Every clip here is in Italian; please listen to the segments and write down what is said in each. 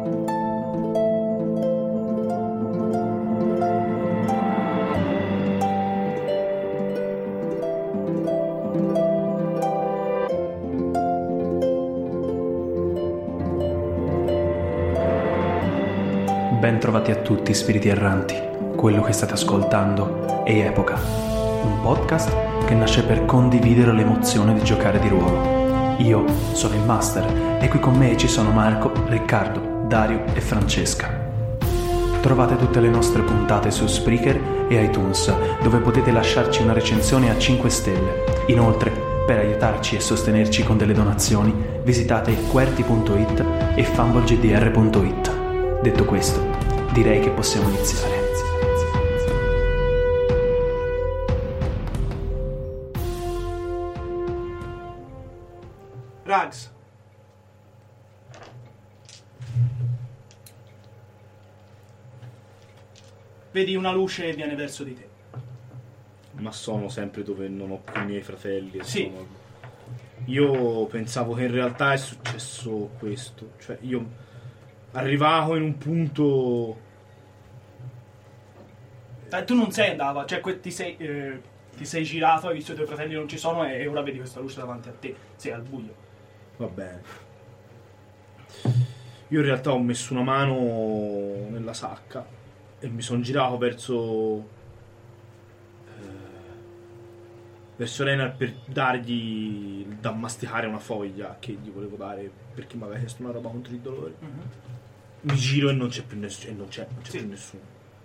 Ben trovati a tutti, spiriti erranti. Quello che state ascoltando è Epoca, un podcast che nasce per condividere l'emozione di giocare di ruolo. Io sono il Master e qui con me ci sono Marco, Riccardo, Dario e Francesca. Trovate tutte le nostre puntate su Spreaker e iTunes, dove potete lasciarci una recensione a 5 stelle. Inoltre, per aiutarci e sostenerci con delle donazioni, visitate QWERTY.it e fumblegdr.it. Detto questo, direi che possiamo iniziare. Rags. Vedi una luce e viene verso di te. Ma sono sempre dove non ho più i miei fratelli. Sì. Io pensavo che in realtà è successo questo. Cioè, io arrivavo in un punto... Tu non sei andato, cioè ti sei girato, hai visto i tuoi fratelli non ci sono e ora vedi questa luce davanti a te. Sei al buio. Va bene. Io in realtà ho messo una mano nella sacca e mi sono girato verso Reynard per dargli da masticare una foglia che gli volevo dare perché mi aveva chiesto una roba contro il dolore. Mm-hmm. Mi giro e non c'è più nessuno. Non c'è Sì. più nessuno.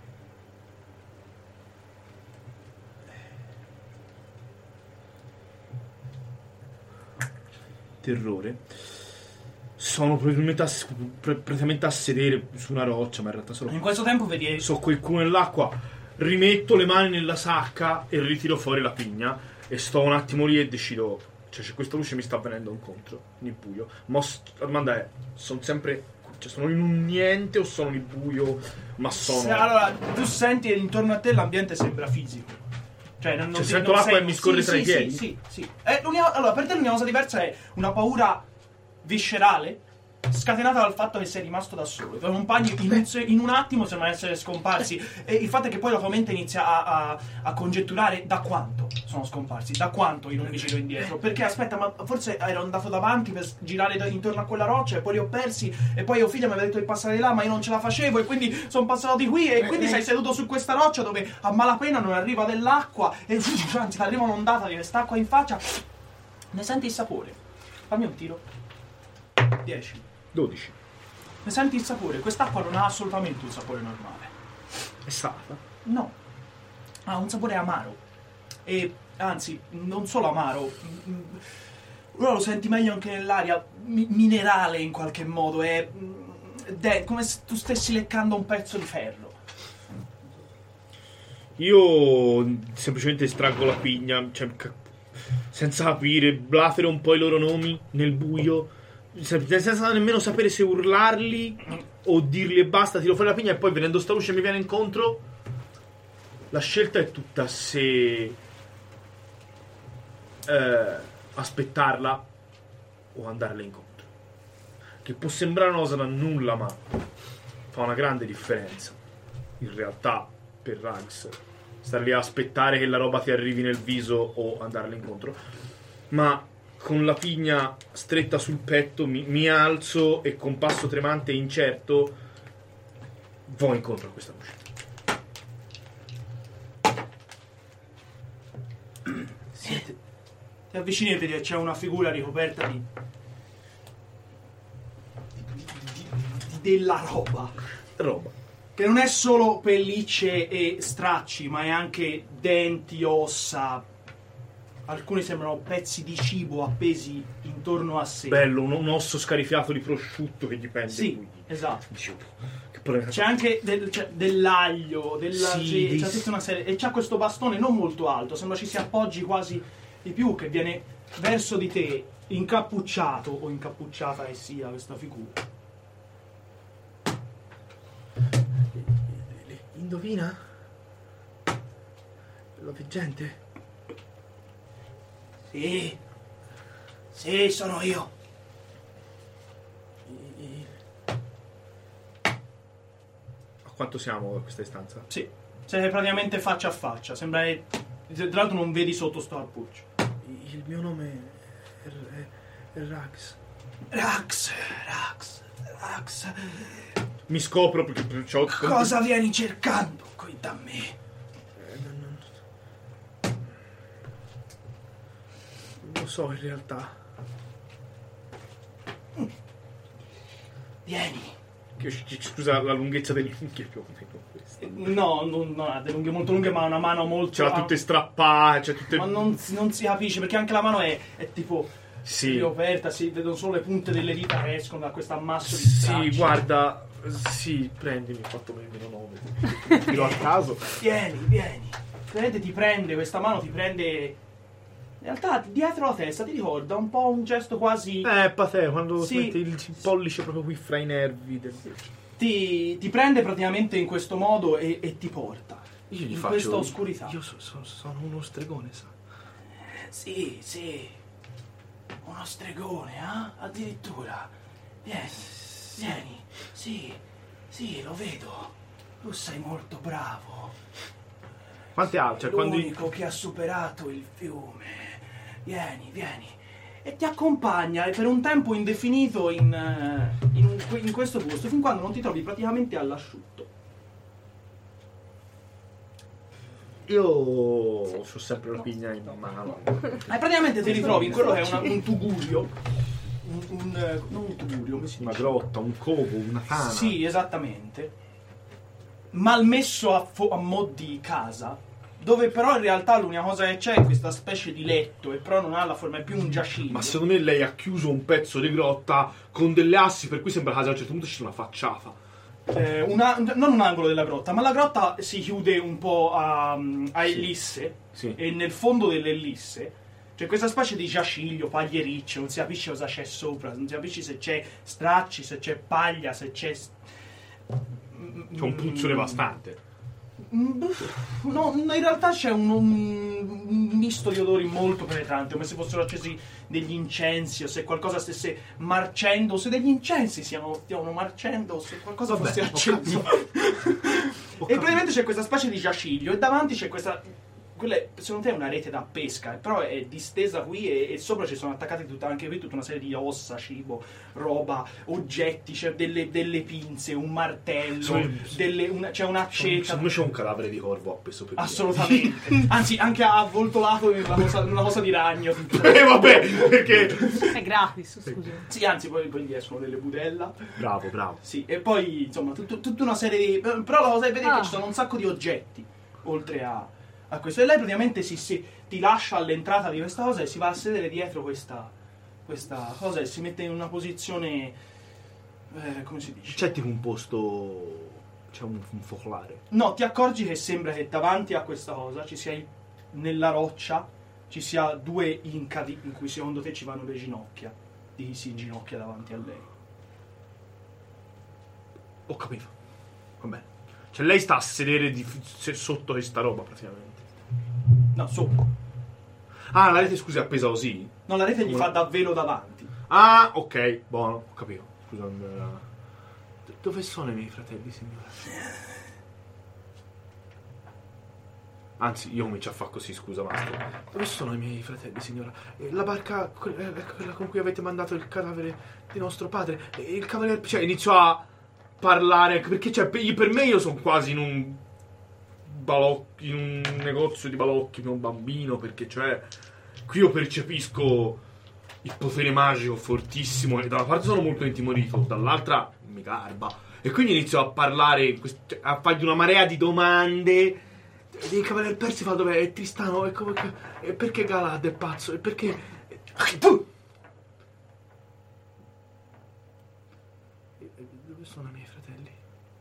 Terrore. Sono probabilmente praticamente a sedere su una roccia, ma in realtà In questo tempo vedi... so quel culo nell'acqua. Rimetto le mani nella sacca e ritiro fuori la pigna e sto un attimo lì e decido, cioè c'è questa luce mi sta venendo incontro nel buio. Ma la domanda è, sono sempre... Cioè, sono in un niente o sono nel buio? Ma sono... Allora, tu senti intorno a te l'ambiente sembra fisico. Cioè, sento l'acqua e mi scorre tra i piedi? Sì. Allora, per te l'unica cosa diversa è una paura viscerale scatenata dal fatto che sei rimasto da solo. I tuoi compagni in un attimo sembrano essere scomparsi e il fatto è che poi la tua mente inizia a congetturare da quanto sono scomparsi, da quanto io non mi giro indietro, perché aspetta, ma forse ero andato davanti per girare intorno a quella roccia e poi li ho persi e poi figlio mi aveva detto di passare di là ma io non ce la facevo e quindi sono passato di qui e quindi sei seduto su questa roccia dove a malapena non arriva dell'acqua e anzi ti arriva un'ondata di quest'acqua in faccia, ne senti il sapore. Fammi un tiro. 10. 12. Ne senti il sapore? Quest'acqua non ha assolutamente un sapore normale. È salata? No. Ha un sapore amaro. E anzi, non solo amaro. Ora lo senti meglio anche nell'aria. Minerale in qualche modo. È come se tu stessi leccando un pezzo di ferro. Io semplicemente estraggo la pigna, cioè, senza capire, blatero un po' i loro nomi nel buio. Senza nemmeno sapere se urlarli o dirgli e basta, tiro fuori la pigna e poi venendo sta luce mi viene incontro. La scelta è tutta se aspettarla o andarle incontro, che può sembrare una cosa da nulla ma fa una grande differenza in realtà per Rags star lì a aspettare che la roba ti arrivi nel viso o andarle incontro. Ma con la pigna stretta sul petto mi alzo e con passo tremante e incerto vo incontro a questa luce. Ti avvicini e vedi che c'è una figura ricoperta di della roba. Che non è solo pellicce e stracci, ma è anche denti, ossa. Alcuni sembrano pezzi di cibo appesi intorno a sé. Bello, un osso scarifiato di prosciutto che gli pende. Sì, esatto. Che c'è anche dell'aglio, sì, c'è tutta una serie. E c'ha questo bastone non molto alto, sembra ci si appoggi quasi di più, che viene verso di te, incappucciato o incappucciata che sia questa figura. Indovina? La veggente? Sì, sono io. quanto siamo a questa distanza? Sì, sei praticamente faccia a faccia. Sembra che, tra l'altro, non vedi sotto sto cappuccio. Il mio nome è Rax. Rax. Mi scopro perché c'ho... Cosa vieni cercando qui da me? Non lo so in realtà. Vieni. Scusa la lunghezza delle unghie più o meno questa. No, non ha delle unghie molto lunghe, ma ha una mano molto... Ce l'ha tutte strappate, c'è tutte... Ma non si capisce, perché anche la mano è tipo... Sì. Riaperta, si vedono solo le punte delle dita che escono da questo ammasso di stracci. Sì, guarda... Sì, prendimi, ho fatto bene meno 9. Tiro a caso. Vieni. Vedete, ti prende, questa mano ti prende... In realtà, dietro la testa ti ricorda un po' un gesto quasi... Patè, quando Sì. metti il pollice proprio qui fra i nervi del... Ti prende praticamente in questo modo e ti porta. Io gli in faccio... questa oscurità. Io sono uno stregone, sa. Sì. Uno stregone, addirittura. Vieni. Sì, lo vedo. Tu sei molto bravo. Quante ha? Cioè, L'unico che ha superato il fiume. Vieni. E ti accompagna per un tempo indefinito in questo posto, fin quando non ti trovi praticamente all'asciutto. Io ho sempre la pigna in mano. E praticamente ti ritrovi in quello che è un tugurio. Non un tugurio, come si Una dice? grotta, un covo, una tana. Sì, esattamente. Malmesso a mo' di casa, dove però in realtà l'unica cosa che c'è è questa specie di letto, e però non ha la forma, è più un giaciglio. Ma secondo me lei ha chiuso un pezzo di grotta con delle assi, per cui sembra che a un certo punto c'è una facciata. Non un angolo della grotta, ma la grotta si chiude un po' a ellisse, Sì. e nel fondo dell'ellisse c'è questa specie di giaciglio, pagliericcio, non si capisce cosa c'è sopra, non si capisce se c'è stracci, se c'è paglia, se c'è... C'è un puzzo devastante. No, in realtà c'è un misto di odori molto penetrante, come se fossero accesi degli incensi, o se qualcosa stesse marcendo, o se degli incensi stiano marcendo, o se qualcosa fosse acceso. E praticamente c'è questa specie di giaciglio, e davanti c'è questa... Quella è, secondo te è una rete da pesca, però è distesa qui, e sopra ci sono attaccati anche qui tutta una serie di ossa, cibo, roba, oggetti, c'è delle pinze, un martello, c'è un'accetta. Secondo me c'è un cadavere di corvo appeso per Assolutamente. Anzi, anche avvoltolato in una cosa di ragno. Vabbè, perché... È gratis, scusa. Sì, anzi, poi gli escono delle budella. Bravo. Sì, e poi, insomma, tutta una serie di... Però la cosa è vedere che ci sono un sacco di oggetti, oltre a questo. E lei praticamente ti lascia all'entrata di questa cosa e si va a sedere dietro questa cosa e si mette in una posizione... come si dice? C'è tipo un posto... C'è un focolare. No, ti accorgi che sembra che davanti a questa cosa ci sia nella roccia ci sia due incadi in cui secondo te ci vanno le ginocchia di chi si inginocchia davanti a lei. Ho capito. Va bene. Cioè lei sta a sedere sotto questa roba praticamente. No, sopra. Ah, la rete scusa è appesa così? No, la rete gli fa da velo davanti. Ah, ok, buono, ho capito. Scusa, dove sono i miei fratelli, signora? Anzi, io comincio a fare così, scusa, basta. Dove sono i miei fratelli, signora? La barca, quella con cui avete mandato il cadavere di nostro padre. Il cavaliere... Cioè, inizio a parlare, perché cioè, per me io sono quasi in un negozio di balocchi per un bambino, perché cioè qui io percepisco il potere magico fortissimo e da una parte sono molto intimorito, dall'altra mi garba, e quindi inizio a parlare, a fargli una marea di domande. Il cavaliere persi fa dov'è? È Tristano? E perché Galad è pazzo? E perché... Dove sono i miei fratelli?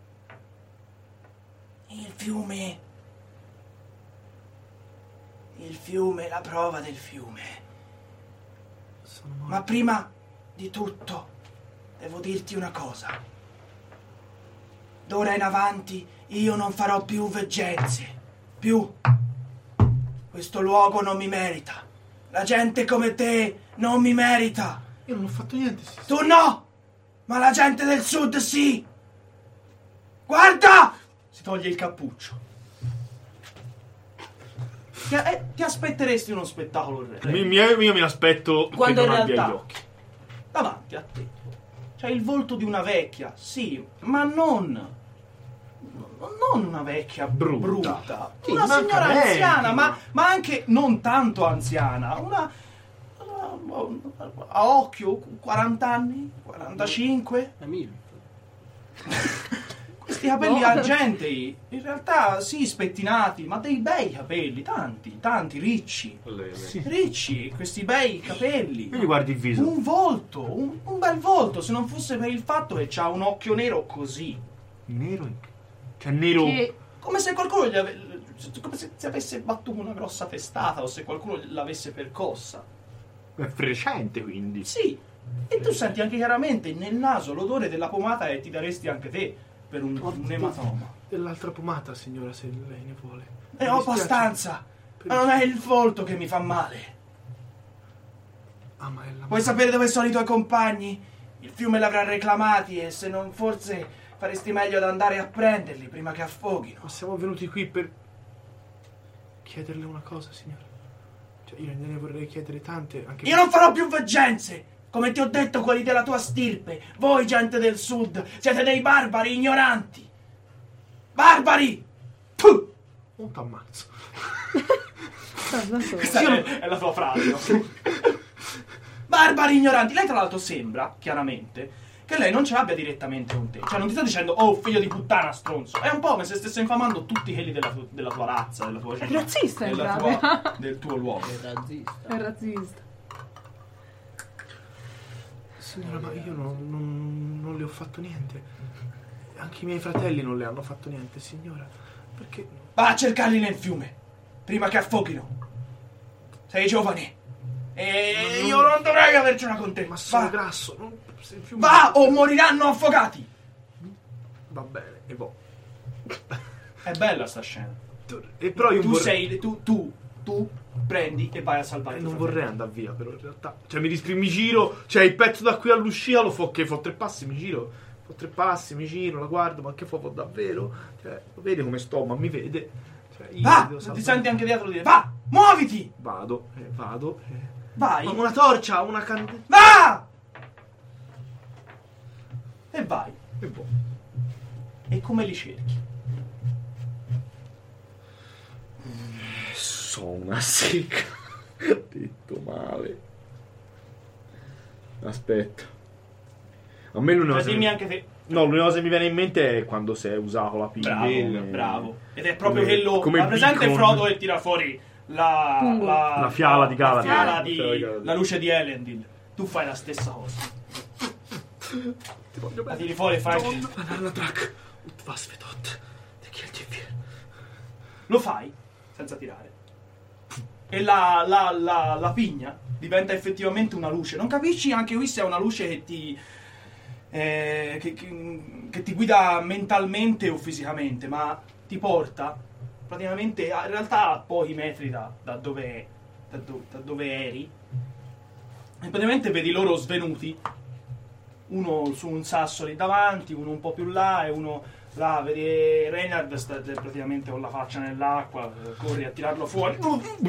Il fiume, la prova del fiume. Sono morti. Ma prima di tutto devo dirti una cosa. D'ora in avanti io non farò più veggenze. Questo luogo non mi merita. La gente come te non mi merita. Io non ho fatto niente. Tu no! Ma la gente del sud sì! Guarda! si toglie il cappuccio. Ti aspetteresti uno spettacolo Io mi aspetto quando che non in abbia realtà gli occhi. davanti a te c'è il volto di una vecchia, sì, ma non una vecchia brutta. Sì, Una signora denti, anziana, ma anche non tanto anziana, a occhio 40 anni, 45. Questi capelli argentei, in realtà sì, spettinati, ma dei bei capelli, tanti, ricci. Sì. Ricci, questi bei capelli. Quindi guardi il viso. Un volto, un bel volto, se non fosse per il fatto che c'ha un occhio nero così. Nero? Cioè nero... Come se qualcuno come se avesse battuto una grossa testata o se qualcuno l'avesse percossa. È frecente, quindi. Sì, e tu senti anche chiaramente nel naso l'odore della pomata e ti daresti anche te per un ematoma. Dell'altra pomata, signora, se lei ne vuole. E ho abbastanza, ma non è il volto che mi fa male. Ah, ma è la... Vuoi sapere dove sono i tuoi compagni? Il fiume l'avrà reclamati e se non forse faresti meglio ad andare a prenderli prima che affoghino. Ma siamo venuti qui per chiederle una cosa, signora. Cioè, io ne vorrei chiedere tante, anche Io non farò più veggenze! Come ti ho detto, quelli della tua stirpe, voi gente del sud, siete dei barbari ignoranti! Barbari! Puh! Non t'ammazzo. Questa è la tua frase. Barbari ignoranti! Lei tra l'altro sembra, chiaramente, che lei non ce l'abbia direttamente con te. Cioè non ti sto dicendo, oh figlio di puttana stronzo. È un po' come se stesse infamando tutti quelli della tua razza, della tua È razzista, in del tuo luogo. È razzista. Signora, ma io non le ho fatto niente. Anche i miei fratelli non le hanno fatto niente, signora. Perché? Va a cercarli nel fiume, prima che affoghino. Sei giovane. E io non dovrei avercela con te. Ma sono Va. grasso. Il fiume... Va o moriranno affogati. Va bene, e boh. È bella sta scena. E però io Tu prendi e vai a salvare. non vorrei andare via, però in realtà. Cioè mi giro, cioè il pezzo da qui all'uscita lo fo 3 passi, mi giro. Fo 3 passi, mi giro, la guardo, ma che fa davvero? Cioè, vede come sto, ma mi vede. Cioè, io Va! devo Ti senti anche dietro dire, va! Muoviti! Vado. Vai! Ma una torcia, una candela. Va! E vai. E boh. E come li cerchi? So una secca. Detto male. Aspetta. A me l'unica cosa... Dimmi anche te. No, l'unica cosa che mi viene in mente è quando si è usato la pinna. Bravo. Ed è proprio come- quello. come Ma presente Beacon. Frodo che tira fuori la fiala di Galadriel. La fiala La fiala di Galadriel. la luce di Elendil. Tu fai la stessa cosa. Ti voglio La bene. tiri fuori e fai. Anarla track. Was vedot. Te killt vi. Lo fai senza tirare. E la pigna diventa effettivamente una luce. Non capisci anche qui se è una luce che ti che ti guida mentalmente o fisicamente, ma ti porta praticamente in realtà a pochi metri da dove eri. E praticamente vedi loro svenuti, uno su un sasso lì davanti, uno un po' più là e uno là. Vedi Reynard sta praticamente con la faccia nell'acqua, corri a tirarlo fuori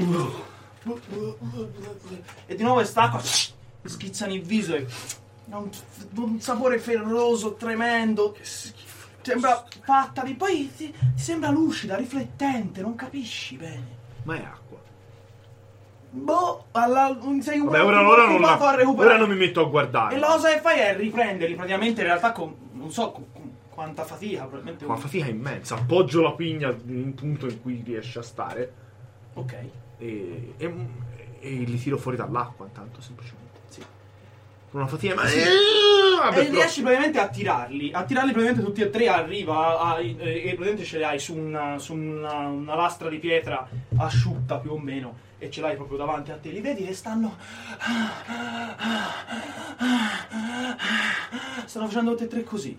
e di nuovo quest'acqua schizzano il viso e ha un sapore ferroso tremendo, sembra fatta di... poi ti sembra lucida, riflettente, non capisci bene. Ma è acqua. Boh, sei un Vabbè, ora occupato a recuperare. ora non mi metto a guardare. E la cosa che fai è riprenderli praticamente in realtà con non so con quanta fatica, probabilmente. Una fatica immensa. Appoggio la pigna in un punto in cui riesce a stare Ok. e li tiro fuori dall'acqua intanto, semplicemente. Sì. Con una fatica E riesci praticamente a tirarli praticamente tutti e tre. Arriva e praticamente ce li hai su una lastra di pietra asciutta più o meno e ce l'hai proprio davanti a te. Li vedi che stanno facendo tutti e tre così.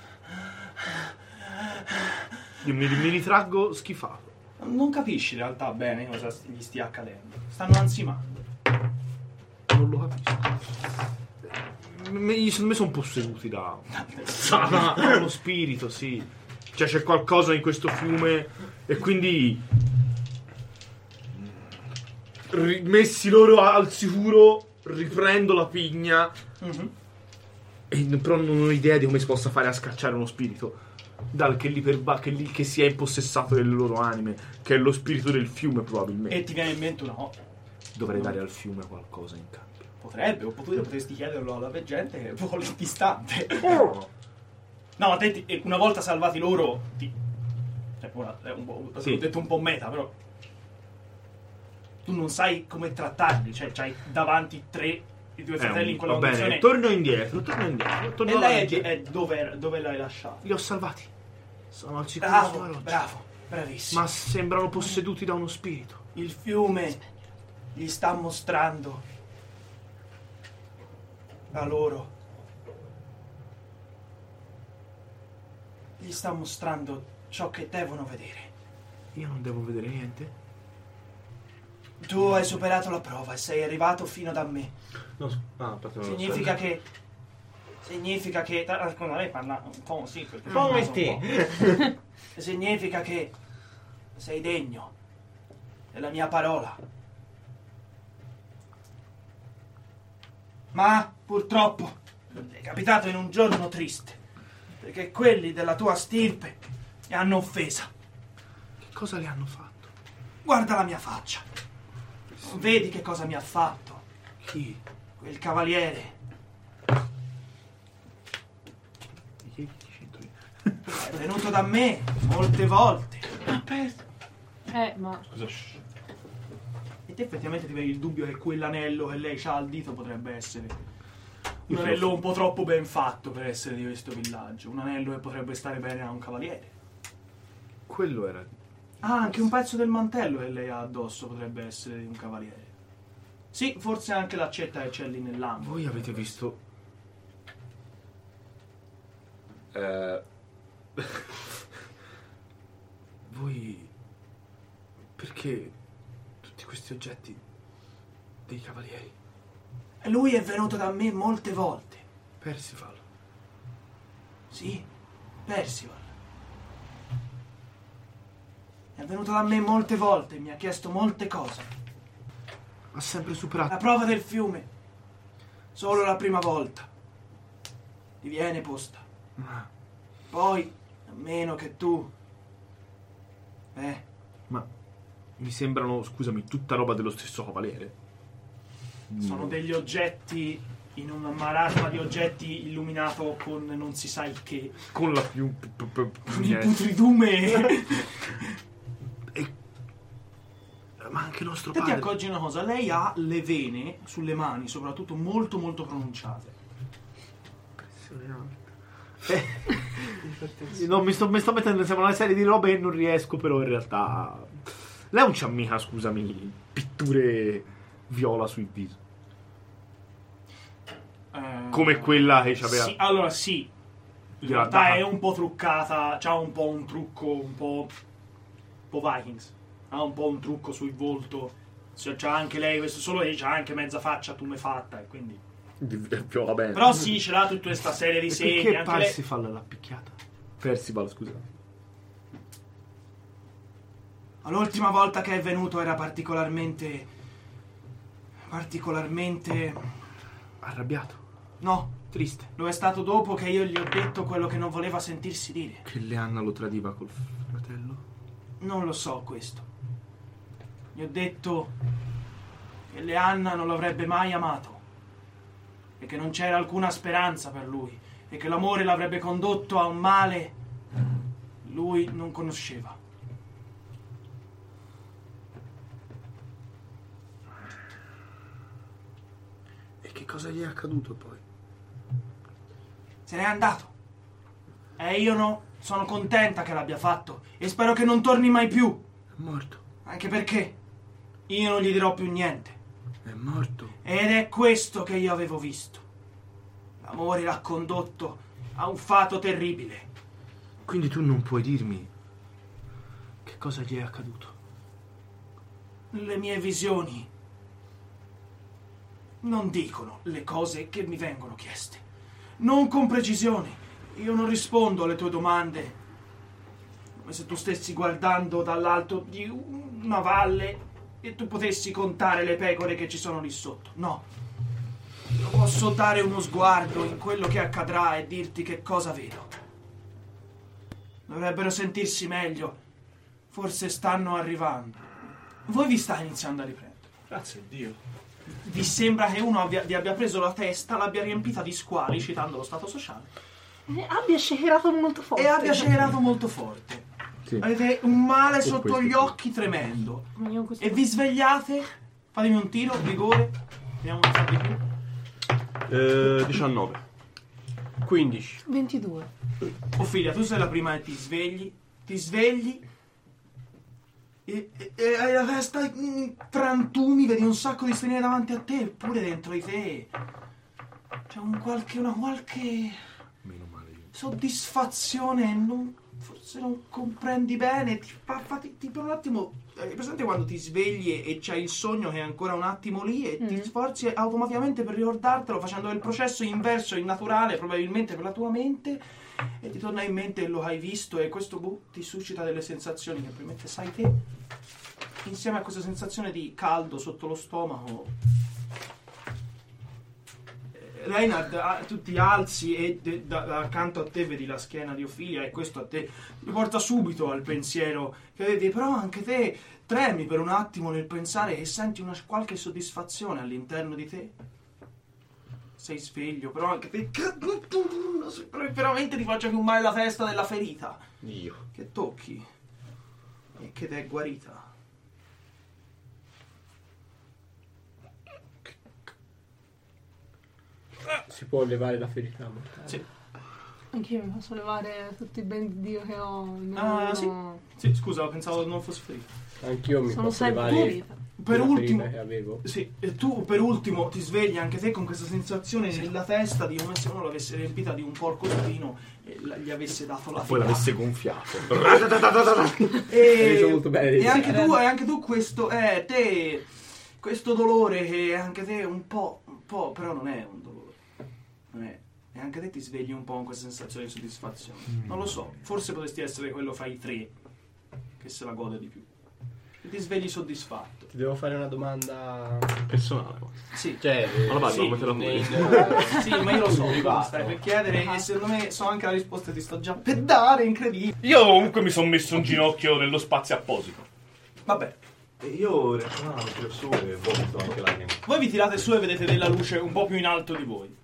Io mi ritraggo schifato. Non capisci in realtà bene cosa gli stia accadendo. Stanno ansimando. Non lo capisco. Secondo me sono posseduti da uno spirito, sì. Cioè c'è qualcosa in questo fiume e quindi messi loro al sicuro riprendo la pigna però non ho idea di come si possa fare a scacciare uno spirito che si è impossessato delle loro anime, che è lo spirito del fiume probabilmente. E ti viene in mente una Dovrei dare al fiume qualcosa in cambio. Potrebbe, oppure potresti chiederlo alla veggente che voli distante. No, una volta salvati loro cioè, è un po', sì. Ho detto un po' meta, però tu non sai come trattarli, cioè c'hai davanti i due fratelli in quella va bene, condizione. torno indietro E lei dove l'hai lasciato? Li ho salvati. Sono al sicuro sulla roccia. Bravo, bravissimo. Ma sembrano posseduti da uno spirito. Il fiume gli sta mostrando a loro. Gli sta mostrando ciò che devono vedere. Io non devo vedere niente. Tu hai superato la prova e sei arrivato fino da me. Significa che scusa, lei parla un po' così perché Come te? significa che sei degno della mia parola. Ma purtroppo è capitato in un giorno triste, perché quelli della tua stirpe mi hanno offesa. Che cosa le hanno fatto? Guarda la mia faccia. Non vedi che cosa mi ha fatto? Chi? Quel cavaliere. Che c'entro io? È venuto da me molte volte. Ma... Scusa. E te effettivamente ti vedi il dubbio che quell'anello che lei ha al dito potrebbe essere un anello un po' troppo ben fatto per essere di questo villaggio. Un anello che potrebbe stare bene a un cavaliere. Quello era... Ah, anche un pezzo del mantello che lei ha addosso potrebbe essere di un cavaliere. Sì, forse anche l'accetta che c'è lì nell'angolo. Voi avete visto... Voi... Perché tutti questi oggetti dei cavalieri? Lui è venuto da me molte volte. Percival. Sì, Percival. È venuto da me molte volte, mi ha chiesto molte cose. Ha sempre La superato... prova del fiume. Solo la prima volta. Ti viene posta. Ah, Poi, a meno che tu... ma mi sembrano, scusami, tutta roba dello stesso cavaliere. Sono degli oggetti in un marasma di oggetti illuminato con non si sa il che. Con la più... Il putridume. Ma anche nostro Te ti padre... accorgi una cosa, lei ha le vene sulle mani, soprattutto molto molto pronunciate. No, mi sto mettendo insieme a una serie di robe e non riesco, però in realtà... Lei non c'ha mica, scusami, pitture viola sul viso. Come quella che c'aveva... Sì, allora sì. In Gliela realtà dà. è un po' truccata, c'ha un po' un trucco, un po' Vikings. Ha un po' un trucco sul volto. C'ha anche lei, questo solo lei c'ha anche mezza faccia tumefatta e quindi... Viola bene. Però sì, ce l'ha tutta questa serie di segni. Perché Anche lei... Percival l'ha picchiata? Percival, scusa. L'ultima volta che è venuto era particolarmente... Arrabbiato. No, Triste. lo è stato dopo che io gli ho detto quello che non voleva sentirsi dire. Che Leanna lo tradiva col fratello? Non lo so questo. Gli ho detto che Leanna non l'avrebbe mai amato e che non c'era alcuna speranza per lui e che l'amore l'avrebbe condotto a un male lui non conosceva. E che cosa gli è accaduto poi? Se n'è andato. E io no, sono contenta che l'abbia fatto e spero che non torni mai più. È morto. Anche perché io non gli dirò più niente. È morto. Ed è questo che io avevo visto. L'amore l'ha condotto a un fato terribile. Quindi tu non puoi dirmi che cosa gli è accaduto? Le mie visioni non dicono le cose che mi vengono chieste. Non con precisione. Io non rispondo alle tue domande come se tu stessi guardando dall'alto di una valle e tu potessi contare le pecore che ci sono lì sotto. No. Io posso dare uno sguardo in quello che accadrà e dirti che cosa vedo. Dovrebbero sentirsi meglio. Forse stanno arrivando. Voi vi sta iniziando a riprendere. Grazie a Dio. Vi sembra che uno vi abbia preso la testa, l'abbia riempita di squali, citando lo stato sociale, Abbia shakerato molto forte. e abbia scerato molto forte. Sì. Avete un male sotto questo gli sì. occhi tremendo. Ma io questo- E vi svegliate. Fatemi un tiro, vigore. Vediamo un po' di più. 19. 15. 22. Ophelia, tu sei la prima che ti svegli e hai la testa in frantumi, vedi un sacco di stenine davanti a te, eppure dentro di te c'è una qualche Meno male io. soddisfazione, forse non comprendi bene, ti per un attimo, hai presente quando ti svegli e c'hai il sogno che è ancora un attimo lì e ti sforzi automaticamente per ricordartelo facendo il processo inverso, innaturale probabilmente per la tua mente, e ti torna in mente quello che hai visto e questo ti suscita delle sensazioni che probabilmente sai te, insieme a questa sensazione di caldo sotto lo stomaco. Reinhard, tu ti alzi e accanto a te vedi la schiena di Ophelia e questo a te ti porta subito al pensiero che vedi, però anche te tremi per un attimo nel pensare che senti qualche soddisfazione all'interno di te. Sei sveglio, però anche te veramente ti faccia più male la testa della ferita Io. che tocchi e che ti è guarita. Si può levare la ferita mortale. Sì. Anch'io mi posso levare tutti i beni di Dio che ho. Ah, sì. Sì, scusa, pensavo non fosse ferita. Anch'io mi Sono posso sempre levare ferita. Per la ultimo, ferita che avevo. sì, e tu per ultimo ti svegli anche te con questa sensazione nella testa di come se uno l'avesse riempita di un porco spino e gli avesse dato la Poi fiata. l'avesse gonfiato. Hai visto molto bene. E anche tu questo te questo dolore che anche te un po', però non è un dolore. Non è. E anche te ti svegli un po' con questa sensazione di soddisfazione. Non lo so, forse potresti essere quello fra i tre che se la gode di più. E ti svegli soddisfatto. Ti devo fare una domanda. Personale. Sì. Cioè, Ma la vai, sì, devo metterla pure. Sì, ma io lo so, cosa stai per chiedere e secondo me so anche la risposta che ti sto già per dare, incredibile. Io comunque mi sono messo un ginocchio nello spazio apposito. Vabbè, E io reazionavo, tiro su e vomito anche lacrime. voi vi tirate su e vedete della luce un po' più in alto di voi.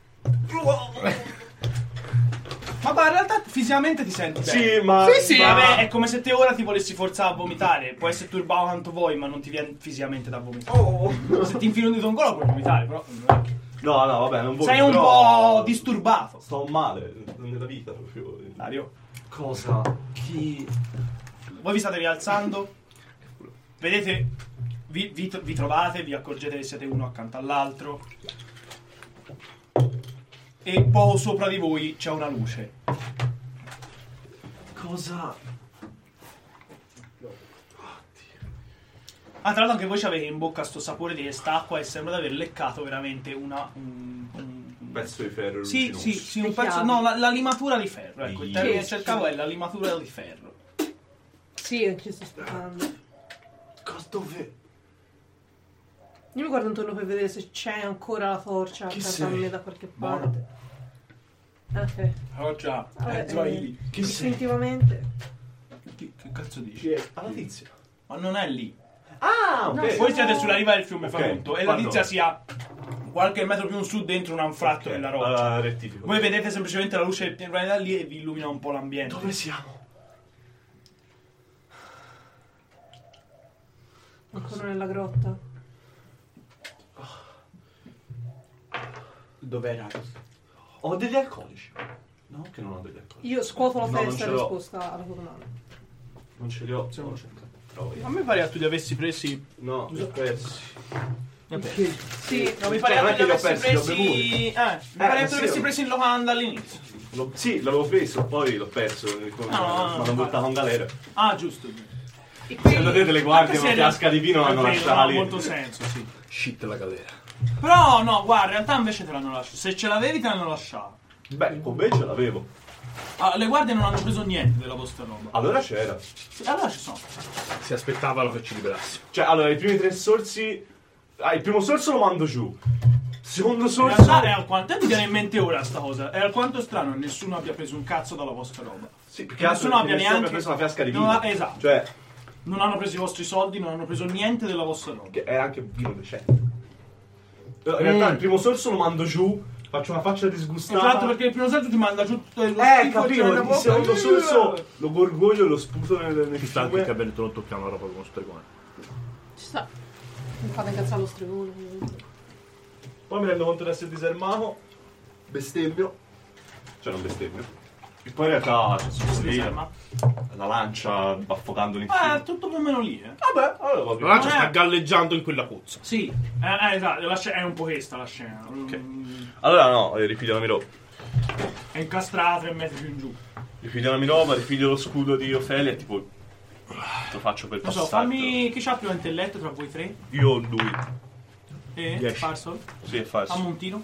Ma in realtà fisicamente ti senti bene. Sì, ma... Sì, vabbè, è come se te ora ti volessi forzare a vomitare. Può essere turbato quanto vuoi, ma non ti viene fisicamente da vomitare. Se ti infili un dito in gola puoi vomitare, però non è che... No, vabbè, non voglio. Sei un po' disturbato. Sto male nella vita proprio. Dario, Cosa? Chi? voi vi state rialzando, vedete, vi trovate, vi accorgete che siete uno accanto all'altro e poco sopra di voi c'è una luce. Cosa? Ah, tra l'altro anche voi avete in bocca sto sapore di quest'acqua e sembra di aver leccato veramente un Pezzo di ferro. sì, lucinoso. sì, un Le pezzo, chiavi. no, la limatura di ferro, ecco, il termine che Sì. cercavo è la limatura di ferro. Sì, anche io sto aspettando. Cosa dove? Io mi guardo intorno per vedere se c'è ancora la torcia Chi accanto a sei? me da qualche Buono. parte. Ok. Oh già, Vabbè, Swahili. Chi sei? istintivamente. Che cazzo dici? Chi è? Alla tizia. Ma non è lì. Ah, ok. No, Voi siete sulla riva del fiume Ok, Fagunto e la pardon. tizia sia qualche metro più in su dentro un anfratto Ok, nella roccia. allora rettifico. Voi vedete semplicemente la luce che viene da lì e vi illumina un po' l'ambiente. Dove siamo? Ancora nella grotta. Dov'era? Ho degli alcolici. No, che non ho degli alcolici. Io scuoto la No, non testa ce in l'ho. risposta alla tua domanda. Non ce li ho. Se non c'è. Troia. A me pare che tu li avessi presi. No, li ho persi. Sì, no, mi Cioè, pare non è che che li li ho avessi persi, li ho presi. Mi pare che tu sì, li avessi ho- presi in locanda all'inizio. Sì, l'avevo preso, poi l'ho perso. Mi hanno buttato in galera. Ah, giusto. E Secondo te delle guardie Anche una se tasca di vino l'hanno è vero, lasciata ha lì. molto senso, sì. Shit la galera. Però no, guarda, in realtà invece te l'hanno lasciato. Se ce l'avevi te l'hanno lasciato. Beh, con me ce l'avevo. Le guardie non hanno preso niente della vostra roba. Allora c'era. Sì, allora ci sono. Si aspettavano che ci liberassimo. Cioè, allora, i primi 3 sorsi... il primo sorso lo mando giù. Secondo In sorso... realtà è alquanto... Te mi viene in mente ora sta cosa. È alquanto strano che nessuno abbia preso un cazzo dalla vostra roba. Sì, perché Che nessuno abbia neanche preso una fiasca di Non vino. esatto. Cioè, Non hanno preso i vostri soldi, non hanno preso niente della vostra roba. che era anche vino decente. Però in realtà il primo sorso lo mando giù, faccio una faccia disgustata. Esatto, perché il primo sorso ti manda giù tutto lo schifo, capito, c'è una il bocca- secondo sorso lo gorgoglio e lo sputo nel Ci sta anche che fiume. ha detto non tocchiamo la roba con uno stregone. Ci sta. Non fate incazzare lo stregone. Poi mi rendo conto di essere disarmato, bestemmio. Cioè non bestemmio. E poi in realtà c'è Si lì, disarma. la lancia baffocando l'infinito. È tutto più o meno lì, Vabbè, allora va La bene. lancia sta galleggiando in quella pozza. Sì, esatto, è un po' questa la scena. Allora no, ripiglio la mia roba. È incastrato 3 metri più in giù. Ripiglio la mia roba, ripiglio lo scudo di Ofelia e tipo... Lo faccio per Non so, passare. fammi... Chi c'ha più intelletto tra voi tre? Io lui. E 10. Farsol? Sì, è falso. Fammi un tiro.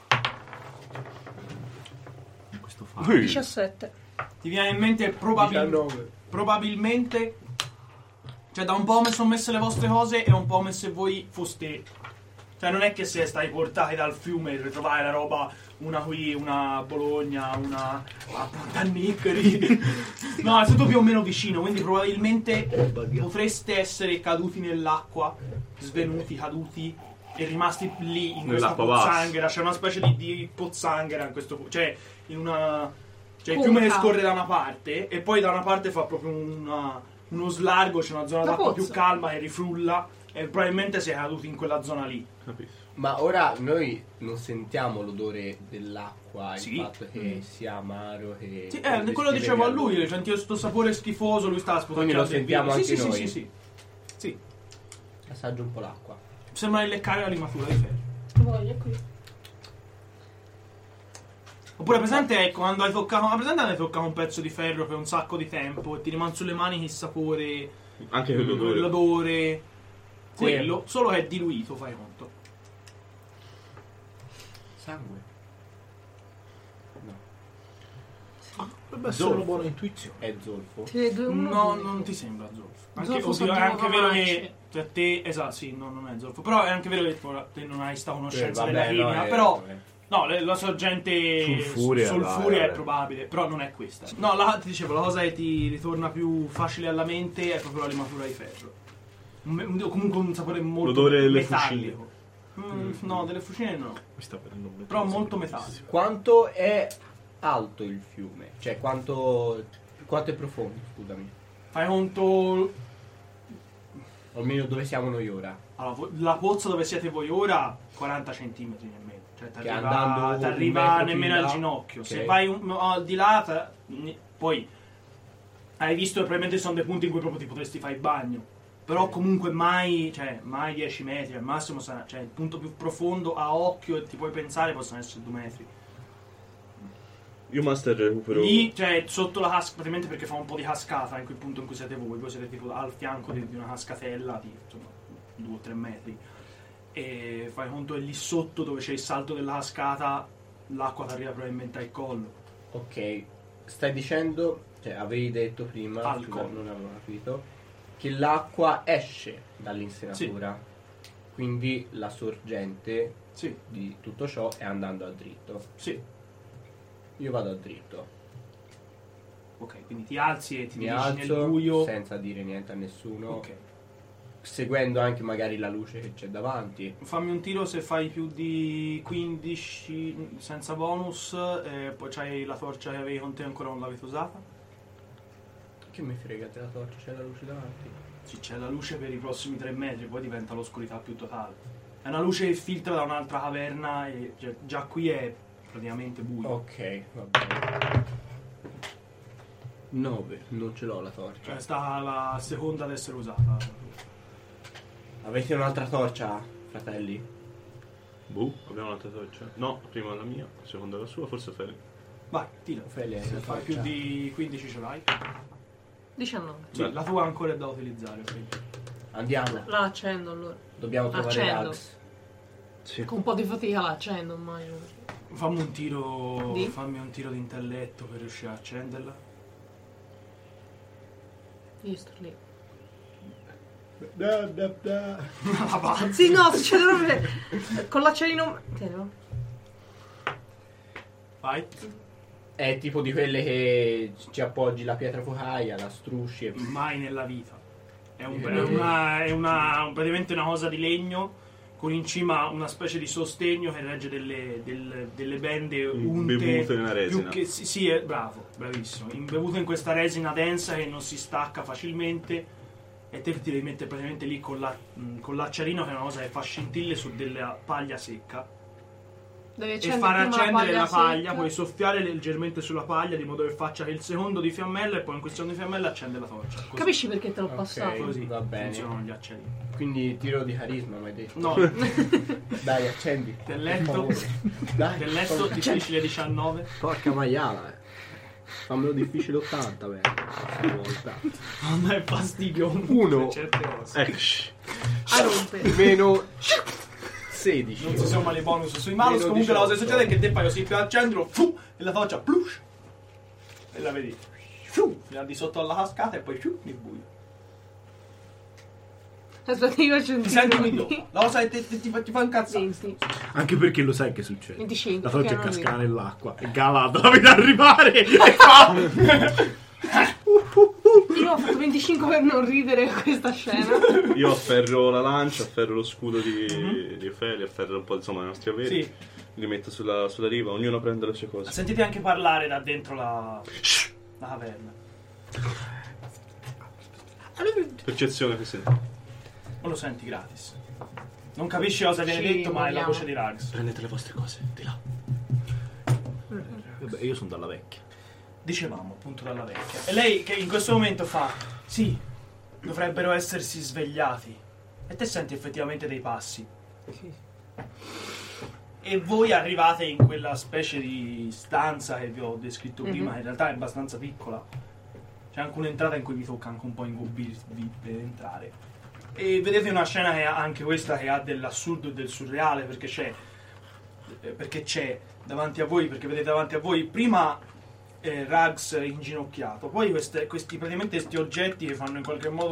Questo Ui. 17. Ti viene in mente 19. probabilmente... Cioè da un po' mi sono messe le vostre cose e un po' come se voi foste... Cioè non è che se stai portati dal fiume e ritrovare la roba, una qui, una a Bologna, una a Pontanniccari. No, è tutto più o meno vicino, quindi probabilmente potreste essere caduti nell'acqua, svenuti, caduti e rimasti lì in questa Nell'acqua bassa. pozzanghera. C'è una specie di pozzanghera in questo... Cioè, in una... Cioè il Conca. fiume che scorre da una parte e poi da una parte fa proprio uno slargo, c'è una zona La d'acqua pozza. più calma e riflulla e probabilmente si è caduti in quella zona lì. Capisco. Ma ora noi non sentiamo l'odore dell'acqua, Sì. il fatto che sia amaro, che... Sì, quello dicevo a lui, sentivo questo sapore schifoso, lui stava Quindi lo sputacchiando. sentiamo Sì, anche sì, noi. sì, sì, sì. Assaggio un po' l'acqua. Sembra di leccare la limatura di ferro. Voglio qui. Oppure presente ecco, quando hai toccato un pezzo di ferro per un sacco di tempo e ti rimane sulle mani il sapore, Anche quell'odore. l'odore, quello, solo che è diluito, fai conto. Sangue. Dovrebbe essere una buona intuizione. È zolfo. Te, 2, 1, No, non ti sembra zolfo. Anche, Zolfo oddio, è sa anche di vero Comaneci. che per te, esatto, sì, no, non è zolfo. Però è anche vero che te non hai sta conoscenza Vabbè, della no, linea. è- Però, no, la sorgente Sulfurea, sulfurea dai. è probabile, però non è questa. No, ti dicevo, la cosa che ti ritorna più facile alla mente è proprio la limatura di ferro. Comunque un sapore molto L'odore delle metallico. No, delle fucine no. Mi sta venendo un Però molto metallico. Quanto è alto il fiume? Cioè, quanto è profondo, scusami. Fai conto. O almeno dove siamo noi ora. Allora, la pozza dove siete voi ora, 40 cm nemmeno. Cioè, Che andando un t'arriva metro più nemmeno in al là. ginocchio. Ok. Se vai al di là, poi hai visto che probabilmente ci sono dei punti in cui proprio ti potresti fare il bagno. Però comunque mai 10 metri, al massimo sarà, cioè il punto più profondo a occhio e ti puoi pensare possono essere 2 metri. Io master recupero. Lì, cioè, sotto la casca, praticamente perché fa un po' di cascata in quel punto in cui siete voi siete tipo al fianco di una cascatella di insomma 2 o 3 metri. E fai conto che lì sotto dove c'è il salto della cascata l'acqua ti arriva probabilmente al collo. Ok, stai dicendo, cioè avevi detto prima, Al scusa, collo. non avevo capito, che l'acqua esce dall'insenatura. Quindi la sorgente Sì, di tutto ciò è andando a dritto. sì. Io vado a dritto. Ok, quindi ti alzi e ti Mi dirigi nel alzo buio. senza dire niente a nessuno, Ok. seguendo anche magari la luce che c'è davanti. Fammi un tiro se fai più di 15 senza bonus, poi c'hai la torcia che avevi con te ancora non l'avete usata. Che mi frega della torcia, c'è la luce davanti. Sì, c'è la luce per i prossimi 3 metri, poi diventa l'oscurità più totale. È una luce che filtra da un'altra caverna e già qui è praticamente buio. Ok, va bene. 9, non ce l'ho la torcia. Cioè sta la seconda ad essere usata. Avete un'altra torcia, fratelli? Abbiamo un'altra torcia. No, prima la mia, seconda la sua, forse Feli. Vai, tira. Ophelia, Se una fai torcia. più di 15 ce l'hai. 19. Sì, Beh. la tua ancora è da utilizzare. Quindi. Andiamo, La accendo allora. dobbiamo trovare Accendo. Rags. Sì. Con un po' di fatica la accendo, immagino. Fammi un tiro. Di? Fammi un tiro di intelletto per riuscire a accenderla. Io sto lì. Avanti. Sì, no, succede proprio con l'acciarino. Telo. Vai. È tipo di quelle che ci appoggi la pietra focaia, la strusci e... Mai nella vita. È praticamente una cosa di legno con in cima una specie di sostegno che regge delle bende unte. Imbevute nella resina. Sì, è bravo, bravissimo. Imbevuto in questa resina densa che non si stacca facilmente. E te ti devi mettere praticamente lì con l'acciarino, che è una cosa che fa scintille su della paglia secca. Devi E far accendere la paglia, secca. puoi soffiare leggermente sulla paglia di modo che faccia che il secondo di fiammella e poi in quel secondo di fiammella accende la torcia. Così. Capisci perché te l'ho passato? Così va bene. funzionano gli acciarini. Quindi tiro di carisma, mi hai detto. No, Dai, accendi. intelletto, Dai, intelletto difficile 19. Porca maiala, Fammelo difficile 80, beh. Stavolta. Non è fastidio Uno. per certe cose. Eccoci. A rompere. Meno 16. Non si somma le bonus sui malus. Meno Comunque la cosa che 18. succede è che te fai così più accenderlo, fu, e la torcia plush, e la vedi fu, fino al di sotto alla cascata e poi fu, nel buio. Aspetta, io faccio un Ti tiro. senti un dopo. La cosa che ti fa incazzare. 20. Anche perché lo sai che succede. 25. La torcia è che non cascata vedo. nell'acqua e Galad la vede arrivare e fa... Io ho fatto 25 per non ridere a questa scena. Io afferro la lancia, afferro lo scudo di Ophelia, afferro un po' insomma i nostri averi. Sì. Li metto sulla riva, ognuno prende le sue cose. Sentite anche parlare da dentro la caverna. Percezione che senti. O lo senti gratis. Non capisci cosa viene Ci detto, ma è la muoviamo. voce di Rags. Prendete le vostre cose, di là. Vabbè, io sono dalla vecchia. Dicevamo appunto dalla vecchia. E lei che in questo momento fa: sì, dovrebbero essersi svegliati. E te senti effettivamente dei passi. E voi arrivate in quella specie di stanza che vi ho descritto prima, in realtà è abbastanza piccola. C'è anche un'entrata in cui vi tocca anche un po' ingobbirvi per entrare. E vedete una scena che ha anche questa che ha dell'assurdo e del surreale, perché c'è davanti a voi, perché vedete davanti a voi prima Rags inginocchiato, poi praticamente questi oggetti che fanno in qualche modo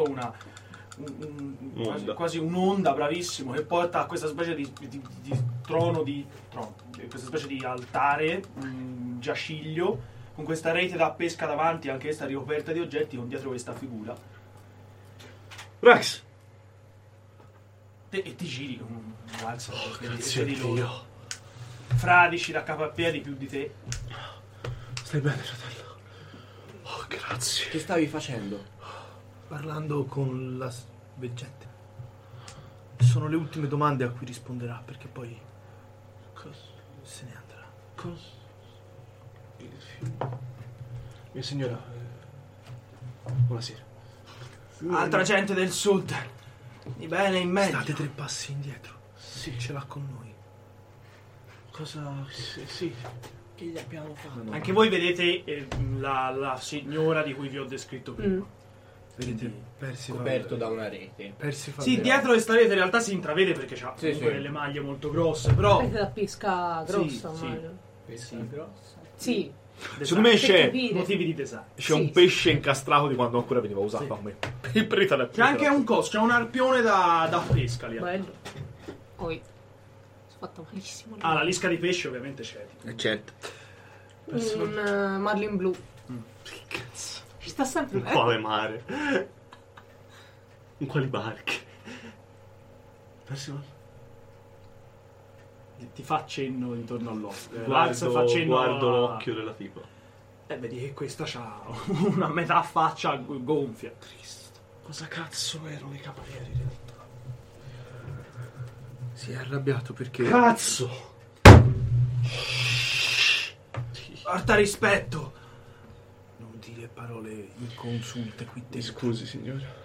quasi un'onda, bravissimo, che porta a questa specie di trono, questa specie di altare, un giaciglio, con questa rete da pesca davanti, anche questa ricoperta di oggetti, con dietro questa figura. Rax! E ti giri con un Rags, Grazie a vedi loro. Dio. Fradici da capo a piedi più di te. Stai bene, fratello? Oh, grazie. Che stavi facendo? Parlando con la veggente. Sono le ultime domande a cui risponderà, perché poi... se ne andrà. Mia signora. Buonasera. Altra gente del sud, di bene in meglio. State 3 passi indietro. Sì, ce l'ha con noi. Cosa. Sì. Che gli abbiamo fatto? Anche voi vedete la signora di cui vi ho descritto prima. Vedete, Percival... Coperto da una rete. Percival... Sì, dietro questa rete in realtà si intravede perché c'ha Sì, comunque sì. delle maglie molto grosse, però... Rete da pesca grossa, Sì, sì. immagino. Questa grossa. Sì. Secondo me Per c'è capire. motivi di design. un Sì, pesce incastrato di quando ancora veniva usato Sì. a me. Il perito C'è anche un coso, c'è un arpione da pesca lì. Bello. Poi. Sono fatta malissimo. Ah, la lisca di pesce ovviamente c'è. tipo. Certo. Un Marlin blu. Che cazzo? Ci sta sempre bene. Quale mare? In quali barche? Percival? Ti fa cenno intorno all'occhio. Rags fa cenno Guardo a- l'occhio della tipa. vedi che questa c'ha una metà faccia gonfia. Cristo. Cosa cazzo erano i cavalieri in realtà? Si è arrabbiato perché... Cazzo! Porta rispetto. Non dire parole inconsulte qui Mi dentro. scusi, signora.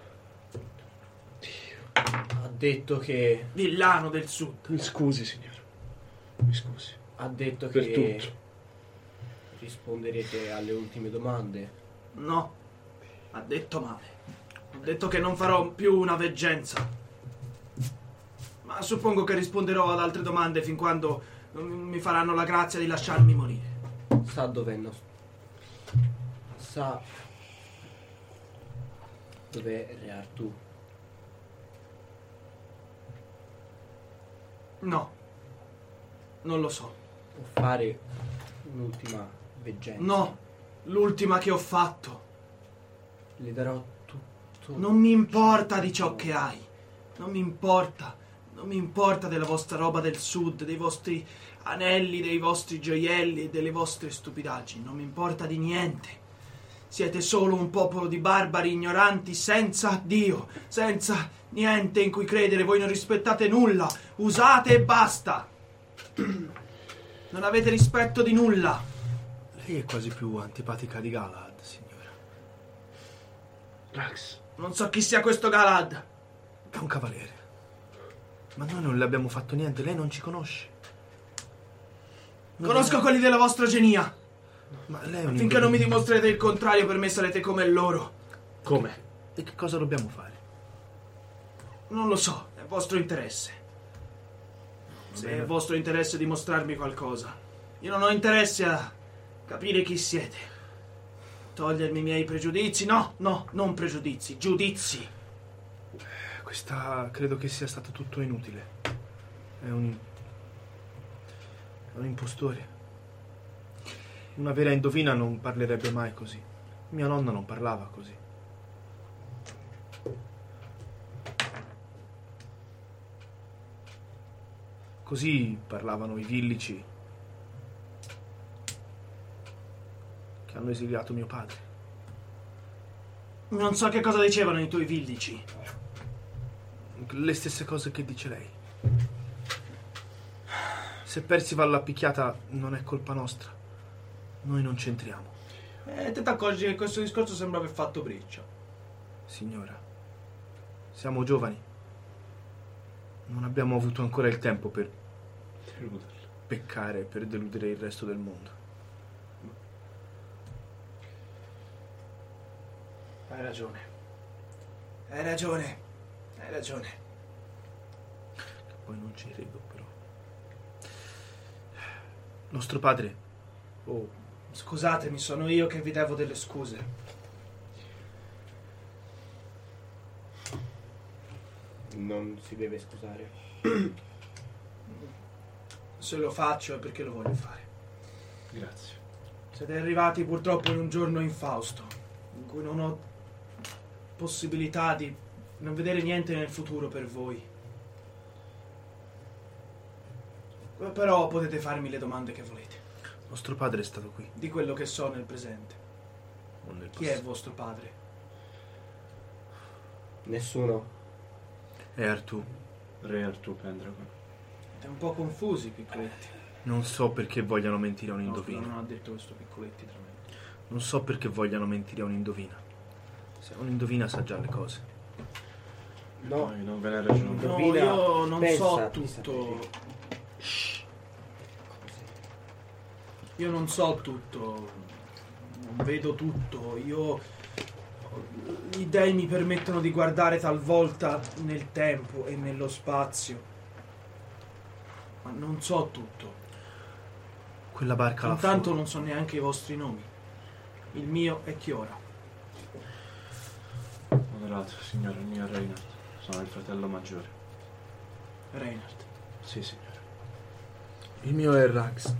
Ha detto che... Villano del sud. Mi scusi, signora. Mi scusi. Ha detto Per che... tutto. Risponderete alle ultime domande. No, ha detto male. Ho detto che non farò più una veggenza. Ma suppongo che risponderò ad altre domande fin quando non mi faranno la grazia di lasciarmi morire. Sa dov'è il nostro... Sa dov'è Re Artù? No, non lo so. Può fare un'ultima veggenza. No, l'ultima che ho fatto. Le darò tutto. Non mi importa di ciò che hai. Non mi importa. Non mi importa della vostra roba del sud, dei vostri anelli, dei vostri gioielli e delle vostre stupidaggini. Non mi importa di niente. Siete solo un popolo di barbari ignoranti senza Dio, senza niente in cui credere. Voi non rispettate nulla. Usate e basta. Non avete rispetto di nulla. Lei è quasi più antipatica di Galahad, signora. Rax, Non so chi sia questo Galahad. È un cavaliere. Ma noi non le abbiamo fatto niente, lei non ci conosce. Conosco quelli della vostra genia. Ma lei è un Finché non mi dimostrerete il contrario, per me sarete come loro. come? E che cosa dobbiamo fare? Non lo so, è vostro interesse. Se è vostro interesse dimostrarmi qualcosa. Io non ho interesse a capire chi siete. Togliermi i miei pregiudizi. No, non pregiudizi, giudizi. Questa credo che sia stato tutto inutile. È un impostore. Una vera indovina non parlerebbe mai così. Mia nonna non parlava così. Così parlavano i villici che hanno esiliato mio padre. Non so che cosa dicevano i tuoi villici. Le stesse cose che dice lei. Se Percival l'ha picchiata non è colpa nostra. Noi non c'entriamo. Te t'accorgi che questo discorso sembra aver fatto breccia. Signora, siamo giovani. Non abbiamo avuto ancora il tempo per peccare, per deludere il resto del mondo. Hai ragione. Hai ragione. Hai ragione. Che poi non ci credo, però. Nostro padre... Oh, Scusatemi, sono io che vi devo delle scuse. Non si deve scusare. Se lo faccio è perché lo voglio fare. Grazie. Siete arrivati purtroppo in un giorno infausto, in cui non ho possibilità di non vedere niente nel futuro per voi. Però potete farmi le domande che volete. nostro padre è stato qui. Di quello che so nel presente. Non nel Chi è passato. vostro padre? Nessuno. È Artù. Re Artù Pendragon. Siete un po' confusi, piccoletti. Non so perché vogliano mentire a un No, indovino. non ha detto questo piccoletti tra me. Non so perché vogliano mentire a un indovina. Se un indovina sa già le cose. No. Poi non ve ne ragione. No, Indovina, io non pensa, so ti tutto. sapere. Io non so tutto. Non vedo tutto. Gli dei mi permettono di guardare talvolta nel tempo e nello spazio. Ma non so tutto. Quella barca là Intanto fuori. non so neanche i vostri nomi. Il mio è Chiora. Onorato, signore, il mio è Reinhard. Sono il fratello maggiore. Reinhard. Sì, signore. Il mio è Rax.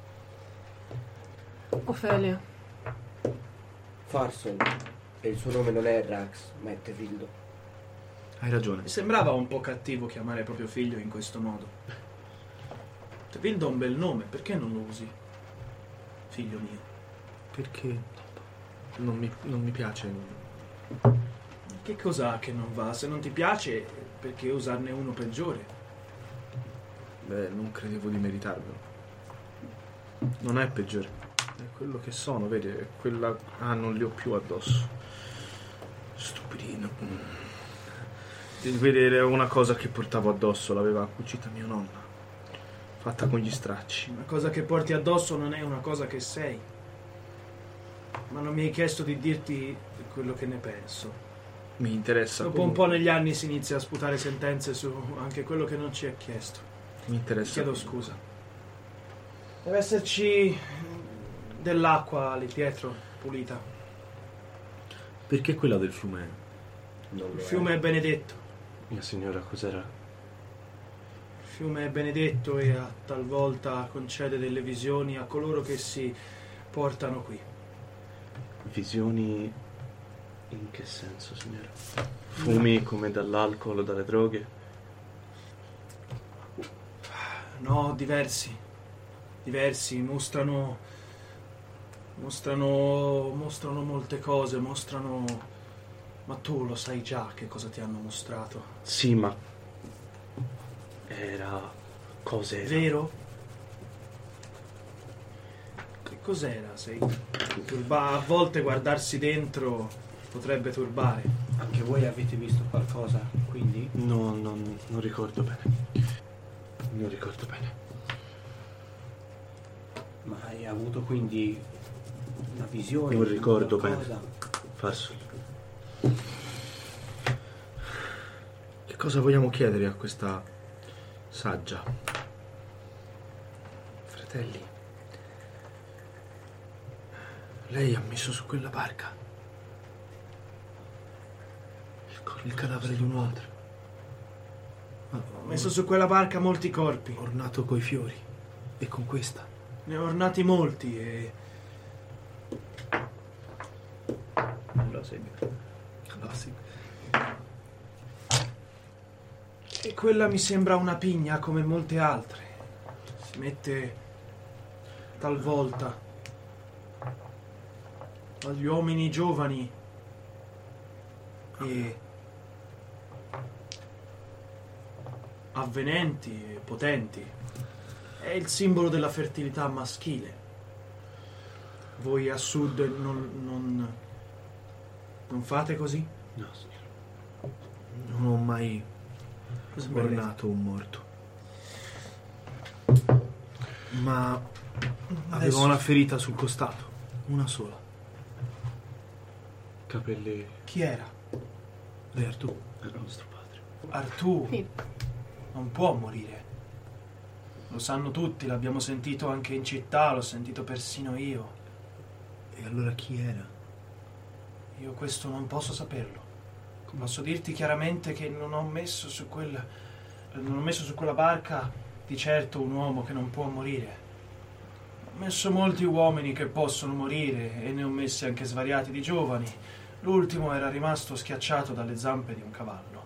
Ofelia. Farson. E il suo nome non è Rax, ma è Tevildo. Hai ragione. Mi sembrava un po' cattivo chiamare proprio figlio in questo modo. Tevildo è un bel nome, perché non lo usi? Figlio mio. Perché non mi piace. Che cos'ha che non va? Se non ti piace, perché usarne uno peggiore? Beh, non credevo di meritarvelo. Non è peggiore. È quello che sono, vedi? È quella... Ah, non li ho più addosso. Stupidino. Devi vedere una cosa che portavo addosso. L'aveva cucita mia nonna. Fatta con gli stracci. Una cosa che porti addosso non è una cosa che sei. Ma non mi hai chiesto di dirti quello che ne penso. Mi interessa. Dopo un po' negli anni si inizia a sputare sentenze su anche quello che non ci è chiesto. Mi Ti interessa. chiedo scusa. Deve esserci dell'acqua lì dietro, pulita. Perché quella del fiume? Il fiume è benedetto. Mia signora, cos'era? Il fiume è benedetto e talvolta concede delle visioni a coloro che si portano qui. Visioni... in che senso, signora? Fumi come dall'alcol o dalle droghe? No, diversi. Mostrano molte cose, ma tu lo sai già che cosa ti hanno mostrato. Sì, ma... era... cos'era? Vero? Che cos'era? Sei a volte guardarsi dentro potrebbe turbare. Anche voi avete visto qualcosa, quindi? No, non ricordo bene. Non ricordo bene. Ma hai avuto quindi una visione? Non ricordo qualcosa? bene. Farselo. Che cosa vogliamo chiedere a questa saggia? Fratelli, lei ha messo su quella barca il cadavere di un uomo, Ho messo su quella barca molti corpi. ornato coi fiori, e con questa. Ne ho ornati molti e... Allora segno. Allora, sì. E quella mi sembra una pigna come molte altre. Si mette talvolta agli uomini giovani e avvenenti e potenti. È il simbolo della fertilità maschile. Voi a sud non fate così? No, signora. Non ho mai ornato un morto. Ma aveva Adesso- una ferita sul costato, una sola. Capelli... Chi era? Re Artù. era nostro padre. Artù Sì. non può morire. Lo sanno tutti, l'abbiamo sentito anche in città, l'ho sentito persino io. E allora chi era? Io questo non posso saperlo. Posso dirti chiaramente che non ho messo su quella barca di certo un uomo che non può morire. Ho messo molti uomini che possono morire e ne ho messi anche svariati di giovani. L'ultimo era rimasto schiacciato dalle zampe di un cavallo.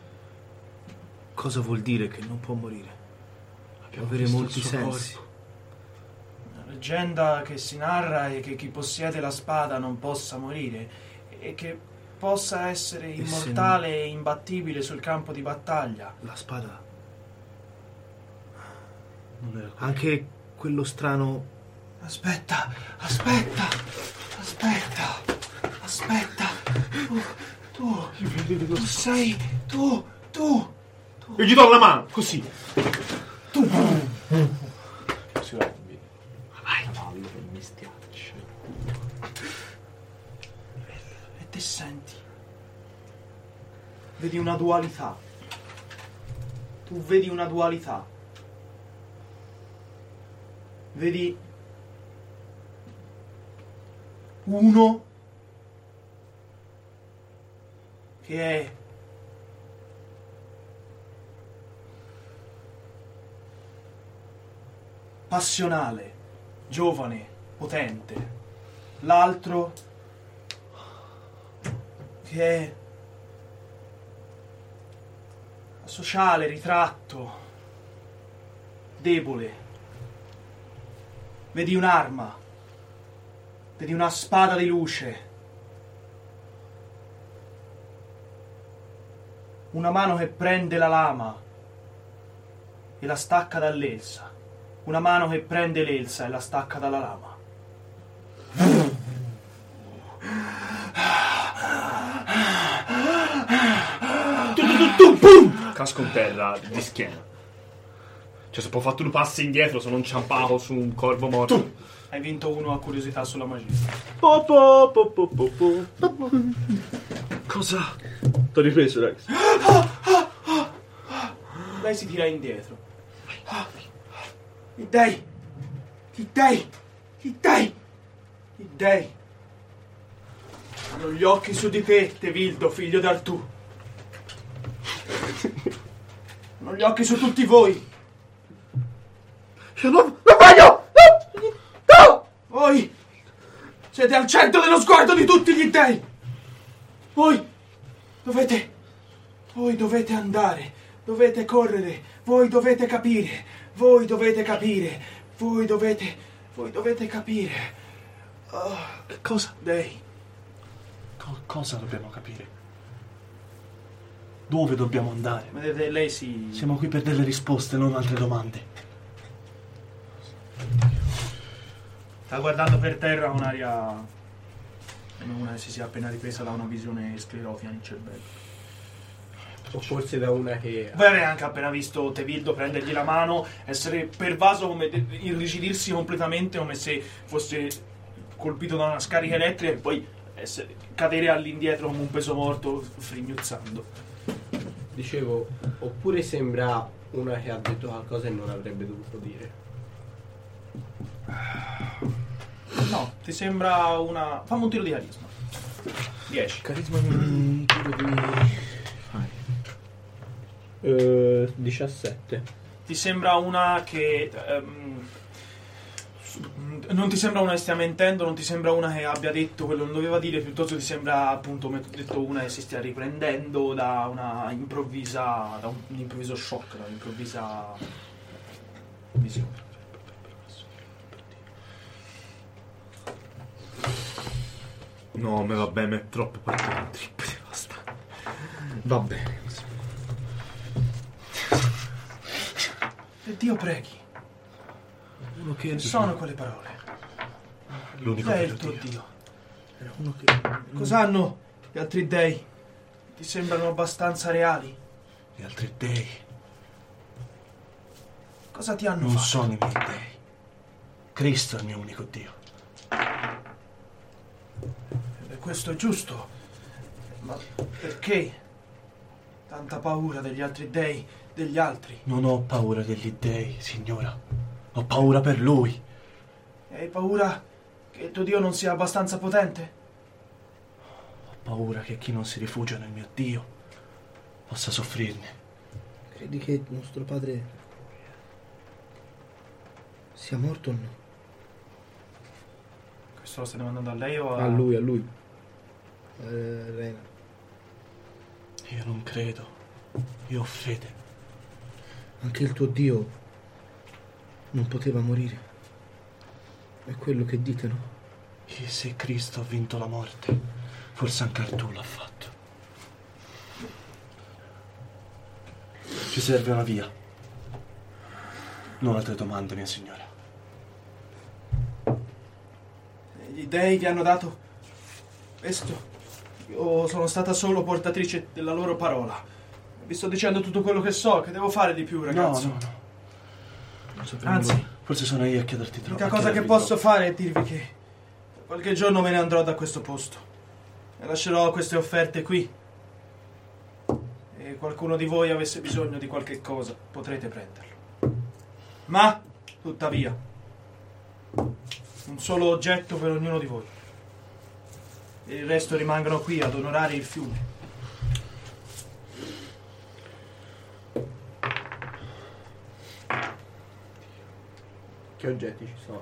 Cosa vuol dire che non può morire? Può avere visto molti il suo sensi. corpo. La leggenda che si narra è che chi possiede la spada non possa morire e che possa essere se immortale e imbattibile sul campo di battaglia. La spada. Non era quello. Anche quello strano. Aspetta. Tu sei... Tu. Io gli do la mano, così. E te senti. Vedi una dualità. Tu vedi una dualità. Vedi uno che è passionale, giovane, potente. L'altro che è sociale, ritratto, debole. Vedi un'arma, vedi una spada di luce, una mano che prende la lama e la stacca dall'elsa, una mano che prende l'elsa e la stacca dalla lama. Casco in terra di schiena. Cioè, se poi ho fatto due passi indietro, sono inciampato su un corvo morto. Hai vinto uno a curiosità sulla magia. Cosa? T'ho ripreso, Rex. Lei si tira indietro. I dei Gli dei hanno gli occhi su di te, Tevildo, figlio d'Artù. Hanno gli occhi su tutti voi. Io non voglio! No! Voi siete al centro dello sguardo di tutti gli dei. Voi dovete andare, dovete correre, voi dovete capire, voi dovete capire. Oh, Cosa? dei. Cosa dobbiamo capire? Dove dobbiamo andare? Vedete, lei si... Siamo qui per delle risposte, non altre domande. sta guardando per terra con un'aria come una che si sia appena ripresa da una visione sclerofia nel cervello. O forse da una che... Voi avete anche appena visto Tevildo prendergli la mano, essere pervaso, come irrigidirsi completamente, come se fosse colpito da una scarica elettrica e poi cadere all'indietro come un peso morto, frignuzzando. Dicevo, oppure sembra una che ha detto qualcosa e non avrebbe dovuto dire. No, ti sembra una... Fammi un tiro di carisma. 10. Carisma un tiro di... 17. Ti sembra una che... non ti sembra una che stia mentendo, non ti sembra una che abbia detto quello che non doveva dire, piuttosto ti sembra, appunto, come ti ho detto, una che si stia riprendendo da un improvviso shock, da un'improvvisa visione. No, me va bene, è troppo partito un trip, basta. Va bene così. E Dio preghi. Uno che... Che sono quelle parole? L'unico Lei è vero il tuo Dio. Dio. Era uno che... Cos'hanno gli altri dei? Ti sembrano abbastanza reali? Gli altri dei Cosa ti hanno non fatto? sono i miei dei. Cristo è il mio unico Dio. E questo è giusto. Ma perché tanta paura degli altri dei, degli altri? Non ho paura degli dei, signora. Ho paura per lui. E hai paura che il tuo Dio non sia abbastanza potente? Ho paura che chi non si rifugia nel mio Dio possa soffrirne. Credi che nostro padre sia morto o no? Questo lo stai domandando a lei o a... A lui. Rena. Io non credo. Io ho fede. Anche il tuo Dio non poteva morire. È quello che dite, no? E se Cristo ha vinto la morte, forse anche Artù l'ha fatto. Ci serve una via. Non altre domande, mia signora. Gli dei vi hanno dato questo. Io sono stata solo portatrice della loro parola. Vi sto dicendo tutto quello che so, che devo fare di più, ragazzo. No. Non sapevo Anzi, nulla. Forse sono io a chiederti troppo. l'unica cosa che posso fare è dirvi che qualche giorno me ne andrò da questo posto e lascerò queste offerte qui. E qualcuno di voi avesse bisogno di qualche cosa, potrete prenderlo. Ma, tuttavia, un solo oggetto per ognuno di voi. E il resto rimangono qui ad onorare il fiume. Che oggetti ci sono?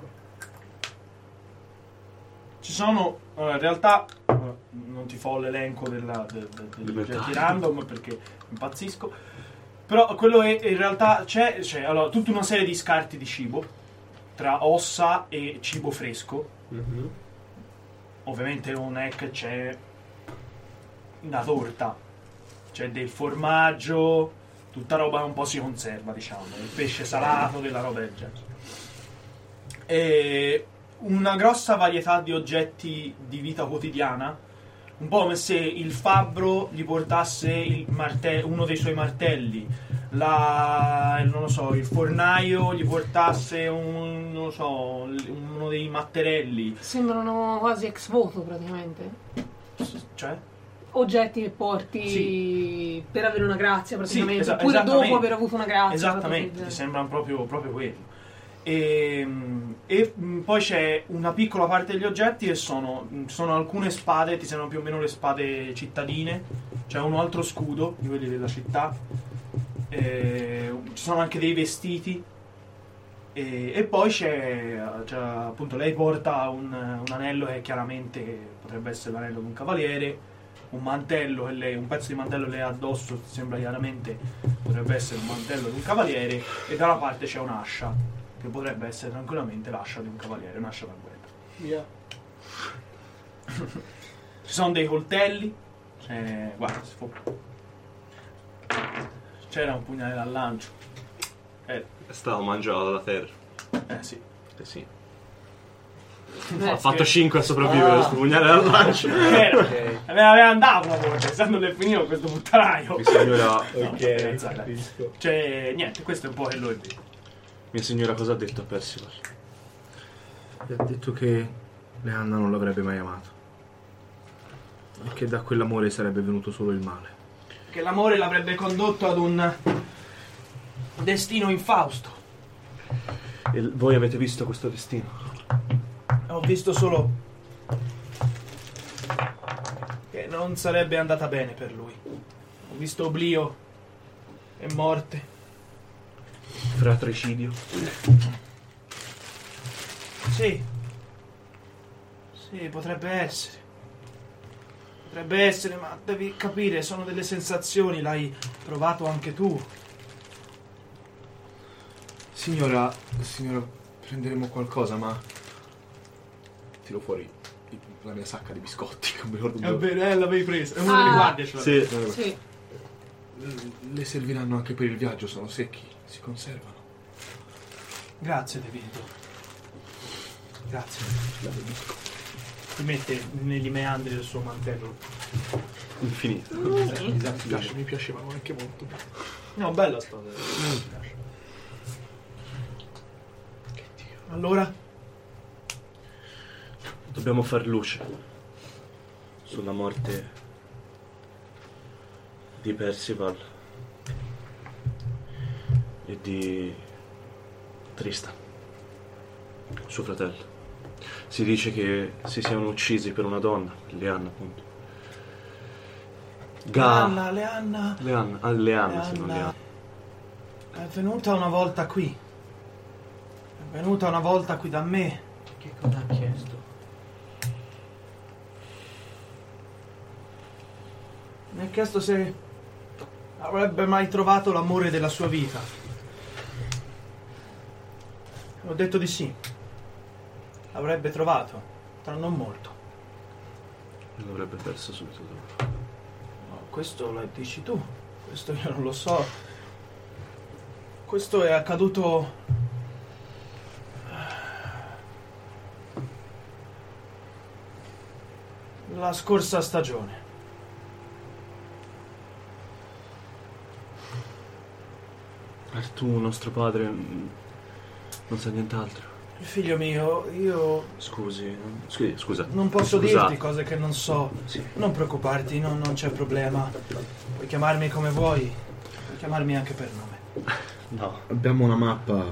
Ci sono, in realtà, non ti fo l'elenco degli oggetti random perché impazzisco, però quello che in realtà c'è allora, tutta una serie di scarti di cibo, tra ossa e cibo fresco. Mm-hmm. Ovviamente non è che c'è una torta, c'è del formaggio, tutta roba che un po' si conserva, diciamo, il pesce salato, della roba del genere. E una grossa varietà di oggetti di vita quotidiana, un po' come se il fabbro gli portasse uno dei suoi martelli, non lo so, il fornaio gli portasse uno dei matterelli. Sembrano quasi ex voto praticamente. Cioè? Oggetti che porti Sì. per avere una grazia praticamente. Sì, oppure esattamente. dopo aver avuto una grazia. Esattamente, ti sembrano proprio quello. E poi c'è una piccola parte degli oggetti e sono alcune spade, ti sembrano più o meno le spade cittadine. C'è un altro scudo di quelli della città. Ci sono anche dei vestiti. E poi c'è appunto, lei porta un anello che chiaramente potrebbe essere l'anello di un cavaliere, un mantello un pezzo di mantello lei ha addosso, sembra chiaramente potrebbe essere un mantello di un cavaliere, e da una parte c'è un'ascia che potrebbe essere tranquillamente l'ascia di un cavaliere, un'ascia da guerra. Ci sono dei coltelli, guarda, c'era un pugnale da lancio. Stavo mangiando la terra. Sì. Sì. Ha fatto 5 a sopravvivere questo pugnale al lancio. Aveva andato una volta, essendo le finito questo puttanaio. Mi signora... Cioè, niente, questo è un po' quello che vedo. Mia signora cosa ha detto a Percival? Gli ha detto che Leanna non l'avrebbe mai amato. E che da quell'amore sarebbe venuto solo il male. Che l'amore l'avrebbe condotto ad un destino infausto. E voi avete visto questo destino? Ho visto solo che non sarebbe andata bene per lui. Ho visto oblio e morte. Fratricidio? Sì, potrebbe essere. Potrebbe essere, ma devi capire, sono delle sensazioni, l'hai provato anche tu. Signora, prenderemo qualcosa, ma tiro fuori la mia sacca di biscotti. È bene, l'avevi presa. È uno delle guardie. Sì. Le serviranno anche per il viaggio, sono secchi, si conservano. Grazie, De Vito. Grazie. Si mette negli meandri del suo mantello. Infinito. Mi piacevano anche molto. No, bella storia. Allora? Dobbiamo far luce sulla morte di Percival e di Tristan, suo fratello. Si dice che si siano uccisi per una donna, Leanna appunto. Leanna. Leanna, sì, non Leanna. È venuta una volta qui. È venuta una volta qui da me. Che cosa ha chiesto? Mi ha chiesto se avrebbe mai trovato l'amore della sua vita. Ho detto di sì. L'avrebbe trovato, tra non molto. L'avrebbe perso subito dopo. No, questo lo dici tu. Questo io non lo so. Questo è accaduto la scorsa stagione. Tu, nostro padre, non sa nient'altro. Figlio mio, io Scusa. non posso Scusate. dirti cose che non so. Sì. Non preoccuparti, non c'è problema. Puoi chiamarmi come vuoi. Puoi chiamarmi anche per nome. No. Abbiamo una mappa,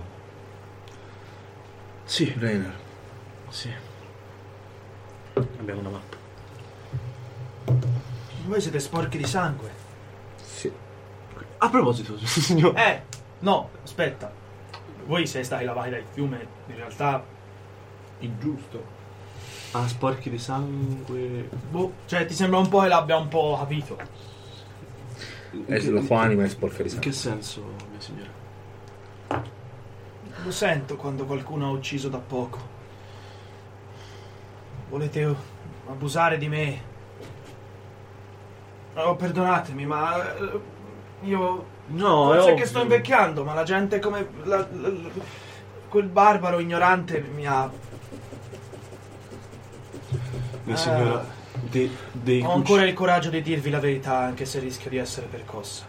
Sì. Rainer. Sì. Abbiamo una mappa. Voi siete sporchi di sangue. Sì. A proposito, signor... No, aspetta. Voi siete stati lavati dal fiume, in realtà ingiusto. Ah, sporchi di sangue... Cioè ti sembra un po' e l'abbia un po' capito. La sua anima è sporca di In che sangue. senso, mia signora? Lo sento quando qualcuno ha ucciso da poco. Volete abusare di me? Oh, perdonatemi, ma io... No, Forse è che ovvio. sto invecchiando, ma la gente come... quel barbaro ignorante mi ha... Mia signora, dei Ho ancora il coraggio di dirvi la verità, anche se rischio di essere percossa.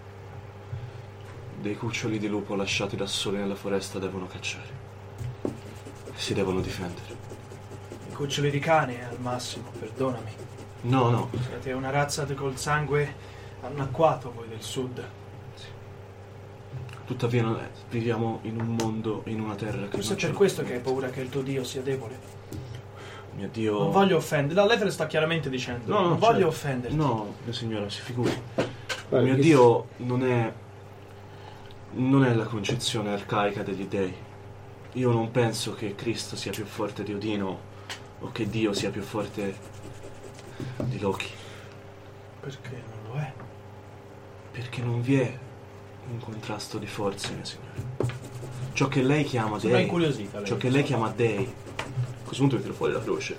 Dei cuccioli di lupo lasciati da soli nella foresta devono cacciare. Si devono difendere. I cuccioli di cane, al massimo, perdonami. No. Siete una razza col sangue annacquato, voi del sud. Tuttavia viviamo in un mondo, in una terra che Forse non è ce per lo questo che permette. hai paura che il tuo Dio sia debole. Mio Dio... Non voglio offendere. La lettera sta chiaramente dicendo. No, non voglio certo. offenderti. No, mia signora, si figuri. Guarda, Mio che Dio non è la concezione arcaica degli dei. Io non penso che Cristo sia più forte di Odino o che Dio sia più forte di Loki. Perché non lo è? Perché non vi è un contrasto di forze, mia signora. Ciò che lei chiama Sembra dei, incuriosita lei. ciò che lei chiama dei, a questo punto vi tiro fuori la croce.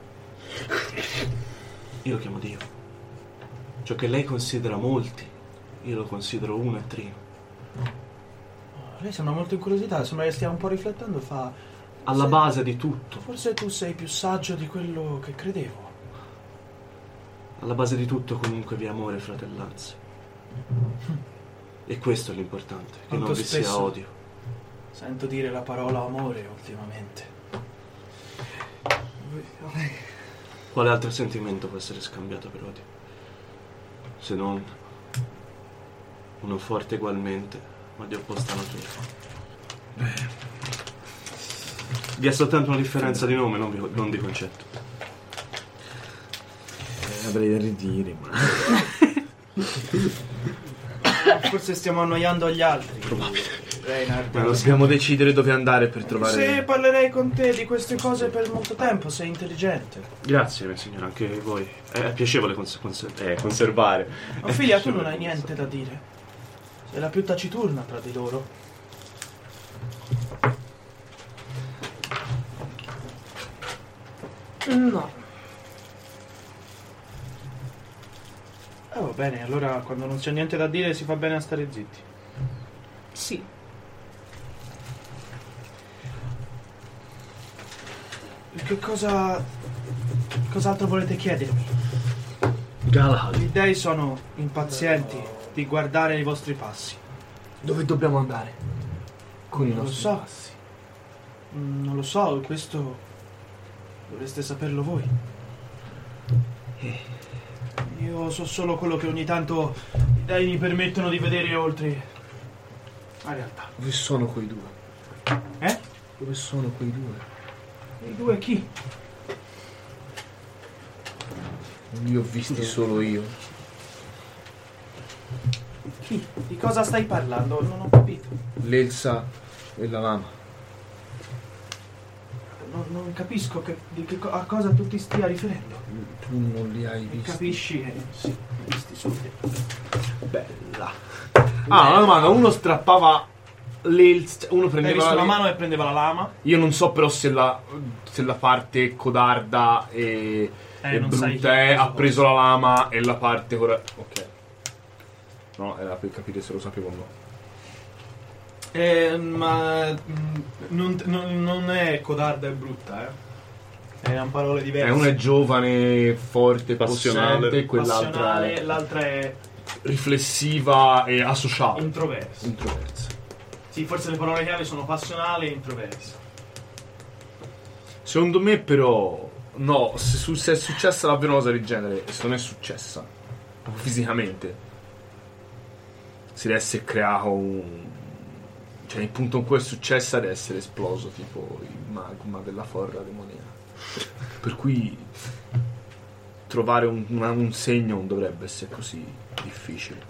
Io lo chiamo Dio. Ciò che lei considera molti, io lo considero uno e trino. Lei sembra molto incuriosita, sembra che stia un po' riflettendo, fa... Alla base di tutto, Forse tu sei più saggio di quello che credevo. alla base di tutto comunque vi è amore e fratellanza. E questo è l'importante, che Quanto non vi sia spesso odio. Sento dire la parola amore ultimamente. Quale altro sentimento può essere scambiato per odio? Se non uno forte ugualmente, ma di opposta natura. Vi è soltanto una differenza di nome, non di concetto. avrei da ridire, ma... Forse stiamo annoiando gli altri. Reinhard. Dobbiamo decidere dove andare per trovare... Se parlerei con te di queste cose per molto tempo, sei intelligente. Grazie, mia signora, anche voi. È piacevole conservare. Ma figlia, tu non hai niente da dire. Sei la più taciturna tra di loro. No. Va bene, allora quando non c'è niente da dire si fa bene a stare zitti. Sì. Cos'altro volete chiedermi? Galahad. Gli dei sono impazienti di guardare i vostri passi. Dove dobbiamo andare? Con i Non lo nostri so. passi. Non lo so, questo dovreste saperlo voi. Io so solo quello che ogni tanto i dei mi permettono di vedere oltre la realtà. Dove sono quei due? Eh? Dove sono quei due? I due chi? Non li ho visti solo io. Chi? Di cosa stai parlando? Non ho capito. L'Elsa e la lama. Non capisco a cosa tu ti stia riferendo. Tu non li hai E visti? capisci? Sì, visti subito. Bella. Ah, una domanda. Uno strappava l'Elsa, uno Hai prendeva visto la mano e prendeva la lama? Io non so però se la parte codarda e non sai chi brutta ha preso ha preso la lama e la parte ok. No, era per capire se lo sapevo o no. Ma non è codarda e brutta, erano parole diverse. Una è giovane, forte, Passionale. possente, e quell'altra passionale, è l'altra è riflessiva e asociale. introversa. Introversa. Sì, forse le parole chiave sono passionale e introversa. Secondo me però no, se è successa davvero una cosa del genere, e se non è successa proprio fisicamente, si deve essere creato cioè il punto in cui è successa deve essere esploso tipo il magma della forra demoniaca, per cui trovare un segno non dovrebbe essere così difficile.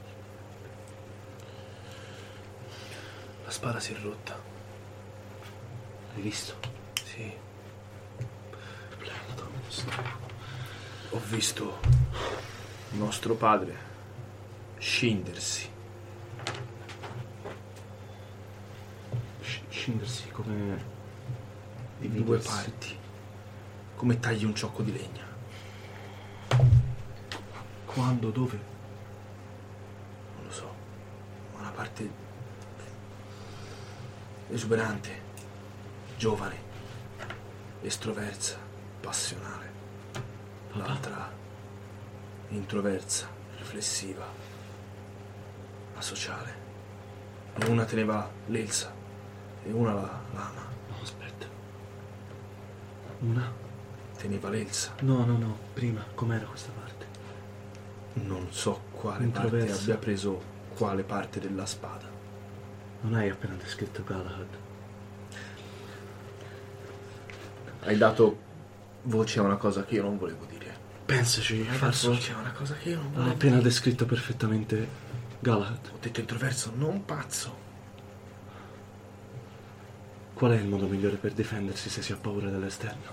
La spada si è rotta. Hai visto? Sì. Ho visto nostro padre scindersi. Scindersi come... In due parti. Come tagli un ciocco di legna. Quando? Dove? Non lo so. Una parte esuberante, giovane, estroversa, passionale. L'altra introversa, riflessiva, asociale. E una teneva l'Elsa e una la lama. No, aspetta. Una? Teneva l'Elsa. No, prima, com'era questa parte? Non so quale parte Introversa. abbia preso quale parte della spada. Non hai appena descritto Galahad. Hai dato voce a una cosa che io non volevo dire. Pensaci, Hai dato falso. voce a una cosa che io non Ho volevo appena dire. descritto perfettamente Galahad. Ho detto introverso, non pazzo. Qual è il modo migliore per difendersi se si ha paura dall'esterno?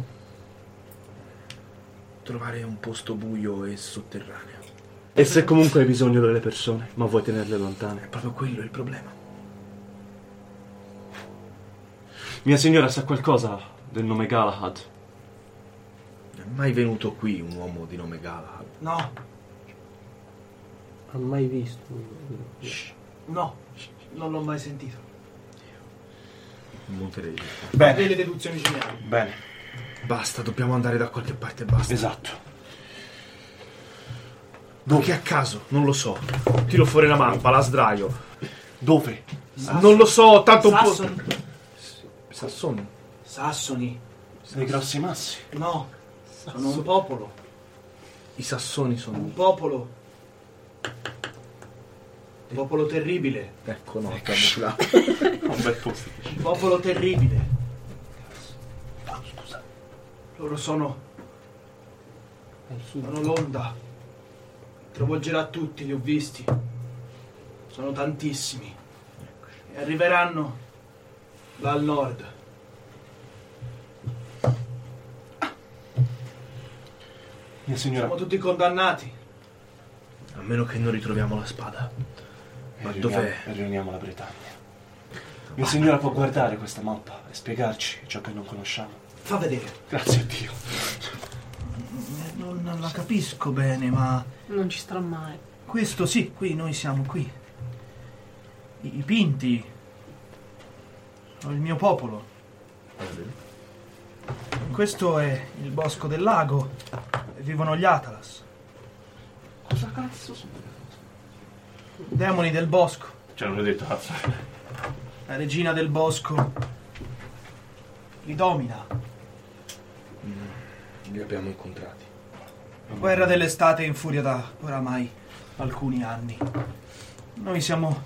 Trovare un posto buio e sotterraneo. E se comunque hai bisogno delle persone, ma vuoi tenerle È lontane? proprio quello il problema. Mia signora sa qualcosa del nome Galahad? Non è mai venuto qui un uomo di nome Galahad. No, Ha mai visto? no, non l'ho mai sentito. Monterei. Delle deduzioni geniali. Bene, Basta, dobbiamo andare da qualche parte e basta. esatto. Che a caso, non lo so. Tiro fuori la mappa, la sdraio. Dove? Non lo so, tanto un po'. Sassoni. Sassoni. Sassoni. Dei grossi massi. No, sono un popolo. I sassoni sono. Un popolo. Un popolo terribile. Ecco, no, camuflato. Un bel posto. Un popolo terribile. Scusa. Loro sono l'onda. Travolgerà tutti, li ho visti. Sono tantissimi. E arriveranno dal nord. Mia signora, Siamo tutti condannati. A meno che non ritroviamo la spada. Ma dov'è? riuniamo la Britannia. Mia signora può guardare questa mappa e spiegarci ciò che non conosciamo. Fa vedere. Grazie a Dio. Non la capisco bene, ma Non ci starà mai. questo sì, qui noi siamo qui. I Pinti sono il mio popolo. Questo è il bosco del lago e vivono gli Atalas. Cosa cazzo sono? Demoni del bosco. Cioè, non l'ho detto, cazzo. La regina del bosco li domina. Li abbiamo incontrati. La guerra dell'estate è in furia da oramai alcuni anni. Noi stavamo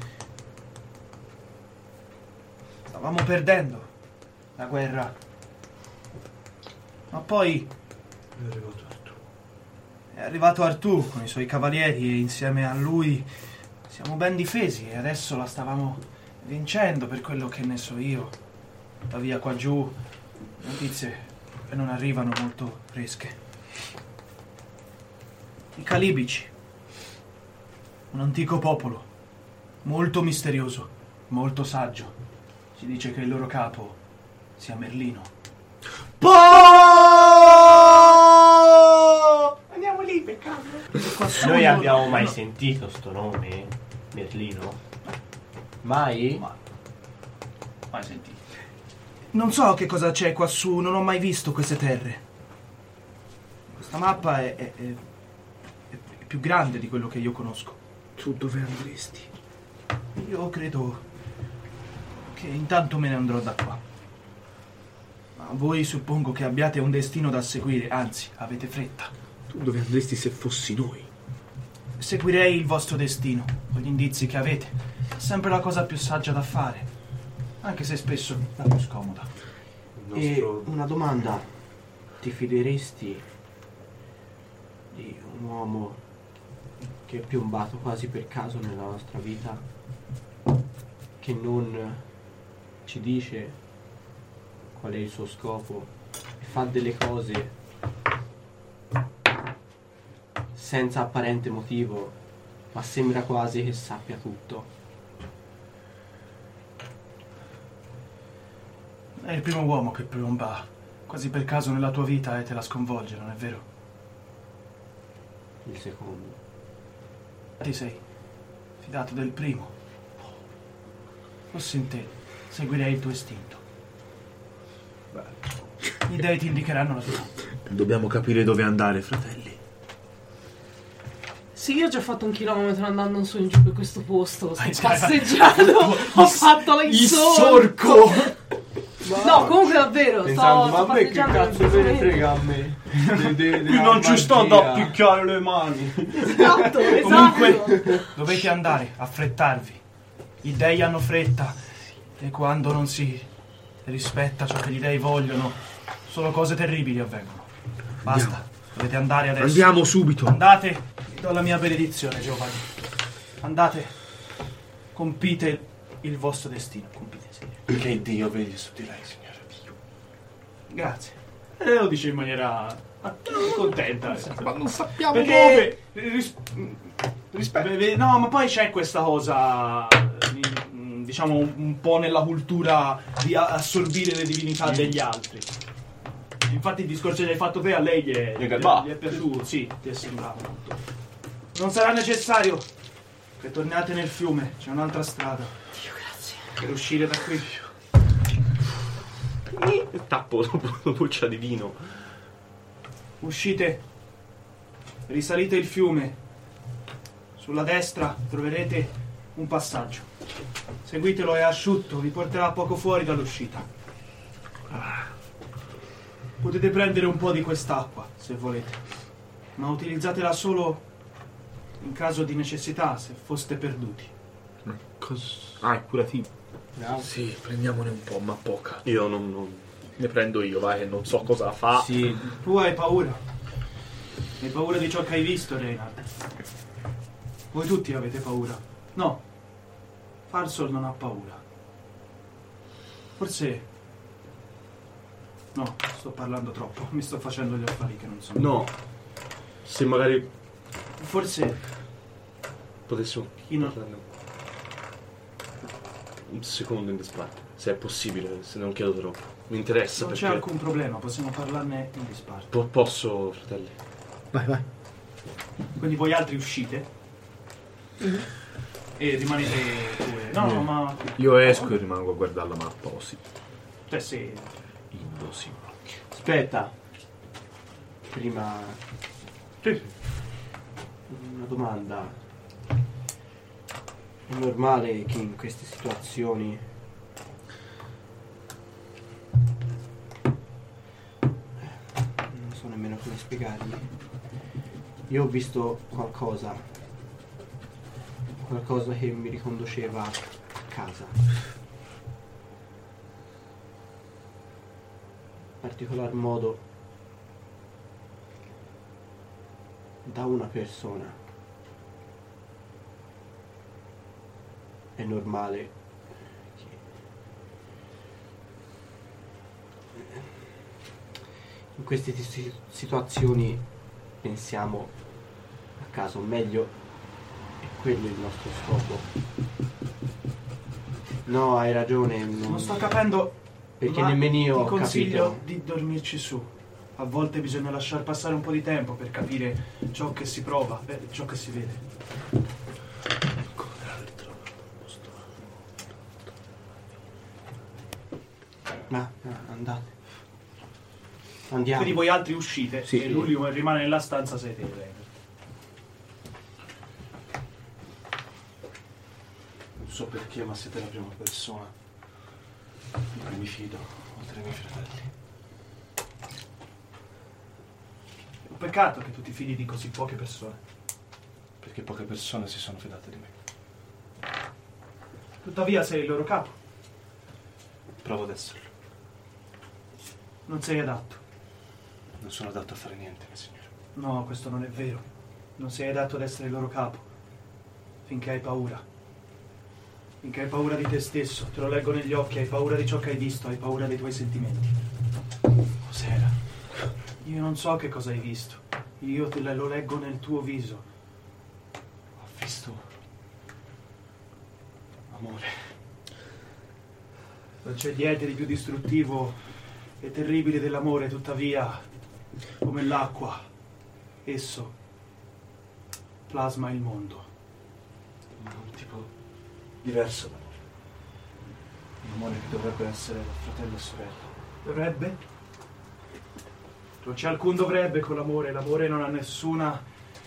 perdendo la guerra. Ma poi è arrivato Artù con i suoi cavalieri e insieme a lui siamo ben difesi e adesso la stavamo vincendo, per quello che ne so io. Tuttavia qua giù notizie non arrivano molto fresche. I Calibici, un antico popolo, molto misterioso, molto saggio. Si dice che il loro capo sia Merlino. Andiamo lì, peccato. Noi abbiamo mai sentito sto nome? Merlino? Mai? Mai sentito. Non so che cosa c'è quassù, non ho mai visto queste terre. Questa mappa è più grande di quello che io conosco. Tu dove andresti? Io credo che intanto me ne andrò da qua. Ma voi suppongo che abbiate un destino da seguire, anzi, avete fretta. Tu dove andresti se fossi noi? Seguirei il vostro destino, con gli indizi che avete. È sempre la cosa più saggia da fare, anche se spesso la più scomoda. E una domanda: ti fideresti di un uomo che è piombato quasi per caso nella nostra vita, che non ci dice qual è il suo scopo e fa delle cose senza apparente motivo, ma sembra quasi che sappia tutto? È il primo uomo che piomba quasi per caso nella tua vita e te la sconvolge, non è vero? Il secondo. Ti sei fidato del primo. Fossi in te, seguirei il tuo istinto. Gli dei ti indicheranno la via. Dobbiamo capire dove andare, fratelli. Sì, io ho già fatto 1 chilometro andando in su e in giù per questo posto. Sto Hai passeggiando. Ho fatto il sorco! No, comunque davvero. Pensando, sto ma a me che passeggiando cazzo in me ne questo frega a me? Non ci sto da picchiare le mani. Esatto, esatto. Comunque, dovete andare, affrettarvi. I dei hanno fretta e quando non si rispetta ciò che gli dei vogliono, solo cose terribili avvengono. Basta, dovete andare adesso. Andiamo subito. Andate, vi do la mia benedizione, giovani. Andate, compite il vostro destino. Compite, signore. Che Dio vegli su di lei, signore. Grazie. Lo dice in maniera contenta. Ma non sappiamo Perché rispetto. No, ma poi c'è questa cosa, diciamo, un po' nella cultura di assorbire le divinità degli altri. Infatti il discorso che hai fatto te a lei gli è piaciuto. Sì, ti è sembrato molto. Non sarà necessario che torniate nel fiume, c'è un'altra strada. Dio, grazie. Per uscire da qui. Tappo una buccia di vino. Uscite, risalite il fiume. Sulla destra troverete un passaggio. Seguitelo, è asciutto, vi porterà poco fuori dall'uscita. Potete prendere un po' di quest'acqua, se volete, ma utilizzatela solo in caso di necessità, se foste perduti. Ah, è curativo. No. Sì, prendiamone un po', ma poca. Io non... Ne prendo io, vai, che non so cosa fa. Sì. Tu hai paura. Hai paura di ciò che hai visto, Reinhard. Voi tutti avete paura. No, Farsor non ha paura. Forse... No, sto parlando troppo. Mi sto facendo gli affari che non sono. No. Se magari Forse potessimo chi non... parlarne un secondo in disparte, se è possibile, se non chiedo troppo. Mi interessa Non perché... c'è alcun problema, possiamo parlarne in disparte. Posso, fratelli? Vai, vai. Quindi voi altri uscite e rimanete pure. No, ma... Io esco e rimango a guardare la mappa, oh sì. Cioè, se... Indo, sì. Aspetta. Prima Sì. una domanda. È normale che in queste situazioni non so nemmeno come spiegarmi. Io ho visto qualcosa che mi riconduceva a casa. In particolar modo da una persona. È normale che in queste situazioni pensiamo a caso, meglio è quello il nostro scopo. No, hai ragione, Non sto capendo... perché ma nemmeno io ho ti consiglio capito. di dormirci su. A volte bisogna lasciar passare un po' di tempo per capire ciò che si prova, ciò che si vede. Ma andate. Andiamo. Quindi voi altri uscite Sì. e lui rimane nella stanza sedere. Non so perché, ma siete la prima persona di cui mi fido, oltre ai miei fratelli. È un peccato che tu ti fidi di così poche persone. Perché poche persone si sono fidate di me. Tuttavia sei il loro capo. Provo ad esserlo. Non sei adatto. Non sono adatto a fare niente, mio signore. No, questo non è vero. Non sei adatto ad essere il loro capo. Finché hai paura. Finché hai paura di te stesso. Te lo leggo negli occhi. Hai paura di ciò che hai visto. Hai paura dei tuoi sentimenti. Cos'era? Io non so che cosa hai visto. Io lo leggo nel tuo viso. Ho visto... amore. Non c'è niente di più distruttivo e terribile dell'amore, tuttavia, come l'acqua, esso plasma il mondo. Ma un tipo diverso d'amore. Un amore che dovrebbe essere fratello e sorella. Dovrebbe? Non c'è alcun dovrebbe con l'amore. L'amore non ha nessuna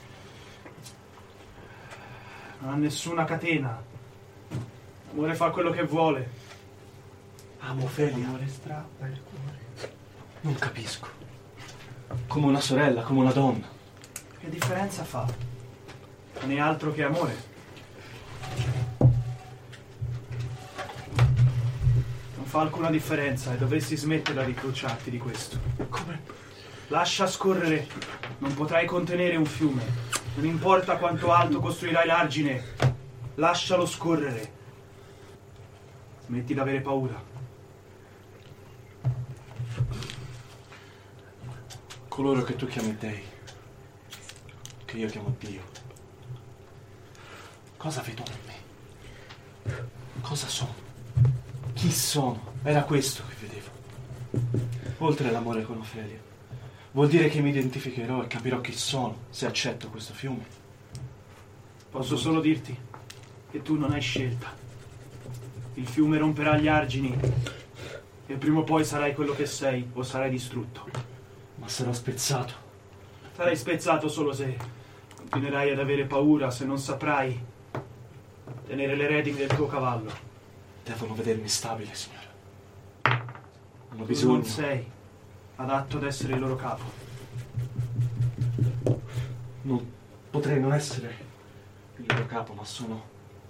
catena. L'amore fa quello che vuole. Amo Ophelia. L'amore strappa il cuore. Non capisco. Come una sorella, come una donna. Che differenza fa? Non è altro che amore. fa alcuna differenza e dovresti smetterla di crucciarti di questo. Come? Lascia scorrere. Non potrai contenere un fiume. Non importa quanto alto costruirai l'argine. Lascialo scorrere. Smetti di avere paura. Coloro che tu chiami dei, che io chiamo Dio, cosa vedono in me? Cosa sono? Chi sono? Era questo che vedevo. Oltre all'amore con Ofelia, vuol dire che mi identificherò e capirò chi sono se accetto questo fiume. Posso solo dirti che tu non hai scelta. Il fiume romperà gli argini e prima o poi sarai quello che sei o sarai distrutto. Ma sarò spezzato. Sarai spezzato solo se continuerai ad avere paura, se non saprai tenere le redini del tuo cavallo. Devono vedermi stabile, signora. Hanno Tu bisogno. non sei adatto ad essere il loro capo. Non potrei non essere il loro capo, ma sono.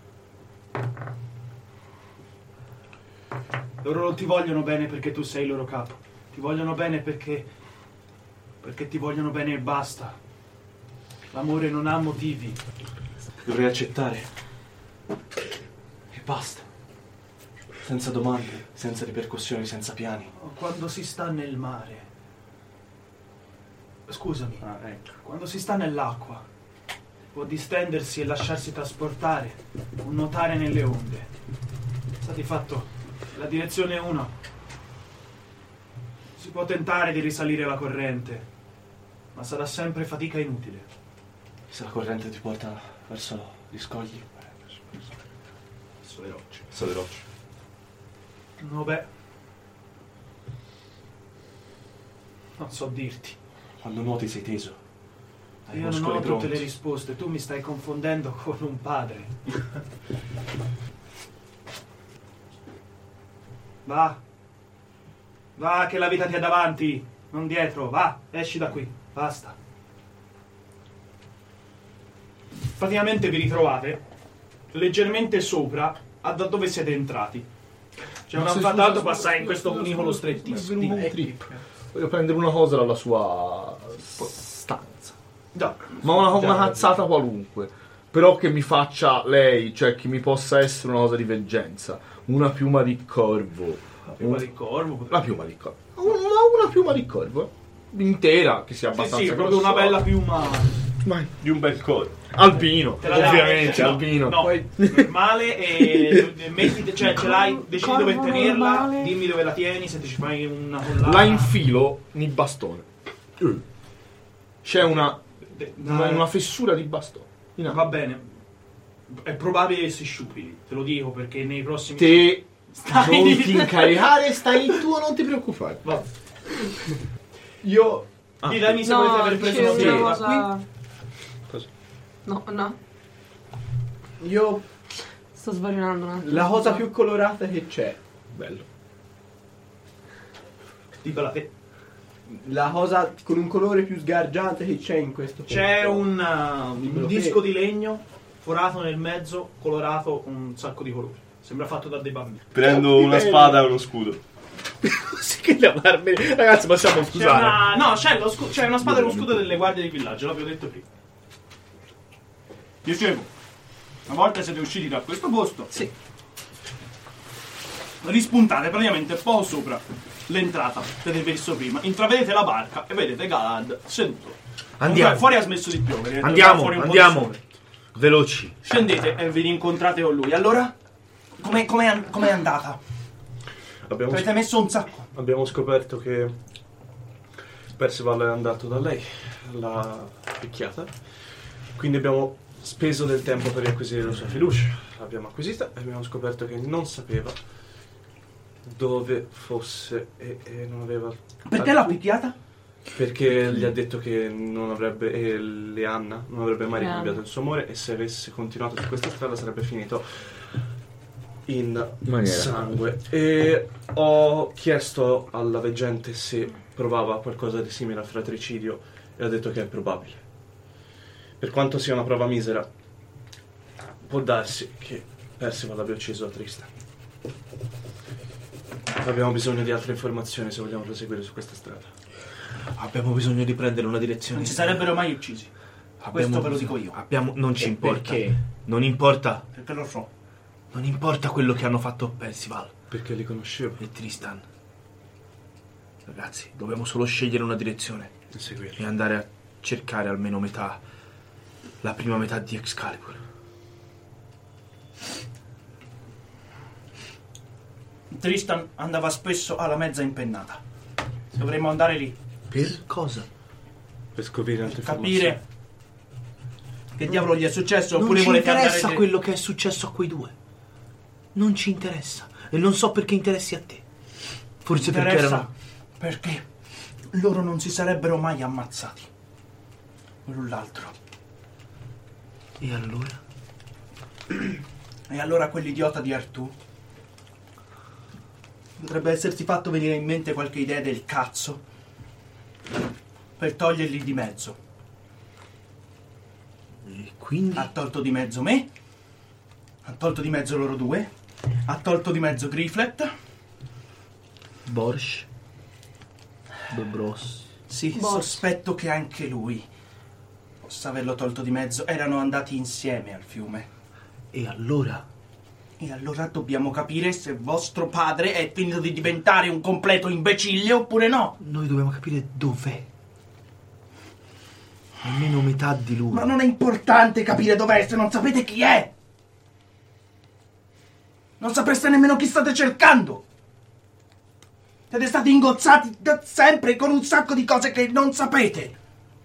Loro non ti vogliono bene perché tu sei il loro capo. Ti vogliono bene perché ti vogliono bene e basta. L'amore non ha motivi. Dovrei accettare. E basta. Senza domande, senza ripercussioni, senza piani. Quando si sta nel mare. Scusami. Ecco. Quando si sta nell'acqua può distendersi e lasciarsi trasportare o nuotare nelle onde. Sta di fatto la direzione è una. Si può tentare di risalire la corrente, ma sarà sempre fatica inutile. Se la corrente ti porta verso gli scogli. Verso le rocce. Verso le rocce. No, beh. Non so dirti. Quando nuoti sei teso. Hai i Io non muscoli ho tutte pronti. le risposte, tu mi stai confondendo con un padre. Va. Va che la vita ti è davanti, non dietro. Va, esci da qui. Basta. Praticamente vi ritrovate leggermente sopra a da dove siete entrati. C'è Ma una se vantaggio scusa, passare in questo cunicolo È strettissimo. venuto un trip. Voglio prendere una cosa dalla sua stanza. No. Ma una cazzata qualunque. Però che mi faccia lei, cioè che mi possa essere una cosa di veggenza. Una piuma di corvo. La piuma di corvo. La piuma di corvo. Una piuma di corvo. Intera, che sia abbastanza Sì, proprio una grossola. bella piuma. Vai. Di un bel corpo. Albino, Te la dai? ovviamente, No, albino. No, normale e metti, cioè ce l'hai, decidi dove Corvo tenerla, normale. dimmi dove la tieni, se ti ci fai una collana. La infilo nel bastone. C'è una fessura di bastone. In alto. Va bene. È probabile che si sciupili, te lo dico perché nei prossimi Te Stai- non ti incaricare, stai in tuo, non ti preoccupare. Va. Io Ditemi se volete aver preso c'è una una birra. cosa... Cosa? No, Io sto svarionando un attimo. la cosa più colorata che c'è, Bello. Dicola te. la cosa con un colore più sgargiante che c'è in questo C'è posto. un Dimmelo disco te. di legno forato nel mezzo, colorato con un sacco di colori. Sembra fatto da dei bambini. Prendo una spada e uno scudo. Sì che lavarmi. Ragazzi, possiamo C'è scusare. c'è una spada e lo scudo delle guardie di villaggio, l'avevo detto prima. Dicevo, una volta siete usciti da questo posto, Sì. rispuntate praticamente poco sopra l'entrata che avete visto prima, intravedete la barca e vedete Galad seduto. Andiamo. Comunque, fuori ha smesso di piovere. Andiamo, fuori un po' andiamo. di sole. Veloci. Scendete e vi rincontrate con lui. Allora, com'è andata? Avete messo un sacco. Abbiamo scoperto che Percival è andato da lei, l'ha picchiata, quindi abbiamo speso del tempo per riacquisire la sua fiducia. L'abbiamo acquisita e abbiamo scoperto che non sapeva dove fosse e non aveva... Perché l'ha picchiata? Perché gli ha detto che non avrebbe, Leanna non avrebbe mai Leanna. ricambiato il suo amore e se avesse continuato su questa strada sarebbe finito in Maniera. sangue. E ho chiesto alla veggente se provava qualcosa di simile al fratricidio e ha detto che è probabile. Per quanto sia una prova misera, può darsi che Percival abbia ucciso a Tristan. Abbiamo bisogno di altre informazioni se vogliamo proseguire su questa strada. Abbiamo bisogno di prendere una direzione. Non si sarebbero mai uccisi. Questo ve lo dico io. Non ci importa. Perché? Non importa. Perché lo so. Non importa quello che hanno fatto Percival Perché li conoscevo e Tristan. Ragazzi, dobbiamo solo scegliere una direzione e seguirli. e andare a cercare almeno metà. La prima metà di Excalibur. Tristan andava spesso alla mezza impennata. Dovremmo andare lì. Per cosa? Per scoprire altre Capire informazioni. che diavolo gli è successo. Non Oppure ci volete andare interessa quello che è successo a quei due. Non ci interessa. E non so perché interessi a te. Forse perché Interessa erano... perché loro non si sarebbero mai ammazzati l'un l'altro. E allora? E allora quell'idiota di Artù potrebbe essersi fatto venire in mente qualche idea del cazzo per toglierli di mezzo. E quindi? Ha tolto di mezzo me, ha tolto di mezzo loro due, ha tolto di mezzo Griflet. Borsch? Bobros? Sì, Boss. sospetto che anche lui possa averlo tolto di mezzo. Erano andati insieme al fiume. E allora? E allora dobbiamo capire se vostro padre è finito di diventare un completo imbecille oppure no. Noi dobbiamo capire dov'è. Almeno metà di lui. Ma non è importante capire dov'è se non sapete chi è. Non sapreste nemmeno chi state cercando. Siete stati ingozzati da sempre con un sacco di cose che non sapete.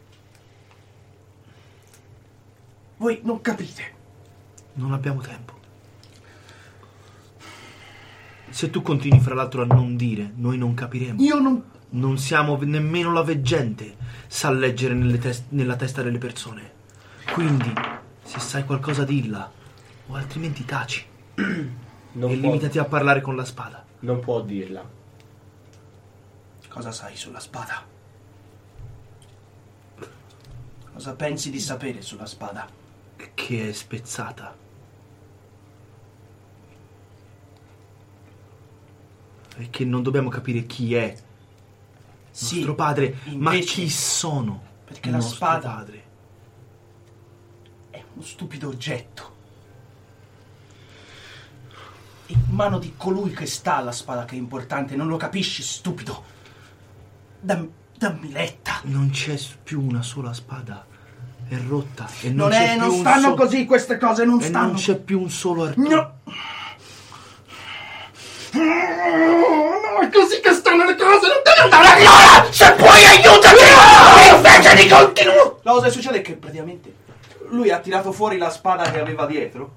Voi non capite. Non abbiamo tempo. Se tu continui fra l'altro a non dire, noi non capiremo. Io non... Non siamo nemmeno la veggente sa leggere nella testa delle persone. Quindi, se sai qualcosa dilla, o altrimenti taci. Non E può, limitati a parlare con la spada. non può dirla. Cosa sai sulla spada? Cosa pensi di sapere sulla spada? Che è spezzata. E che non dobbiamo capire chi è Sì, nostro padre, ma invece, chi sono perché il la nostro spada padre. è uno stupido oggetto. In mano di colui che sta la spada che è importante, non lo capisci, stupido? Dammi retta. Non c'è più una sola spada. È rotta. E Non c'è più un stanno so- così queste cose, non E stanno. non c'è più un solo artù. No. No, è così che stanno le cose, non devi andare allora! Se puoi aiutami! Invece di continuare! La cosa che succede è che praticamente lui ha tirato fuori la spada che aveva dietro.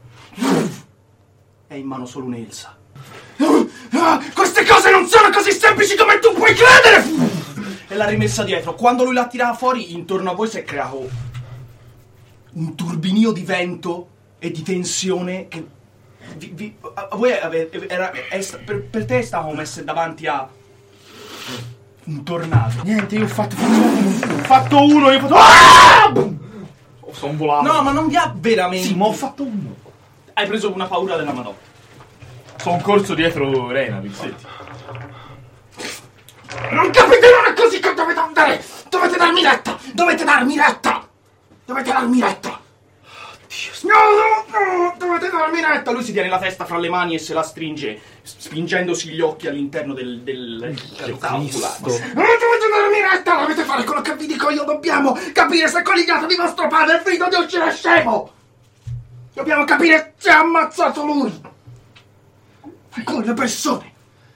È in mano solo un'elsa. Queste cose non sono così semplici come tu puoi credere! E l'ha rimessa dietro. Quando lui l'ha tirata fuori, intorno a voi si è creato un turbinio di vento e di tensione che per te stavamo messe davanti a un tornado. Niente, io ho fatto uno, io ho fatto... Ah! Sono volato. No, ma non vi ha veramente... Sì, ma ho fatto uno. Hai preso una paura della Madonna. Sono corso dietro Reina, Pizzetti. Non capite, non è così che dovete andare! Dovete darmi retta! Dovete darmi retta! Dovete darmi retta! No, dovete darmi retta! Lui si tiene la testa fra le mani e se la stringe, spingendosi gli occhi all'interno del cavolo. Dovete darmi retta! Dovete fare quello che vi dico io! Dobbiamo capire se quell'idiota di vostro padre è finito di uccidere scemo! Dobbiamo capire se ha ammazzato lui! Con le persone!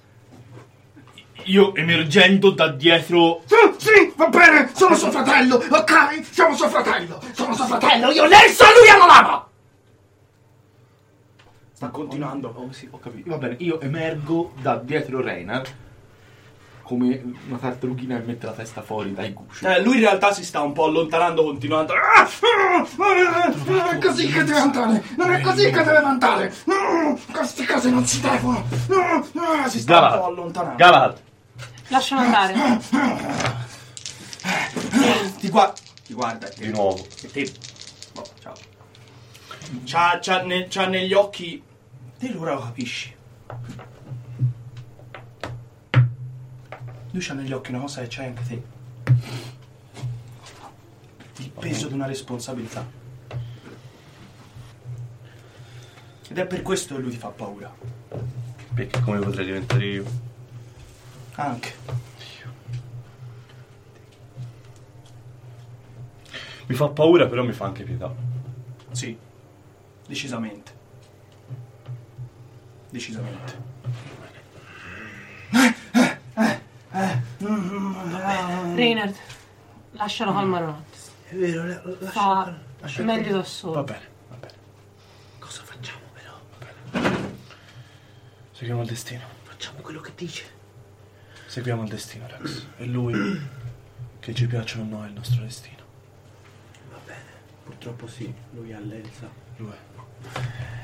Io emergendo da dietro. Sì, va bene, sono suo fratello, ok? Sono suo fratello, io l'Elsa e lui alla lama! Sta continuando. Oh, sì, ho capito. Va bene, io emergo da dietro Reina come una tartarughina e mette la testa fuori dai gusci. Lui in realtà si sta un po' allontanando, continuando. Non è così che deve andare, non è così che deve andare. Queste cose non si devono. Si sta un po' allontanando. Galad. Lascialo andare. Ti guarda. Di nuovo. Oh, ciao. C'ha negli occhi. Te ora lo capisci. Lui c'ha negli occhi una cosa e c'hai anche te. Il peso di una responsabilità. Ed è per questo che lui ti fa paura. Perché come potrei diventare io? Anche. Mi fa paura, però mi fa anche pietà. Sì. Decisamente. Decisamente. Reynard, lascialo calmare un attimo. È vero, Fa meglio da solo. Va bene, va bene. Cosa facciamo però? Seguiamo il destino. Facciamo quello che dice. Seguiamo il destino, Rex. È lui, che ci piacciono o no, è il nostro destino. Va bene. Purtroppo sì, lui ha l'Elsa. Lui è.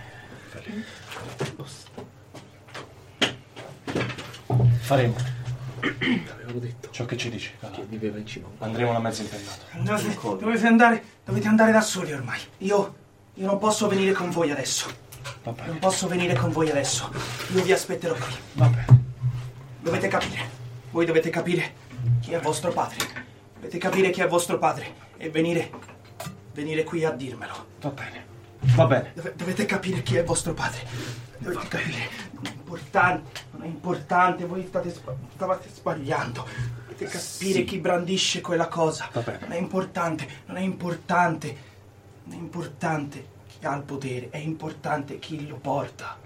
Faremo. L'avevo detto. Ciò che ci dici, Cala. Che viveva in cima. Andremo una mezza impennata. Dovete andare da soli ormai. Io non posso venire con voi adesso. Va bene. Non posso venire con voi adesso. Io vi aspetterò qui. Va bene. Dovete capire. Voi dovete capire chi è vostro padre. Dovete capire chi è vostro padre. E venire qui a dirmelo. Va bene. Va bene. Dovete capire chi è vostro padre. Dovete capire. Non è importante. Voi stavate sbagliando. Dovete capire chi brandisce quella cosa. Va bene. Non è importante. Non è importante chi ha il potere. È importante chi lo porta.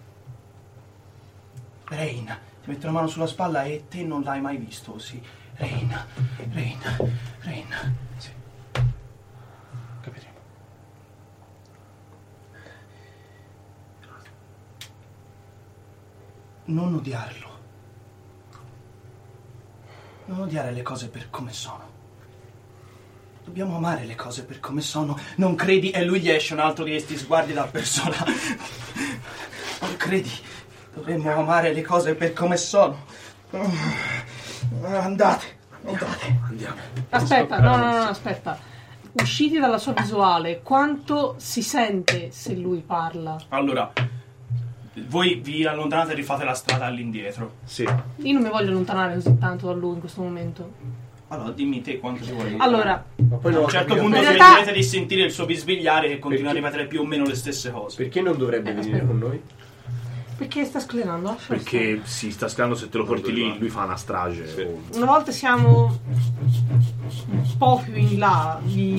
Rain, ti metto la mano sulla spalla e te non l'hai mai visto, sì. Rain. Sì. Capiremo. Non odiarlo. Non odiare le cose per come sono. Dobbiamo amare le cose per come sono. Non credi? E lui gli esce un altro di questi sguardi da persona. Non credi? Dovremmo amare le cose per come sono. Andate. Andiamo. Aspetta, no, aspetta. Usciti dalla sua visuale, quanto si sente se lui parla? Allora, voi vi allontanate e rifate la strada all'indietro. Sì. Io non mi voglio allontanare così tanto da lui in questo momento. Allora, dimmi te quanto ti vuoi. Allora, Ma poi A non un certo capiamo- punto In smetterete realtà- di sentire il suo bisbigliare che continua a Perché? ripetere più o meno le stesse cose. Perché non dovrebbe venire aspetta. con noi? perché sta sclerando? Lascialo Perché si sta scalando, se te lo porti lì, lui fa una strage. stare. Una volta siamo un po' più in là,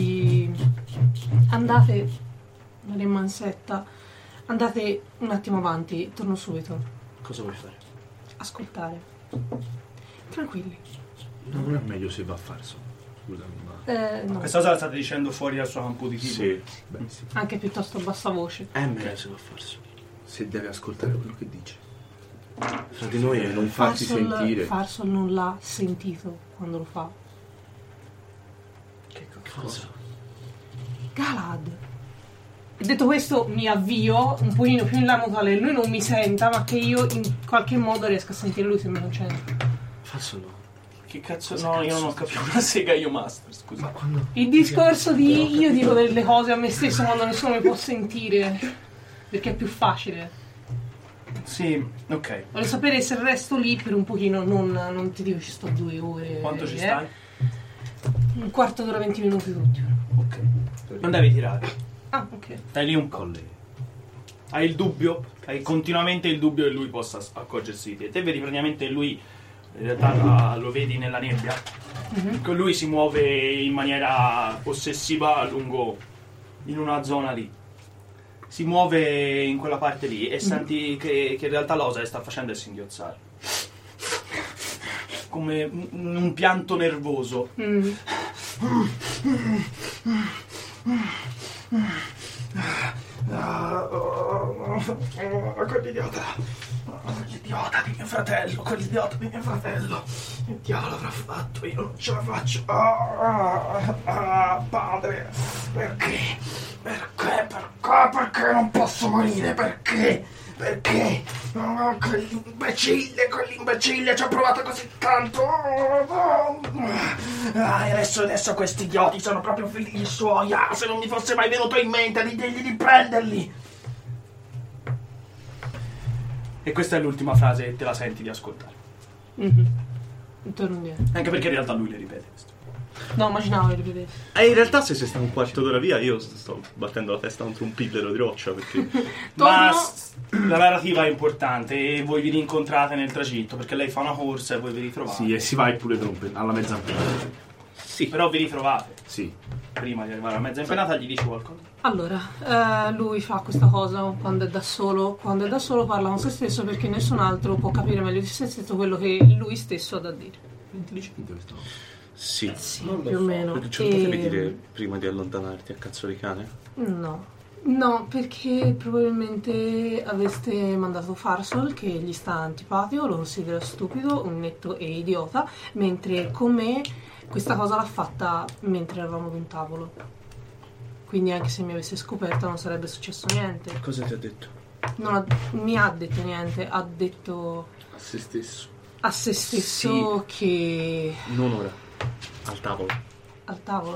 andate, non è mansetta, andate un attimo avanti, torno subito. Cosa vuoi fare? Ascoltare. Tranquilli. Non è meglio se va a farso. Scusami, ma. No, Questa cosa la state dicendo fuori dal suo campo di tiro. Sì, beh, sì. anche piuttosto a bassa voce. È meglio se va a farsi. Se deve ascoltare quello che dice. Fra di noi E non farsi sentire. Farsol non l'ha sentito quando lo fa. Che cosa? Galad. E detto questo mi avvio un pochino più in là in modo tale che lui non mi senta, ma che io in qualche modo riesca a sentire lui se mi concentro. Falso no. Che cazzo? No, io non ho capito una sega io master, scusa. Quando? Il discorso di io dico delle cose a me stesso quando nessuno mi può sentire, perché è più facile. Sì, ok. Voglio sapere se resto lì per un pochino, non ti dico ci sto 2 ore. Quanto ci stai? Un quarto d'ora, 20 minuti tutti. Ok. Non devi tirare. Ah, ok. Stai lì un po'. Hai il dubbio, hai continuamente il dubbio che lui possa accorgersi di te. Te vedi praticamente lui, in realtà lo vedi nella nebbia, che lui si muove in maniera ossessiva lungo, in una zona lì. Si muove in quella parte lì e senti che in realtà l'osa sta facendo è singhiozzare. Come un pianto nervoso. Quell'idiota di mio fratello, che diavolo avrà fatto? Io non ce la faccio. Padre, perché non posso morire? Perché? Quell'imbecille ci ha provato così tanto. E adesso questi idioti sono proprio figli suoi. Se non mi fosse mai venuto in mente di dirgli di prenderli. E questa è l'ultima frase che te la senti di ascoltare. Torno indietro. Anche perché in realtà lui le ripete questo. No, immaginavo che ripetevi. In realtà se stiamo un quarto d'ora via, io sto battendo la testa contro un pillero di roccia perché... Ma Torno. la narrativa è importante e voi vi rincontrate nel tragitto perché lei fa una corsa e voi vi ritrovate. Sì, e si va pure alla mezza impennata. Sì. Però vi ritrovate. Sì. Prima di arrivare alla mezza impennata gli dici qualcosa. Allora, lui fa questa cosa quando è da solo. Quando è da solo parla con se stesso perché nessun altro può capire meglio di se stesso quello che lui stesso ha da dire. Intelligente questa cosa. Sì. Sì, Non lo più o so. meno. Perché ce lo potevi E- dire prima di allontanarti a cazzo di cane? No, perché probabilmente avreste mandato Farsol che gli sta antipatico, lo considera stupido, un netto e idiota, mentre con me questa cosa l'ha fatta mentre eravamo ad un tavolo. Quindi anche se mi avesse scoperto non sarebbe successo niente. Cosa ti ha detto? Mi ha detto niente, ha detto A se stesso. a se stesso che... Non ora. Al tavolo. Al tavolo?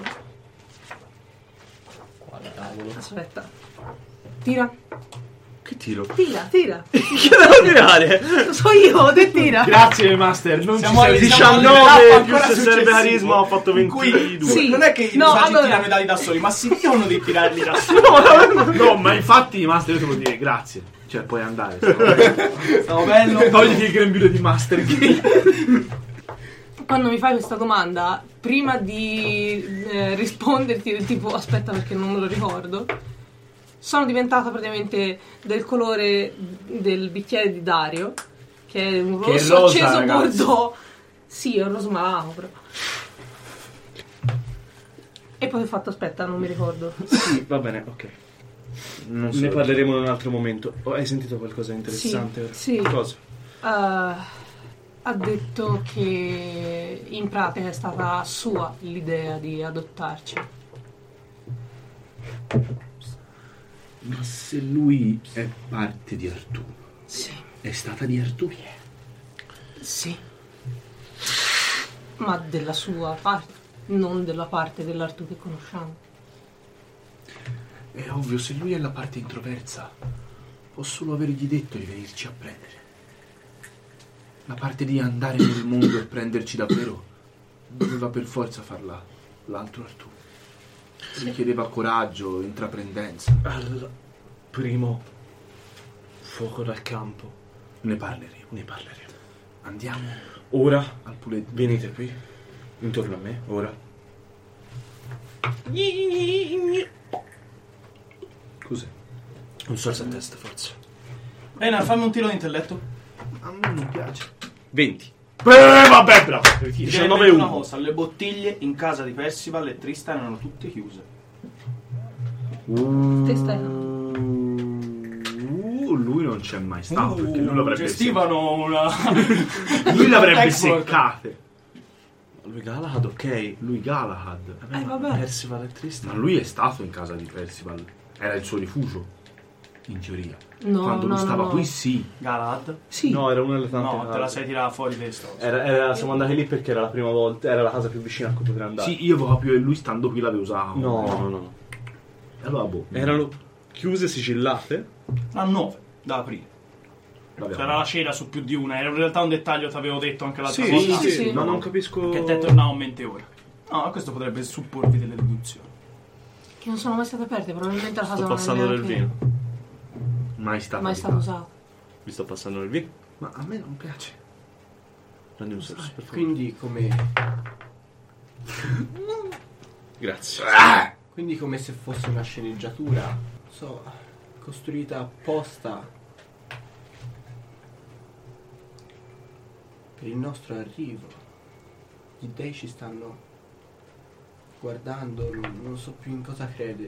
Quale tavolo? Aspetta. Tira. Che tiro? Tira. Che devo tirare? Lo so io, te tira. Grazie, Master. Non Siamo ci sei. al- 19 più ancora se serve successivo. carisma ho fatto In cui 22. Sì. non è che i No, personaggi allora- tirano i dadi da soli, ma si dicono di tirarli da soli. No, ma infatti, Master, io te lo dire grazie. Cioè, puoi andare. Stavo bello. Togliti il grembiule di Master. Quando mi fai questa domanda, prima di risponderti del tipo aspetta perché non me lo ricordo, sono diventata praticamente del colore del bicchiere di Dario, che è un Che è rosso rosa, acceso ragazzi. bordeaux. Sì, è un rosso malato però. E poi ho fatto aspetta, non mi ricordo. Sì, va bene, ok. Non so. Ne parleremo in un altro momento. Oh, hai sentito qualcosa di interessante? Sì. Cosa? Ha detto che in pratica è stata sua l'idea di adottarci. Ma se lui è parte di Artù, Sì. è stata di Artù. Sì. Ma della sua parte, non della parte dell'Artù che conosciamo. È ovvio, se lui è la parte introversa, può solo avergli detto di venirci a prendere. La parte di andare nel mondo e prenderci davvero doveva per forza farla l'altro Artù. Richiedeva coraggio, intraprendenza. Al primo fuoco dal campo. Ne parleremo. Ne parleremo. Andiamo Ora al puledro. venite qui. Intorno a me, ora. Cos'è? Un sorso a testa, forza. Einar, fammi un tiro di intelletto. A me non piace. 20. Vabbè, bravo. Ti 19 viene e una 1. cosa, le bottiglie in casa di Percival e Tristan erano tutte chiuse. Te stai... Lui non c'è mai stato perché lui l'avrebbe gestivano una... lui l'avrebbe Export. seccate. Lui Galahad, ok. Lui Galahad. vabbè. Percival e Tristan. Ma lui è stato in casa di Percival. Era il suo rifugio, in teoria. No, Quando lui no, stava no. qui, sì. Galad? Sì. No, era una delle tante No, te la case. sei tirata fuori per sto. Siamo andati lì perché era la prima volta, era la casa più vicina a cui poter andare. Sì, io proprio e lui stando qui l'avevo usato. No. Allora, boh. Erano chiuse, sigillate. A 9 da aprire. Vabbè. C'era la cera su più di una. Era in realtà un dettaglio che ti avevo detto anche l'altra Sì, volta. sì, sì. ma non capisco. Che te tornava in mente ora. No, questo potrebbe supporvi delle deduzioni. Che non sono mai state aperte, probabilmente la casa Sto non è passando del neanche vino. Mai stato. mai di stato casa. usato. Vi sto passando del vino. Ma a me non piace. Prendi un sorso, per favore. Grazie. Quindi come se fosse una sceneggiatura, non so, costruita apposta per il nostro arrivo. Gli dei ci stanno guardando, non so più in cosa credere.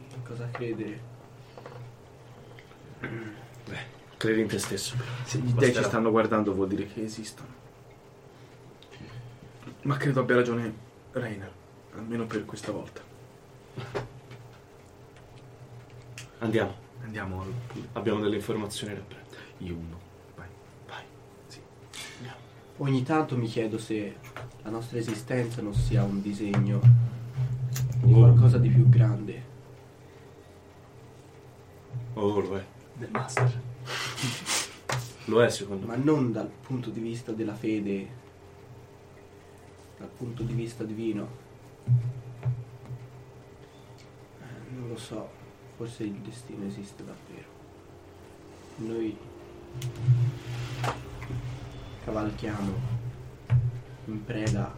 Credi in te stesso. Se gli dei ci stanno guardando vuol dire che esistono. Ma credo abbia ragione Reiner, almeno per questa volta. Andiamo. Andiamo al puledro. Abbiamo delle informazioni da prendere. Io uno. Vai. Sì. Ogni tanto mi chiedo se la nostra esistenza non sia un disegno di qualcosa di più grande. Oh, lo è. Del master. Lo è secondo me. Ma non dal punto di vista della fede dal punto di vista divino, non lo so, forse il destino esiste davvero. Noi cavalchiamo in preda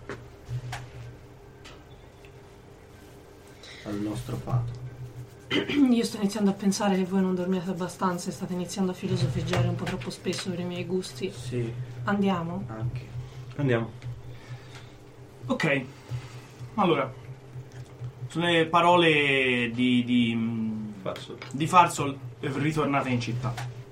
al nostro fato. Io sto iniziando a pensare che voi non dormiate abbastanza e state iniziando a filosofeggiare un po' troppo spesso per i miei gusti. Sì, Andiamo? anche. Andiamo. Ok, allora, sulle parole di Farsol ritornate in città.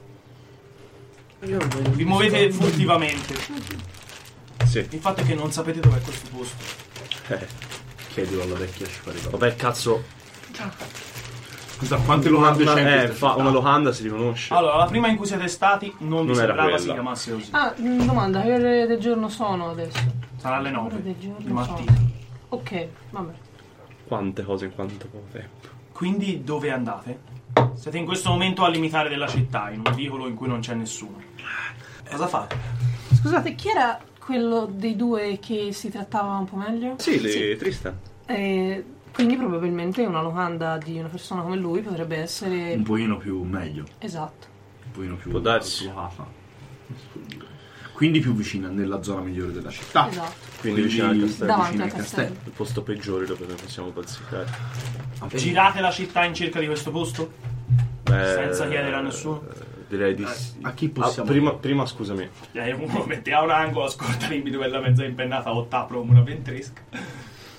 Vi muovete furtivamente. Sì. Il fatto è che non sapete dov'è questo posto. Chiedilo alla vecchia scifarita. Vabbè, cazzo. Scusa, quante locande c'è in questa città? Una locanda si riconosce. Allora, la prima in cui siete stati non vi Non era sembrava quella. si chiamasse così. Ah, domanda, che ore del giorno sono adesso? Sarà alle Ore 9 del giorno di mattina. sono. Ok, vabbè. Quante cose in quanto poco tempo. Quindi dove andate? Siete in questo momento al limitare della città, in un vicolo in cui non c'è nessuno. Cosa fate? Scusate, chi era quello dei due che si trattava un po' meglio? Sì, Tristan. Quindi probabilmente una locanda di una persona come lui potrebbe essere... Un pochino più meglio, Esatto. un pochino più Può darsi. collocata. Quindi più vicina nella zona migliore della città. Esatto. Quindi vicino al castello. Davanti vicino al al castello. Il posto peggiore dove noi possiamo bazzicare. Girate la città in cerca di questo posto? Senza chiedere a nessuno? Direi di sì. A chi possiamo... prima scusami. Uno mette a un angolo, ascolta l'invito della mezza impennata o t'apro una ventresca.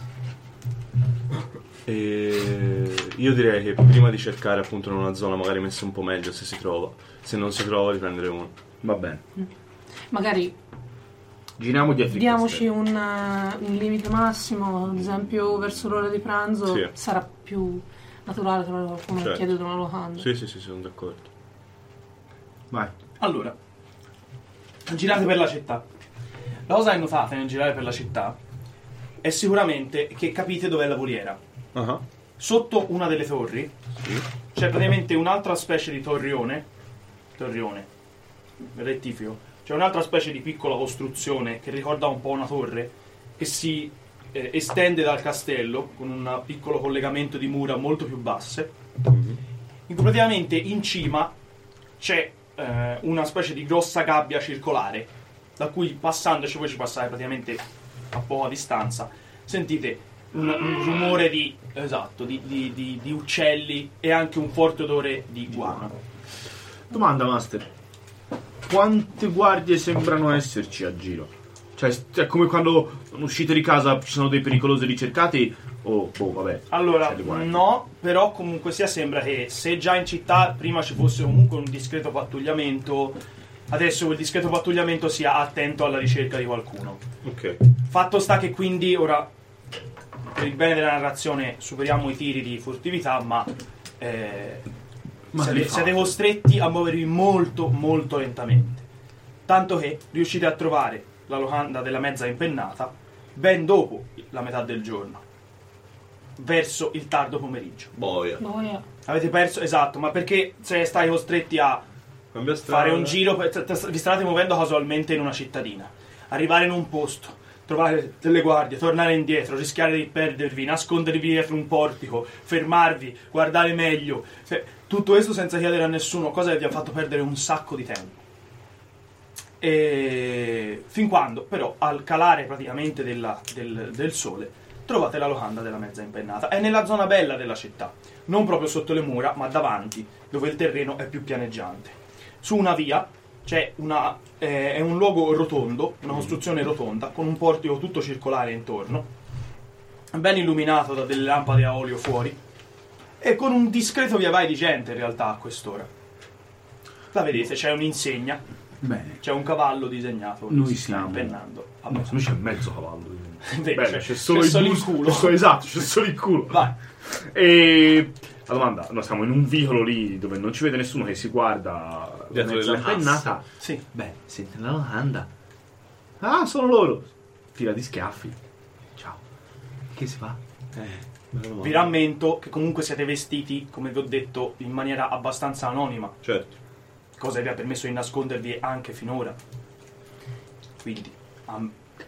Io direi che prima di cercare appunto in una zona magari messa un po' meglio se si trova. Se non si trova riprendere uno. Va bene. Magari Giriamo dietro il diamoci castello. un limite massimo, ad esempio verso l'ora di pranzo Sì. sarà più naturale trovare qualcuno che Certo. chiede una locanda. Sì, sono d'accordo. Vai. Allora, girate per la città. La cosa che notate nel girare per la città è sicuramente che capite dov'è la voliera. Ah. Sotto una delle torri c'è praticamente un'altra specie di torrione, rettifico, c'è un'altra specie di piccola costruzione che ricorda un po' una torre che si estende dal castello con un piccolo collegamento di mura molto più basse, in cui praticamente in cima c'è una specie di grossa gabbia circolare da cui passandoci, voi ci passate praticamente a poca distanza, sentite un rumore di uccelli e anche un forte odore di guano. Domanda, Master. Quante guardie sembrano esserci a giro? Cioè, è come quando uscite di casa ci sono dei pericolosi ricercati o, vabbè. Allora, c'è di guardia. no, però comunque sia sembra che se già in città prima ci fosse comunque un discreto pattugliamento, adesso quel discreto pattugliamento sia attento alla ricerca di qualcuno. Ok. Fatto sta che quindi ora, per il bene della narrazione, superiamo i tiri di furtività, ma siete costretti a muovervi molto molto lentamente, tanto che riuscite a trovare la locanda della mezza impennata ben dopo la metà del giorno, verso il tardo pomeriggio. Boia. Boia. Avete perso, esatto, ma perché se stai costretti a Cambia strada. fare un giro, vi state muovendo casualmente in una cittadina, arrivare in un posto, trovare delle guardie, tornare indietro, rischiare di perdervi, nascondervi dietro un portico, fermarvi, guardare meglio, tutto questo senza chiedere a nessuno, cosa che vi ha fatto perdere un sacco di tempo. E fin quando però al calare praticamente del sole trovate la locanda della mezza impennata. È nella zona bella della città, non proprio sotto le mura ma davanti, dove il terreno è più pianeggiante. Su una via c'è è un luogo rotondo, una costruzione rotonda con un portico tutto circolare intorno, ben illuminato da delle lampade a olio fuori e con un discreto via vai di gente in realtà a quest'ora. La vedete, c'è un'insegna, Bene. c'è un cavallo disegnato, Noi si sta siamo- impennando. No, se no c'è mezzo cavallo. Vedi, Bene, c'è solo il il busto. culo. Esatto, c'è solo il culo. Vai. E la domanda, noi siamo in un vicolo lì dove non ci vede nessuno, che si guarda Dietro mezza le impennata. Sì. Beh, sente la locanda. Ah, sono loro. Fila di schiaffi. Ciao. Che si fa? Vi rammento che comunque siete vestiti, come vi ho detto, in maniera abbastanza anonima, Certo. cosa che vi ha permesso di nascondervi anche finora. Quindi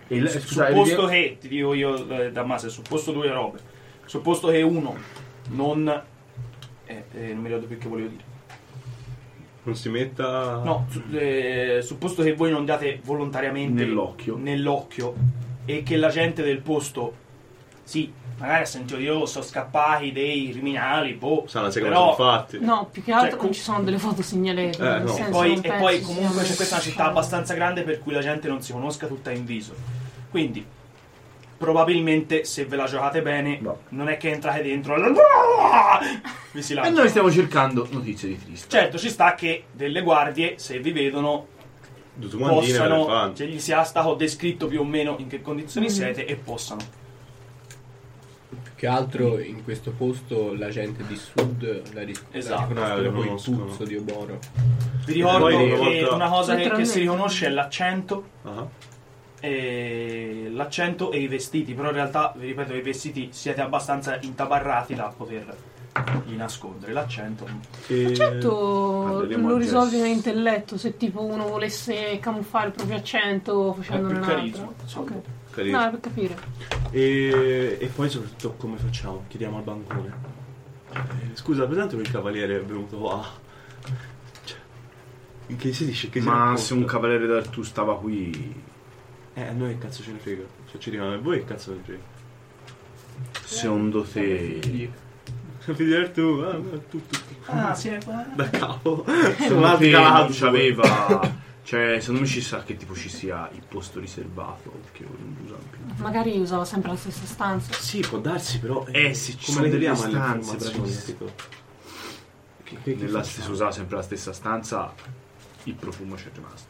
Supposto che, ti dico io, Damaso, supposto due robe. Supposto che uno non mi ricordo più che volevo dire. Non si metta... No, supposto che voi non date volontariamente nell'occhio e che la gente del posto, sì, magari ha sentito dire sono scappati dei criminali, boh, Sanno se come però... sono fatti. No, più che altro Cioè, non ci sono delle foto segnalate. nel no. senso, E non poi penso comunque sia c'è questa una città mai- abbastanza grande per cui la gente non si conosca tutta in viso. Quindi probabilmente se ve la giocate bene No. non è che entrate dentro vi si E lanciano. noi stiamo cercando notizie di Tristan. Certo, ci sta che delle guardie, se vi vedono, Due domandine per possano, elefanti. se gli sia stato descritto più o meno in che condizioni siete e possano. Più che altro in questo posto la gente di sud la Esatto. riconoscono lo con il conoscono. puzzo di Oboro. Vi ricordo Poi, che volta- una cosa che si Letteralmente. riconosce è l'accento Ah. e i vestiti, però in realtà, vi ripeto, i vestiti siete abbastanza intabarrati da poterli nascondere. L'accento Certo, Parleremo lo a risolvi Jess. nell'intelletto se tipo uno volesse camuffare il proprio accento facendo È più un carisma, altro. insomma. Ok. Carino. No, è per capire. E poi soprattutto come facciamo? Chiediamo al bancone. Scusa, presente quel cavaliere è venuto qua? Cioè, che si dice? Che si Ma racconta? se un cavaliere d'Artù stava qui, A noi che cazzo ce ne frega? Se ci rimane a voi che cazzo ne frega? secondo te... Figlio tu, tu. Ah, sì, è Da capo. Secondo te non cazzo. c'aveva... Cioè, secondo me ci sa che tipo ci sia il posto riservato, che ora non lo usano più. Magari usava sempre la stessa stanza. Sì, può darsi, però. Sì, ci come sono le delle togliamo le stanze, informazioni? bravissimo. Tipo? Che Nella facciamo? stessa, usava sempre la stessa stanza, il profumo c'è rimasto.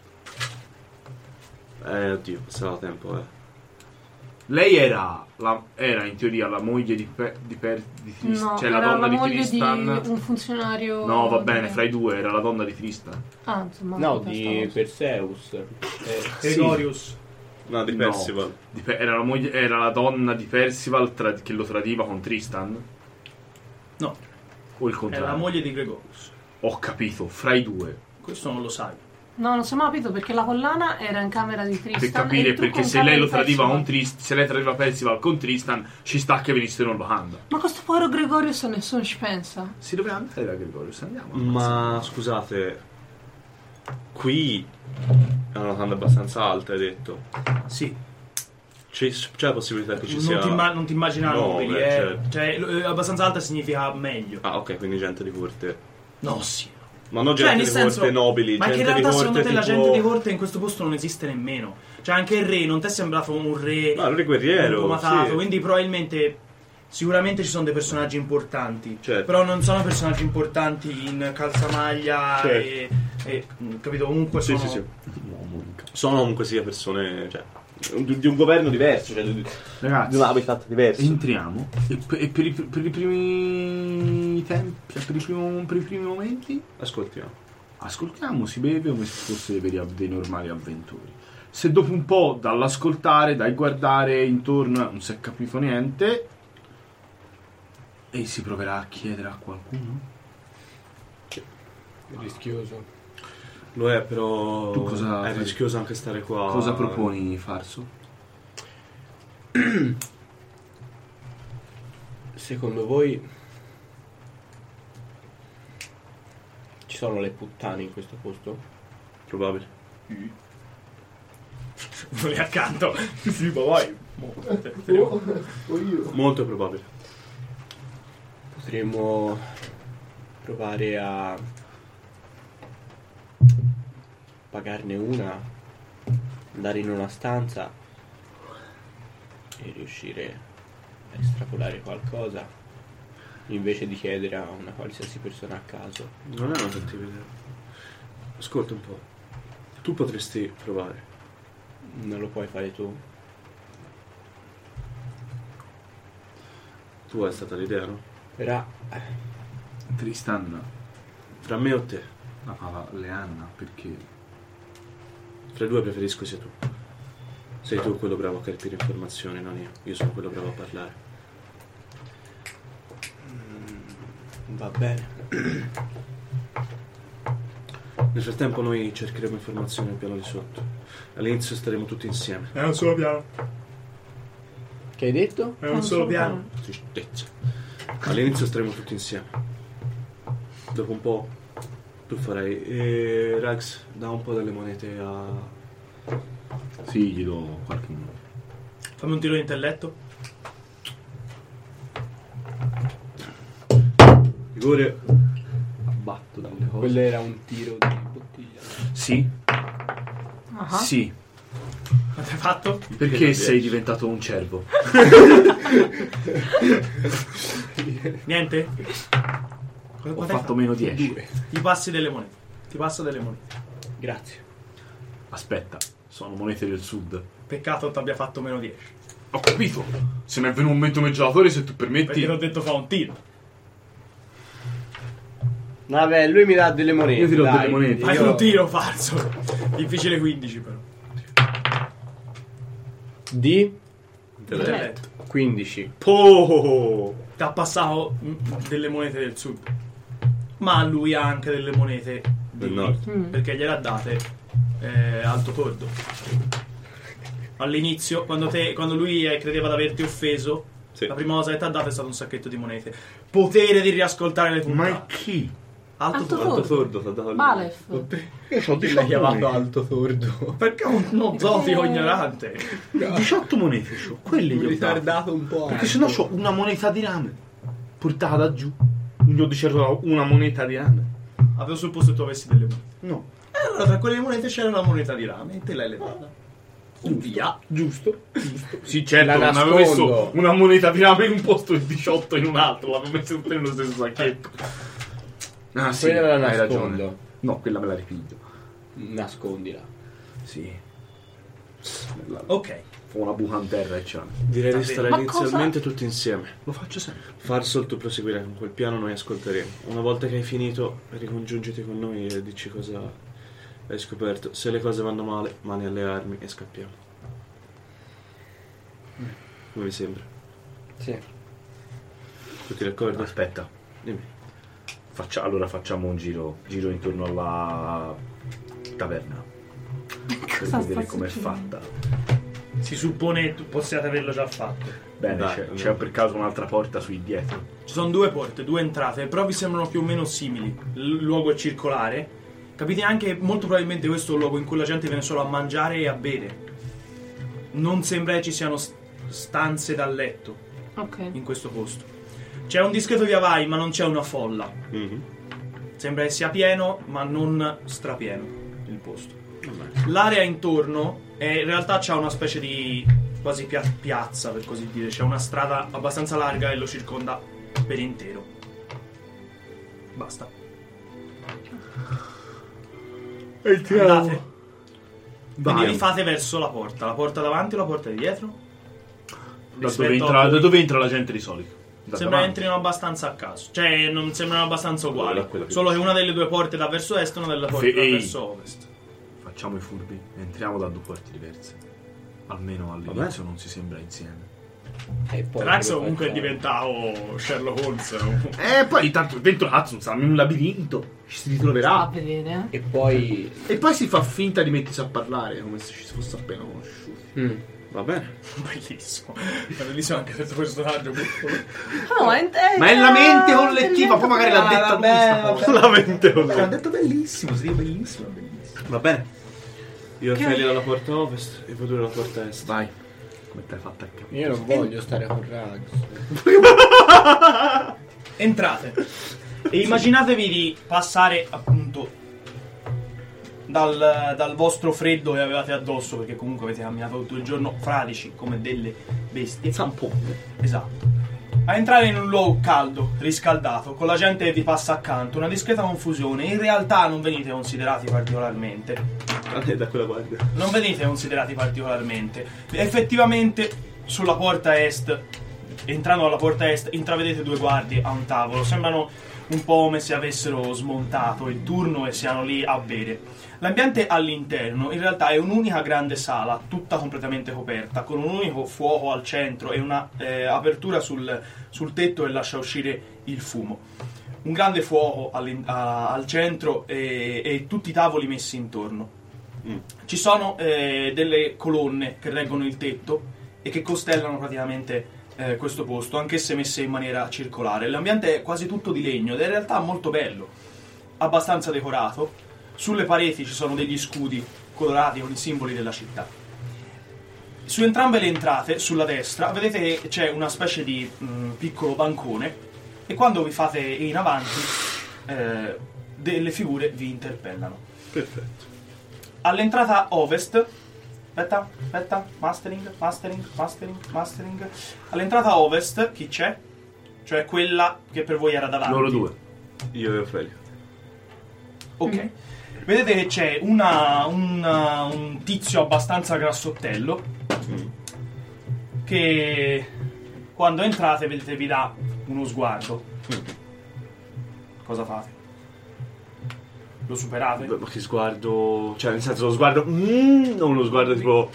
Oddio, passava tempo, Lei era in teoria la moglie di Tristan, No, cioè era la donna di moglie Tristan. di un funzionario. No, va bene, di- fra i due era la donna di Tristan. Ah, insomma. No, questa di cosa. Perseus. Gregorius. No, di No. Percival. Era la donna di Percival che lo tradiva con Tristan? No, O il è contrario? la moglie di Gregorius. Ho capito, fra i due. Questo non lo sai. No, non si è mai capito perché la collana era in camera di Tristan. Per e capire il trucco perché in se camera lei lo di tradiva Percival. con Tristan, se lei tradiva Percival con Tristan, ci sta che venisse in locanda. Ma questo povero Gregorius nessuno ci pensa. Si doveva andare da Gregorius, andiamo. Ma scusate, qui è una locanda abbastanza alta, hai detto. Sì. C'è la possibilità che ci Non sia. non ti immagina No, nobili, beh, certo. Cioè, abbastanza alta significa meglio. Ah, ok, quindi gente di corte. No, sì. Ma non Cioè, gente nel di senso, corte nobili, ma che in gente di realtà corte secondo te la tipo... gente di corte in questo posto non esiste nemmeno. Cioè anche il re non ti è sembrato un re No, lui è guerriero, incomatato, sì. quindi probabilmente sicuramente ci sono dei personaggi importanti, Certo. però non sono personaggi importanti in calzamaglia Certo. e capito, comunque Sì, sono sì, sì. Sono comunque sia persone, cioè, di un governo diverso, cioè, di Ragazzi, un habitat diverso. entriamo e per i primi tempi, cioè per i primi momenti, Ascoltiamo. ascoltiamo, si beve come se fosse dei normali avventori. Se dopo un po' dall'ascoltare, dal guardare intorno non si è capito niente e si proverà a chiedere a qualcuno. È rischioso. Lo è, però Tu cosa è fai? rischioso anche stare qua. Cosa proponi, Farso? Secondo voi ci sono le puttane in questo posto? Probabile. lì accanto. Sì, ma vai. Molto probabile. Potremmo provare a pagarne una, andare in una stanza e riuscire a estrapolare qualcosa invece di chiedere a una qualsiasi persona a caso. Non è una cattiva idea. Ascolta un po'. Tu potresti provare. Non lo puoi fare tu? Tu è stata l'idea, no? Però Tristan Fra me o te? amava Leanna perché Fra i due preferisco sia tu. Sei tu quello bravo a capire informazioni, non io. Io sono quello bravo a parlare. va bene. Nel frattempo noi cercheremo informazioni al piano di sotto. All'inizio staremo tutti insieme. È un solo piano. Che hai detto? È un solo piano. Tristezza. All'inizio staremo tutti insieme. Dopo un po' tu farai. E Rags, dà un po' delle monete a. Sì, gli do qualche minuto. Fammi un tiro di intelletto. Rigore. Abbatto dalle cose. Quello era un tiro di bottiglia. Sì? Ah. Sì. Quanto hai fatto? Perché sei diventato un cervo? Niente? Ho Quanto hai fatto meno 10. Ti passi delle monete. Ti passo delle monete. Grazie. Aspetta, sono monete del sud. Peccato ti abbia fatto meno 10. Ho capito. Se mi è venuto un momento meggiatore, se tu permetti. Perché ti ho detto fa un tiro. Vabbè, lui mi dà delle monete. Io ti do dai, delle monete. quindi Fai io- un tiro falso. Difficile 15 però. Di Intelletto. 15. Oh! Ti ha passato delle monete del sud. Ma lui ha anche delle monete Del di nord. perché gliele ha date Alto Tordo. All'inizio, quando lui credeva di averti offeso, Sì. la prima cosa che ti ha dato è stato un sacchetto di monete. Potere di riascoltare le puntate. Ma chi? Alto Alto Tordo. Alto sordo ti ha dato il. Balef. Io ho Chi l'ha chiamato alto sordo? Perché uno zotico ignorante? 18 monete c'ho. Quelle gli ho dato. ritardato un po'. Perché sennò c'ho una moneta di rame portata da giù. Gli ho dicevo una moneta di rame. Avevo supposto che tu avessi delle monete. No. Allora tra quelle monete c'era una moneta di rame e te l'hai levata. Via. Giusto? Sì, certo, La non avevo messo nascondo. una moneta di rame in un posto e 18 in un altro, l'avevo messo tutte nello stesso sacchetto. Ah, sì, Quella me la hai nascondo. ragione. No, quella me la ripiglio. Nascondila. Sì. Ok. Fa una buca in terra e c'ha. Direi di Ma stare cosa- inizialmente tutti insieme. Lo faccio sempre. Farsol, tu proseguirai con quel piano, noi ascolteremo. Una volta che hai finito, ricongiungiti con noi e dici cosa hai scoperto. Se le cose vanno male, mani alle armi e scappiamo. Come vi sembra? Sì. Tutti d'accordo? Aspetta. Dimmi. Allora facciamo un giro intorno alla taverna. Per Cosa vedere sta com'è succedendo? fatta. Si suppone che tu possiate averlo già fatto. Bene, Dai, c'è per caso un'altra porta sui dietro. Ci sono due porte, due entrate, però vi sembrano più o meno simili. Il luogo è circolare. Capite anche, molto probabilmente questo è un luogo in cui la gente viene solo a mangiare e a bere. Non sembra che ci siano stanze da letto Ok. in questo posto. C'è un discreto via vai, ma non c'è una folla. Mhm. Sembra che sia pieno, ma non strapieno il posto. L'area intorno in realtà c'ha una specie di quasi piazza, per così dire. C'è una strada abbastanza larga e lo circonda per intero. Basta. Andate. Quindi Dai. rifate verso la porta davanti o la porta di dietro? Da Rispetto a voi. dove entra la gente di solito? Da Sembra davanti. entrino abbastanza a caso, cioè non sembrano abbastanza uguali. Quella più Solo che una delle due porte da verso est e una delle porte da Ehi. verso ovest. Facciamo i furbi, entriamo da due porte diverse. Almeno all'inizio non si sembra insieme. E poi Rax come comunque è facciamo? diventato Sherlock Holmes. Poi tanto dentro cazzo non sarà in un labirinto. Ci si A ritroverà. vedere. E poi... E poi si fa finta di mettersi a parlare come se ci si fosse appena conosciuti. Va bene. Bellissimo. È bellissimo anche questo personaggio piccolo. No, Ma è la mente collettiva, poi magari l'ha detta lui sta vabbè. cosa. La mente L'ha detto bellissimo, sì, bellissimo, bellissimo. Va bene. Io e Feli dalla porta ovest e voi due dalla porta est. Vai. Come t'hai fatta a capire? Io non voglio stare con Rax. Entrate. E immaginatevi di passare appunto dal vostro freddo che avevate addosso, perché comunque avete camminato tutto il giorno fradici come delle bestie. Zampone. Esatto. A entrare in un luogo caldo, riscaldato, con la gente che vi passa accanto, una discreta confusione. In realtà non venite considerati particolarmente. Da quella guardia. Non venite considerati particolarmente. Effettivamente, sulla porta est, entrando dalla porta est, intravedete due guardie a un tavolo. Sembrano un po' come se avessero smontato il turno e siano lì a bere. L'ambiente all'interno in realtà è un'unica grande sala, tutta completamente coperta, con un unico fuoco al centro e una apertura sul tetto che lascia uscire il fumo. Un grande fuoco al centro e tutti i tavoli messi intorno. Ci sono delle colonne che reggono il tetto e che costellano praticamente questo posto, anch'esse messe in maniera circolare. L'ambiente è quasi tutto di legno ed è in realtà molto bello, abbastanza decorato. Sulle pareti ci sono degli scudi colorati con i simboli della città. Su entrambe le entrate, sulla destra, vedete che c'è una specie di piccolo bancone e quando vi fate in avanti delle figure vi interpellano. Perfetto. All'entrata ovest, aspetta, mastering. All'entrata ovest chi c'è? Cioè quella che per voi era davanti. Loro due. Io e Ophelia. Ok. Vedete che c'è un tizio abbastanza grassottello che quando entrate vedete vi dà uno sguardo. Cosa fate? Lo superate? Beh, ma che sguardo... Cioè, nel senso, lo sguardo... non uno sguardo tipo...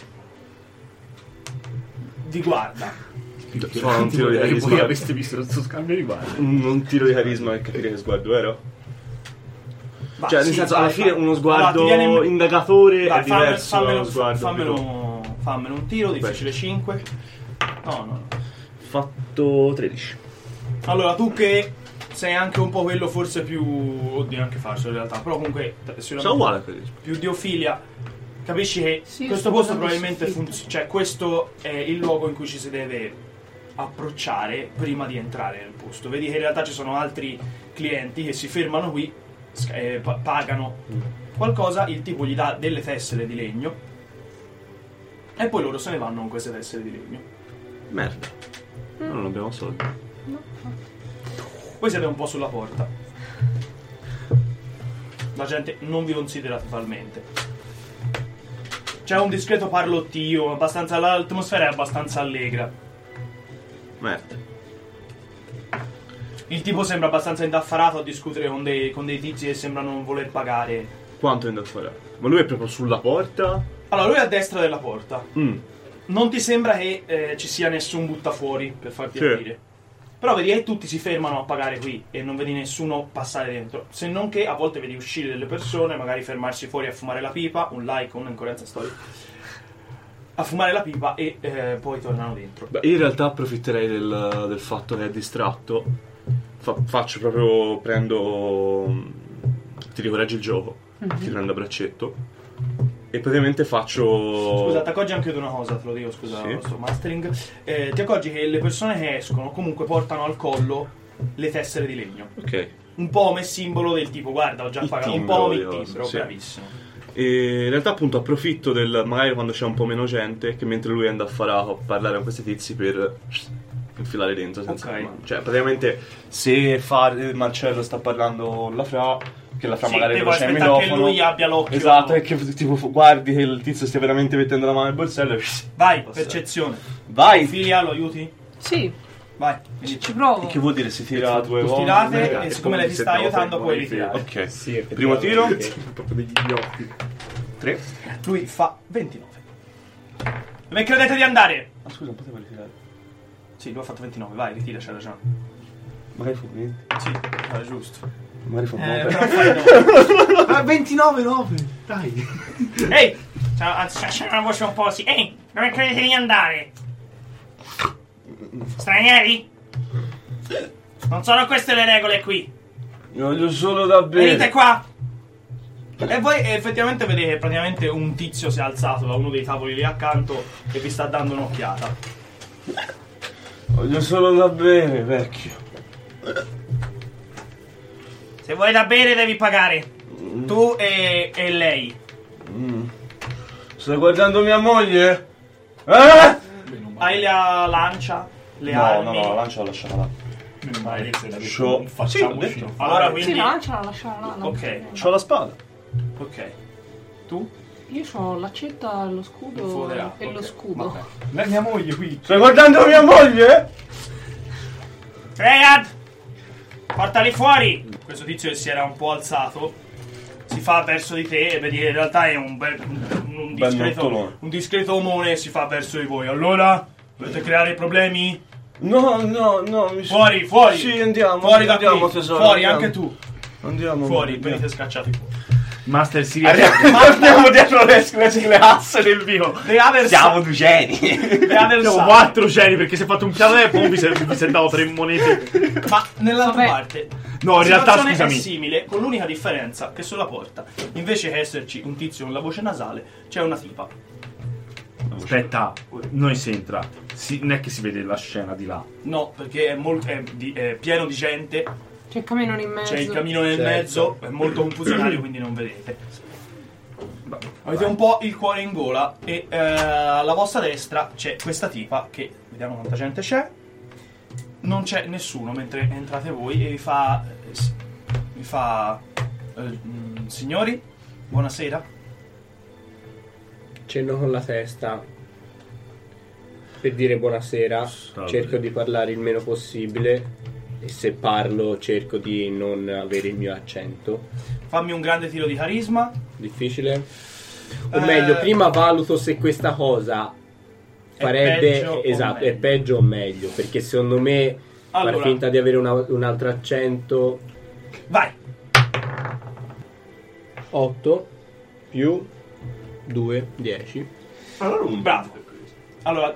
Vi guarda. Suona un tiro di Voi carisma. aveste visto questo scambio di guardi. Un tiro di carisma per capire che sguardo ero. Va, Cioè, nel sì, senso, vai, alla fine vai. uno sguardo Allora, ti viene in- indagatore Dai, è diverso da uno sguardo... fammelo un tiro, difficile 5. No. Fatto 13. Allora, tu che sei anche un po' quello forse più... Oddio, anche falso in realtà, però comunque... Sono uguale a quelli. più di Ophelia, capisci che Sì, questo sto posto guardando probabilmente su funziona, cioè questo è il luogo in cui ci si deve approcciare prima di entrare nel posto. Vedi che in realtà ci sono altri clienti che si fermano qui, pagano qualcosa, il tipo gli dà delle tessere di legno e poi loro se ne vanno con queste tessere di legno. Merda. Non abbiamo soldi. Voi siete un po' sulla porta. La gente non vi considera totalmente. C'è un discreto parlottio, abbastanza, l'atmosfera è abbastanza allegra. Merda. Il tipo sembra abbastanza indaffarato a discutere con dei tizi che sembrano non voler pagare. Quanto è andato a fare? Ma lui è proprio sulla porta? Allora, lui è a destra della porta. Mm. Non ti sembra che ci sia nessun buttafuori per farti Sì. aprire. Però vedi che tutti si fermano a pagare qui e non vedi nessuno passare dentro. Se non che a volte vedi uscire delle persone, magari fermarsi fuori a fumare la pipa, un like, un'incoerenza storica, a fumare la pipa e poi tornano dentro. Beh, io in realtà approfitterei del fatto che è distratto. Faccio proprio... Ti ricorreggi il gioco. Ti prendo a braccetto. E praticamente faccio... Scusa, ti accorgi anche di una cosa, te lo dico, scusa, Sì. sto mastering. Ti accorgi che le persone che escono comunque portano al collo le tessere di legno. Ok. Un po' come simbolo del tipo, guarda, ho già Il pagato un timbro, po' il io, timbro, sì. bravissimo. E in realtà appunto approfitto del... Magari quando c'è un po' meno gente, che mentre lui è indaffarato a parlare con questi tizi per... infilare dentro senza Ok. mano. Cioè praticamente se Marcello sta parlando con la Fra, che la Fra Sì, magari devo veloce il aspettare che microfono, lui abbia l'occhio. esatto, e che tipo guardi che il tizio stia veramente mettendo la mano nel borsello e Vai, Passare. percezione. vai. Filia, lo aiuti? Sì, Vai. ci provo. Che vuol dire si tira due volte? Tirate È e siccome lei ti sta come se aiutando no, puoi poi ritirare. Ok. Sì, Primo tiro? proprio degli idioti. 3. Lui fa 29. Dove credete di andare? Ah scusa, non potevo ritirare. Sì, lui ha fatto 29, vai, ritira, c'è ragione. Magari fu 20. Sì, è giusto. Magari fu 9. Però fai no. 29, 9. Dai. Ehi! C'è una voce un po' sì. Ehi! Dove credete di andare? Stranieri? Non sono queste le regole qui. Voglio solo da Venite bere. qua! E voi effettivamente vedete che praticamente un tizio si è alzato da uno dei tavoli lì accanto e vi sta dando un'occhiata. Voglio solo da bere, vecchio. Se vuoi da bere devi pagare. Tu e lei. Stai guardando mia moglie? Eh? Hai la lancia, le No, armi. la lancia l'ho lasciata là. Show. Facciamoci. Sì, Allora Sì, quindi... lanciala, lasciala là. Ok. C'ho la spada. Ok. Tu? Io ho l'accetta, lo scudo Foderà, e lo ok. scudo. Vabbè. Mia moglie qui. Stai guardando mia moglie? Freyad! Portali fuori! Questo tizio che si era un po' alzato si fa verso di te e vedi che in realtà è un nottolone. discreto omone e si fa verso di voi. Allora? Volete creare problemi? No, mi Fuori, fuori! Sì, andiamo. Fuori da andiamo, qui! tesoro. Fuori, andiamo. anche tu! Andiamo. Fuori, andiamo. venite scacciati fuori. Master si Torniamo dietro le asse del vivo. Siamo due geni. Siamo 4 geni perché si è fatto un piano e poi vi si è dato 3 monete. Ma nell'altra Vabbè. parte No, in la realtà situazione scusami. è simile, con l'unica differenza che sulla porta, invece che esserci un tizio con la voce nasale, c'è una tipa. Aspetta, noi si entra. Non è che si vede la scena di là. No, perché è pieno di gente, C'è il camino in mezzo. c'è il camino nel Certo. mezzo, è molto confusionario, quindi non vedete. Avete un po' il cuore in gola e alla vostra destra c'è questa tipa che, vediamo quanta gente c'è. Non c'è nessuno mentre entrate voi e vi fa signori, buonasera. Cenno con la testa per dire buonasera. Salve. Cerco di parlare il meno possibile e se parlo cerco di non avere il mio accento. Fammi un grande tiro di carisma. Difficile? O meglio, prima valuto se questa cosa farebbe peggio o esatto, è meglio. peggio o meglio, perché secondo me Allora. far finta di avere un altro accento. Vai. 8 più 2 10. Bravo. Allora,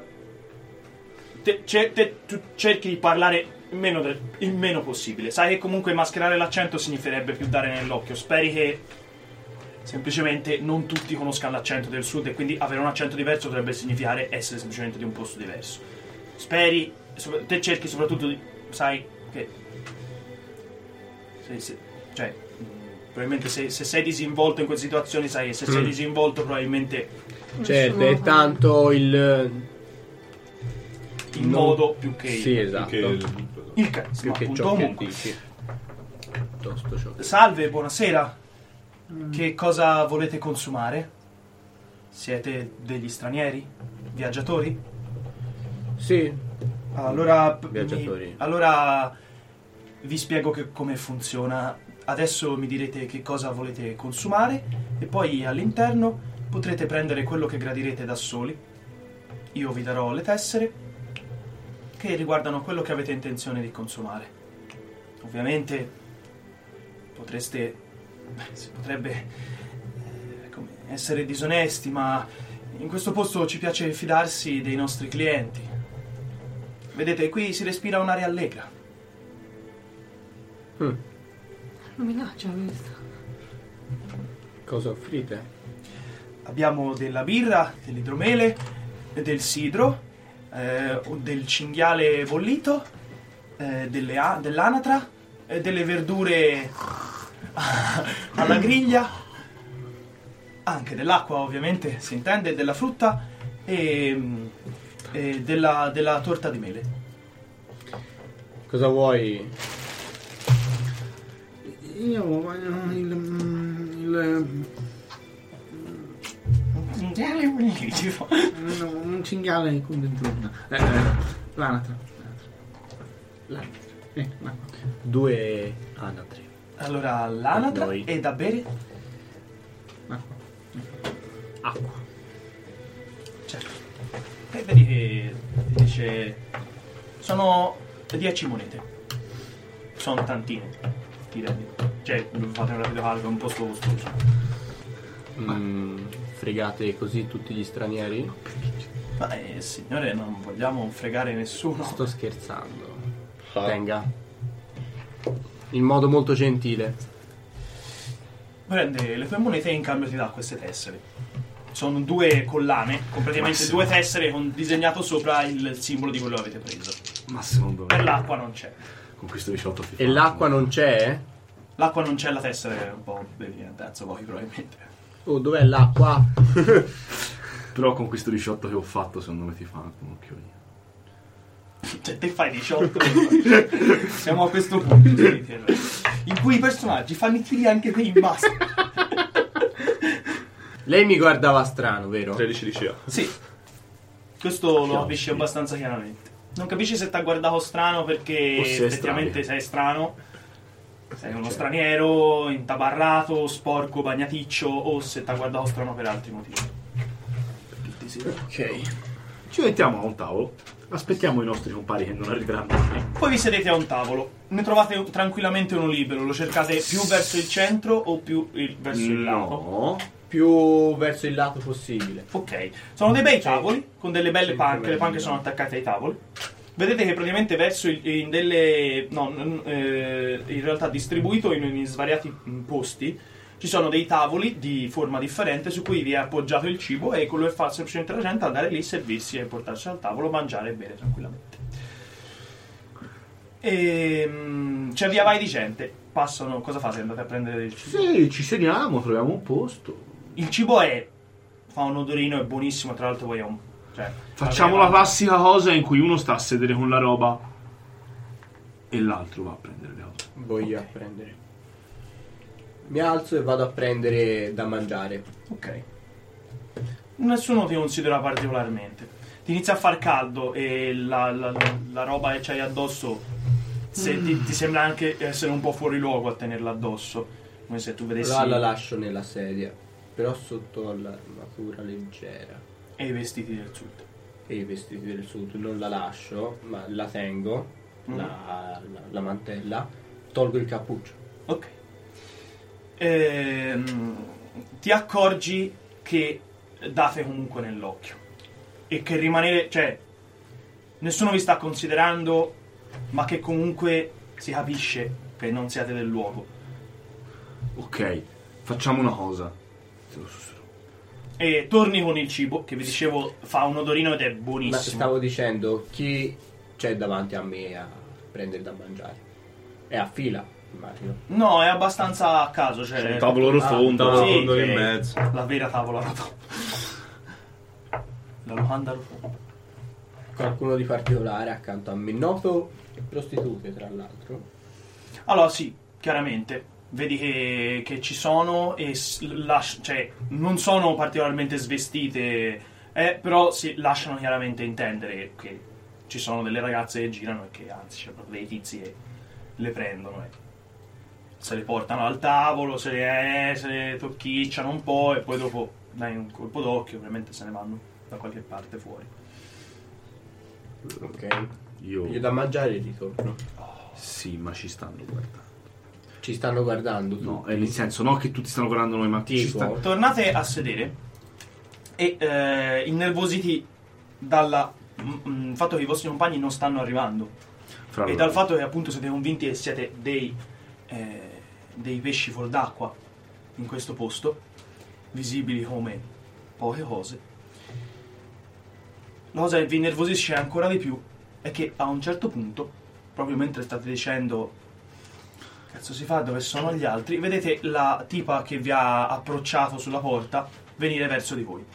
tu cerchi di parlare il meno possibile. Sai che comunque mascherare l'accento significherebbe più dare nell'occhio. Speri che semplicemente non tutti conoscano l'accento del sud e quindi avere un accento diverso dovrebbe significare essere semplicemente di un posto diverso. Speri, te cerchi soprattutto di, sai che cioè probabilmente se sei disinvolto in quelle situazioni, sai che se sei disinvolto probabilmente Certo, è tanto il in modo più che sì, esatto. il carisma, Più che appunto. ciò che Comunque, dici. Piuttosto ciò che salve, buonasera. Che cosa volete consumare? Siete degli stranieri? Viaggiatori? sì, Allora, Viaggiatori. allora vi spiego come funziona. Adesso mi direte che cosa volete consumare e poi all'interno potrete prendere quello che gradirete da soli. Io vi darò le tessere che riguardano quello che avete intenzione di consumare. Ovviamente si potrebbe essere disonesti, ma in questo posto ci piace fidarsi dei nostri clienti. Vedete, qui si respira un'aria allegra. Minaccia questa. cosa offrite? Abbiamo della birra, dell'idromele, del sidro, del cinghiale bollito, dell'anatra, delle verdure alla griglia, anche dell'acqua ovviamente, si intende, della frutta e della torta di mele. Cosa vuoi? Io voglio un cinghiale con dentro l'anatra. L'acqua. 2 anatri. Allora, l'anatra Noi. e da bere? Acqua. Certo. E vedi che ti dice sono 10 monete. Sono tantine, ti rendi. Cioè, fate un rapido calcolo, è un posto costoso. Fregate così tutti gli stranieri? Ma signore, non vogliamo fregare nessuno. Sto scherzando. Tenga. In modo molto gentile. Prende le tue monete e in cambio ti dà queste tessere. Sono 2 collane, con praticamente 2 tessere con disegnato sopra il simbolo di quello che avete preso. Ma secondo Per me l'acqua non c'è. con questo 18 E l'acqua non c'è? L'acqua non c'è, la tessera è un po' bevi a terzo poi probabilmente. Oh, dov'è l'acqua? Però con questo 18 che ho fatto secondo me ti fa anche un occhiolino. Cioè, te fai 18. Siamo a questo punto in cui i personaggi fanno i tiri anche qui in basso. Lei mi guardava strano, vero? 13 di CA. Sì, questo lo capisci abbastanza chiaramente. Non capisci se ti ha guardato strano perché O se è effettivamente strano. sei strano, sei uno straniero, intabarrato, sporco, bagnaticcio, o se ti ha guardato strano per altri motivi. Tutti sì. Ok. Ci mettiamo a un tavolo. Aspettiamo i nostri compari che non arriveranno mai. Poi vi sedete a un tavolo. Ne trovate tranquillamente uno libero. Lo cercate più verso il centro o più verso il lato? No. Più verso il lato possibile. Ok. Sono dei bei tavoli con delle belle panche. Le panche sono attaccate ai tavoli. Vedete che praticamente verso in realtà distribuito in svariati posti ci sono dei tavoli di forma differente su cui vi è appoggiato il cibo e quello che fa semplicemente la gente è andare lì, servirsi e portarsi al tavolo, mangiare e bere tranquillamente. C'è via vai di gente. Passano. Cosa fate? Andate a prendere il cibo? Sì, ci sediamo, troviamo un posto. Il cibo fa un odorino, è buonissimo. Tra l'altro poi è un... Facciamo la classica cosa in cui uno sta a sedere con la roba e l'altro va a prendere le cose. Voglio a prendere. Mi alzo e vado a prendere da mangiare. Ok. Nessuno ti considera particolarmente. Ti inizia a far caldo e la roba che c'hai addosso ti sembra anche essere un po' fuori luogo a tenerla addosso. Come se tu vedessi... Allora la lascio nella sedia, però sotto l'armatura leggera. E i vestiti del sud. E i vestiti del sud non la lascio, ma la tengo, la mantella, tolgo il cappuccio. Ok. Ti accorgi che date comunque nell'occhio e che rimanere, cioè nessuno vi sta considerando, ma che comunque si capisce che non siate del luogo. Ok, facciamo una cosa. Te lo sussurro. E torni con il cibo, che vi dicevo fa un odorino ed è Ma buonissimo. stavo dicendo, chi c'è davanti a me a prendere da mangiare? È a fila, immagino. No, è abbastanza a caso, cioè Un tavolo rotondo. sì, Rotondo che in è mezzo. la vera tavola rotonda. La locanda rotonda. Qualcuno di particolare accanto a me, noto prostitute tra l'altro. Allora sì, chiaramente vedi che ci sono e cioè non sono particolarmente svestite, però si lasciano chiaramente intendere che ci sono delle ragazze che girano e che anzi c'è proprio dei tizi che le prendono e se le portano al tavolo, se le tocchicciano un po' e poi dopo dai un colpo d'occhio, ovviamente se ne vanno da qualche parte fuori. Ok. Io Io da mangiare ritorno. sì, ma ci stanno guardando. Ci stanno guardando. No, nel senso, no che tutti stanno guardando noi, ma ci Tipo? stanno. Tornate a sedere e innervositi dal fatto che i vostri compagni non stanno arrivando Fra e loro. dal fatto che appunto siete convinti che siete dei pesci fuor d'acqua in questo posto, visibili come poche cose. La cosa che vi innervosisce ancora di più è che a un certo punto, proprio mentre state dicendo cazzo si fa, dove sono gli altri, vedete la tipa che vi ha approcciato sulla porta venire verso di voi.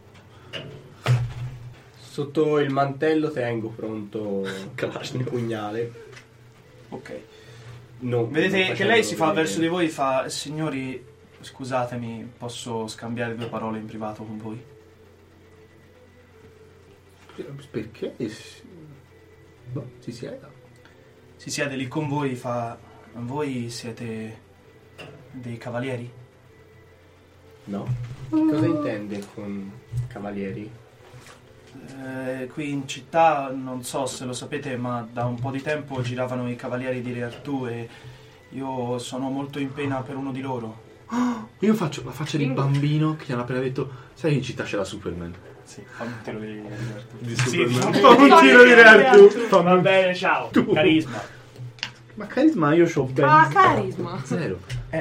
Sotto il mantello tengo pronto il pugnale. Ok. Non Vedete che lei si fa verso di voi. voi e fa: signori, scusatemi, posso scambiare due parole in privato con voi? Perché? No, si sieda. Si siede lì con voi, fa: voi siete dei cavalieri? No? Cosa intende con cavalieri? Qui in città, non so se lo sapete, ma da un po' di tempo giravano i cavalieri di Re Artù e io sono molto in pena per uno di loro. Io faccio la faccia di bambino che gli hanno appena detto: sai che in città c'è la Superman? Sì, fammi un tiro di Re Artù. Di Sì, Superman. fammi Fammi un tiro di Re Artù. Va bene, ciao. Carisma. Ma carisma io c'ho ben Ah, carisma. zero.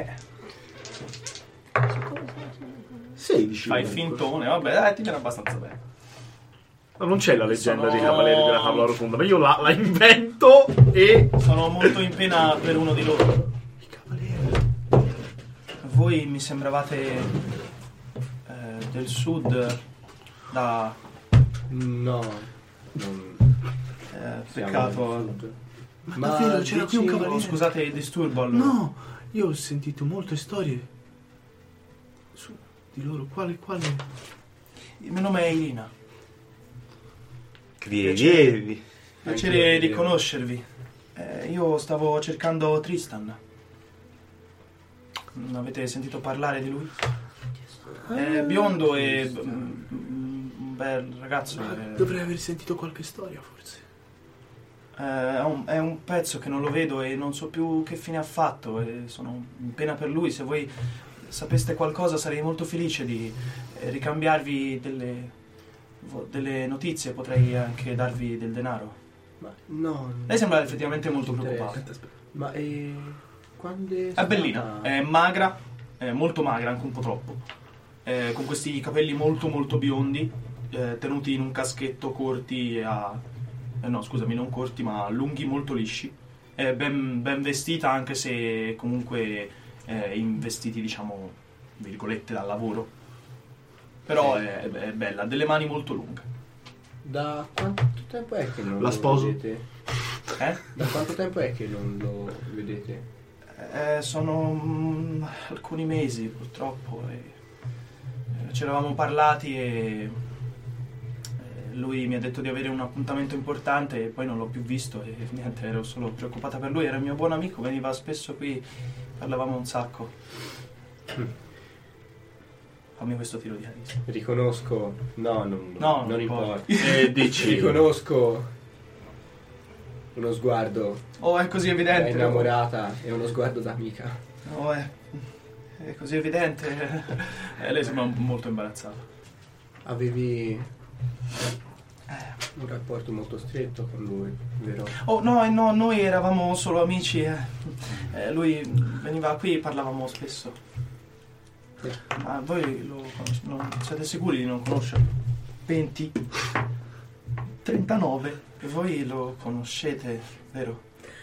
16. Fai il comunque. fintone, vabbè, dai, ti viene abbastanza bene. Ma non c'è la leggenda Sono- dei cavalieri della tavola rotonda, ma io la invento e... Sono molto in pena per uno di loro. I cavalieri. Voi mi sembravate del sud, da No. Non siamo peccato. al sud. Ma davvero, c'era qui un vicino- cavaliere? Scusate il disturbo allora. No, io ho sentito molte storie su di loro. Quale? Il mio nome è Irina. Piacere. Piacere di conoscervi. Io stavo cercando Tristan. Non avete sentito parlare di lui? È biondo e un bel ragazzo. Dovrei aver sentito qualche storia, forse. È un pezzo che non lo vedo e non so più che fine ha fatto e sono in pena per lui. Se voi sapeste qualcosa sarei molto felice di ricambiarvi delle notizie, potrei anche darvi del denaro. Ma no. Lei sembra effettivamente molto preoccupata. Ma quando è È bellina, è magra, è molto magra, anche un po' troppo. Con questi capelli molto molto biondi, tenuti in un caschetto corti no, scusami, non corti, ma lunghi, molto lisci. È ben vestita, anche se comunque in vestiti, diciamo, virgolette, da lavoro. Però è bella, ha delle mani molto lunghe. Da quanto tempo è che non La sposo? lo vedete? Da quanto tempo è che non lo vedete? Sono alcuni mesi, purtroppo. Ci eravamo parlati e lui mi ha detto di avere un appuntamento importante e poi non l'ho più visto e niente, ero solo preoccupata per lui. Era il mio buon amico, veniva spesso qui, parlavamo un sacco. Fammi questo tiro di carisma. Riconosco. No, non importa. Dici. Riconosco uno sguardo Oh, è così da evidente. innamorata e uno sguardo da amica. Oh, è così evidente. Lei sembra molto imbarazzata. Avevi un rapporto molto stretto con lui, vero? Oh, no, noi eravamo solo amici. Lui veniva qui e parlavamo spesso. Ma voi siete sicuri di non conoscerlo? 20, 39, e voi lo conoscete, vero?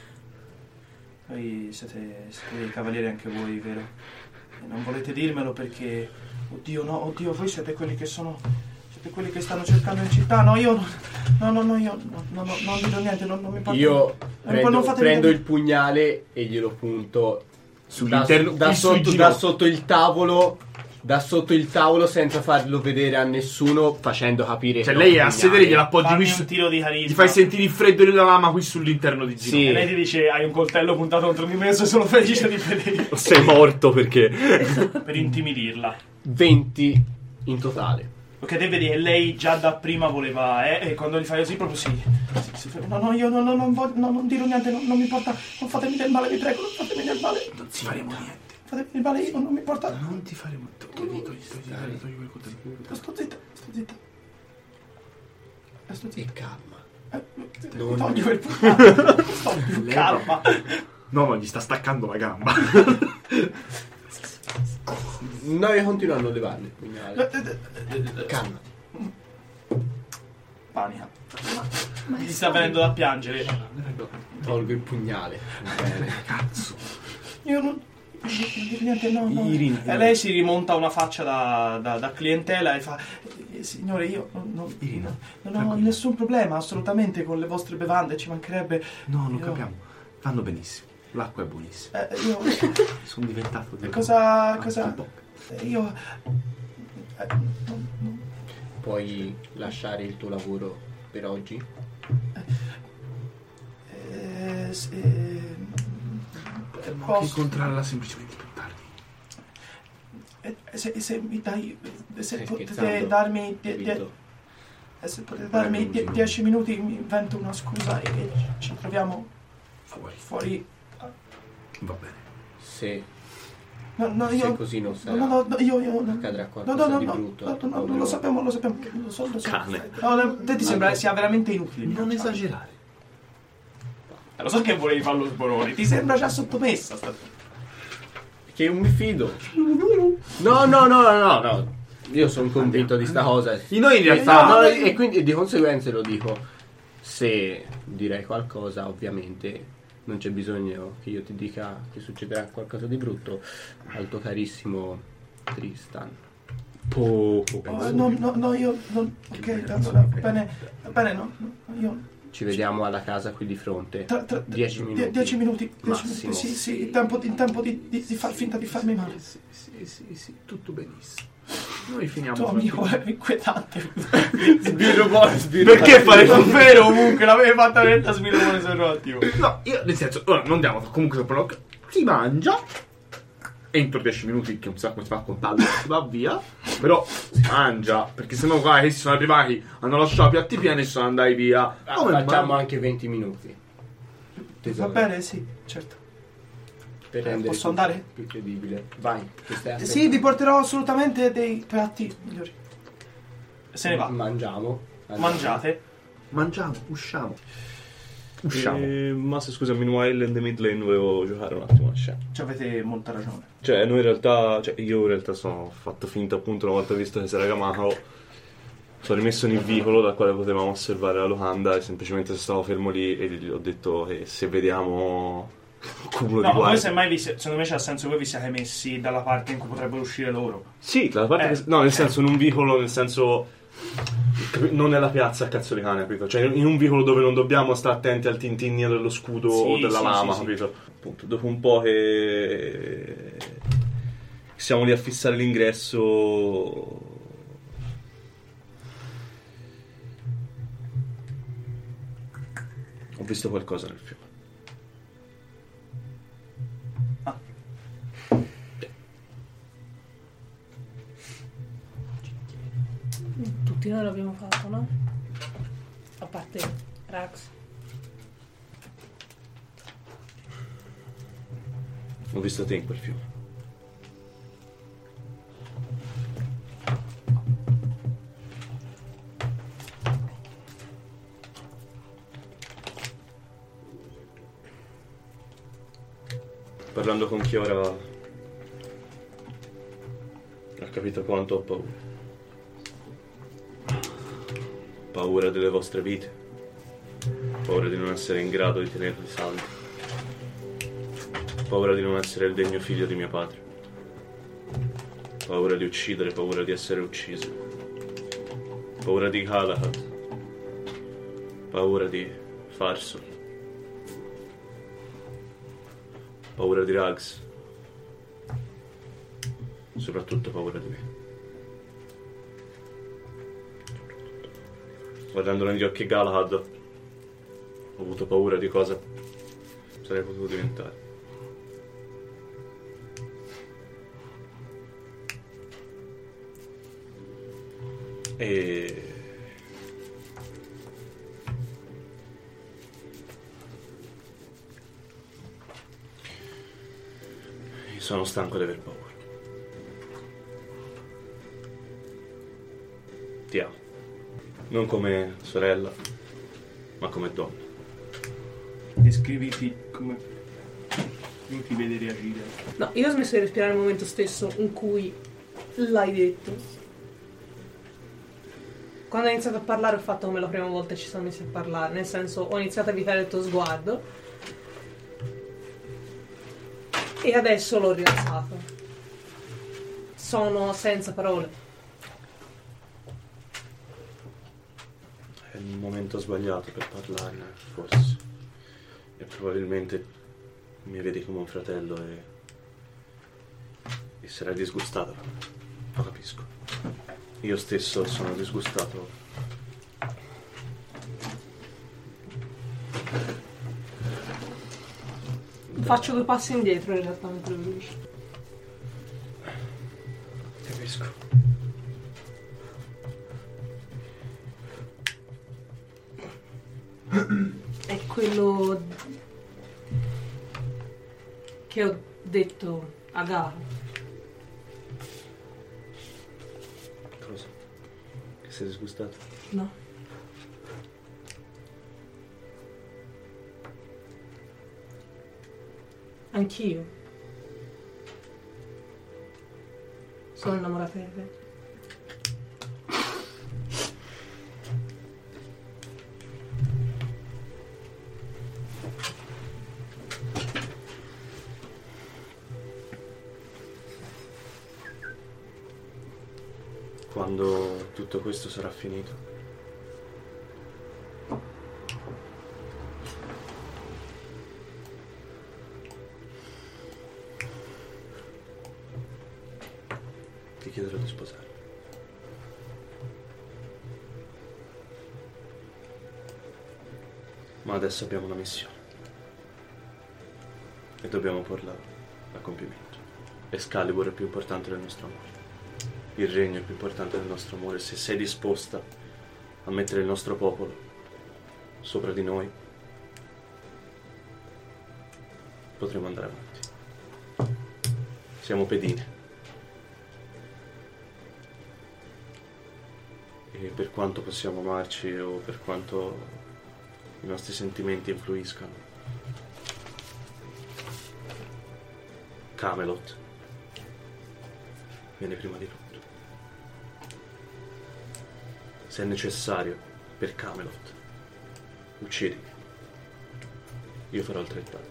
Voi siete dei cavalieri anche voi, vero? E non volete dirmelo perché, oddio, voi siete quelli che stanno cercando in città. No, io non dico niente, non mi importa. Io non fate prendo niente. il pugnale e glielo punto Sull'interno, da sotto il tavolo. Da sotto il tavolo senza farlo vedere a nessuno, facendo capire Cioè che lei ho è a un sedere, pugnale. gliela appoggi qui Fammi su. un tiro di carisma. Gli fai sentire il freddo della lama qui sull'interno di Gino. Sì. E lei ti dice: hai un coltello puntato contro di me, sono felice di vedere. Sei morto perché. Per intimidirla. 20 in totale. Ok, te vedi che lei già da prima voleva, e quando gli fai così proprio si ferma. No, io non voglio, non dirò niente, non mi importa, non fatemi del male, vi prego, non fatemi del male. Non si faremo niente. Fatemi del male, io non mi importa. Non ti faremo. Togli quel coltello. Sto zitta. E calma. Togli quel pugnale. Sto più calma. No, gli sta staccando la gamba. No, io continuo a non levarle il pugnale. Calmati. Panica. Gli sta venendo da piangere. Tolgo il pugnale. Bene. Cazzo. Io non niente, no. E lei si rimonta una faccia da clientela e fa: signore, io non ho nessun problema assolutamente con le vostre bevande, ci mancherebbe. No, non capiamo. Vanno benissimo. L'acqua è buonissima. Io Sono diventato di cosa io Puoi lasciare il tuo lavoro per oggi? Posso incontrarla semplicemente più tardi. se mi dai, se Stai potete scherzando? darmi Capito? se potete darmi 10 minuti, mi invento una scusa e ci troviamo fuori. Va bene. Se No, se io così non sarà, no, io accadrà qualcosa di brutto. no, lo sappiamo. Lo so. Cane. No, te ti sembra sia veramente inutile. Non esagerare. Lo so che volevi farlo sborone, ti sembra già sottomessa Che io mi fido. No. Io sono convinto di sta cosa. Noi in realtà. E quindi di conseguenza lo dico. Se direi qualcosa, ovviamente non c'è bisogno che io ti dica che succederà qualcosa di brutto al tuo carissimo Tristan. no, io non. Ok, allora, bene, no, io. Ci vediamo alla casa qui di fronte. 10 minuti. 10 minuti. Massimo. Sì, in tempo di far finta di farmi male. Sì, tutto benissimo. Noi finiamo. Tuo amico è inquietante. Perché fare Vero, comunque l'avevi fatta veramente a sbirrone sul ottimo. No, io nel senso, ora non andiamo comunque sopra l'occhio. Si mangia. entro 10 minuti, che non sa come si fa a contarlo, si va via, però si mangia, perché sennò qua che si sono arrivati, hanno lasciato i piatti pieni e sono andati via. Facciamo anche 20 minuti. Va bene, sì, certo. Per rendere posso andare? più credibile. Vai, che stai aspettando? Sì, vi porterò assolutamente dei piatti migliori. Se ne va. Mangiamo. Mangiate. Mangiamo, usciamo. Ma se scusa, meanwhile in the mid lane volevo giocare un attimo a scena. Ci avete molta ragione. Cioè, noi in realtà, io in realtà sono fatto finta, appunto, una volta visto che si era chiamato, sono rimesso nel vicolo dal quale potevamo osservare la locanda e semplicemente stavo fermo lì e gli ho detto che se vediamo un cumulo di No, voi guardie. semmai secondo me c'ha senso che voi vi siate messi dalla parte in cui potrebbero uscire loro. Sì, dalla parte che, no, nel senso, in un vicolo, nel senso non nella piazza a cazzo di cane, capito? Cioè in un vicolo dove non dobbiamo stare attenti al tintinnio dello scudo o della lama, capito? Appunto, dopo un po' che siamo lì a fissare l'ingresso, ho visto qualcosa nel fiume. Tutti noi l'abbiamo fatto, no? A parte Rax. Ho visto te in quel fiume. Parlando con Chiora ho capito quanto ho paura. Paura delle vostre vite, paura di non essere in grado di tenerli saldi, paura di non essere il degno figlio di mio padre, paura di uccidere, paura di essere ucciso, paura di Galahad, paura di Farsal, paura di Rags, soprattutto paura di me. Guardando negli occhi Galahad, ho avuto paura di cosa sarei potuto diventare. E sono stanco di aver paura. Ti amo. Non come sorella, ma come donna. Descriviti come ti vede reagire. No, io ho smesso di respirare nel momento stesso in cui l'hai detto. Quando ho iniziato a parlare ho fatto come la prima volta ci siamo messi a parlare. Nel senso, ho iniziato a evitare il tuo sguardo e adesso l'ho rialzato. Sono senza parole. È il momento sbagliato per parlarne, forse. E probabilmente mi vedi come un fratello e sarai disgustato. Lo capisco. Io stesso sono disgustato. Faccio 2 passi indietro in realtà mentre lo dici. Capisco. È quello che ho detto a Gara. Cosa? Che sei disgustato? No. Anch'io. Sono innamorata di te. Quando tutto questo sarà finito, ti chiederò di sposarmi. Ma adesso abbiamo una missione e dobbiamo porla a compimento. Excalibur è più importante del nostro amore. Il regno è più importante del nostro amore. Se sei disposta a mettere il nostro popolo sopra di noi, potremo andare avanti. Siamo pedine. E per quanto possiamo amarci o per quanto i nostri sentimenti influiscano, Camelot viene prima di tutto. Se è necessario per Camelot, uccidimi. Io farò altrettanto.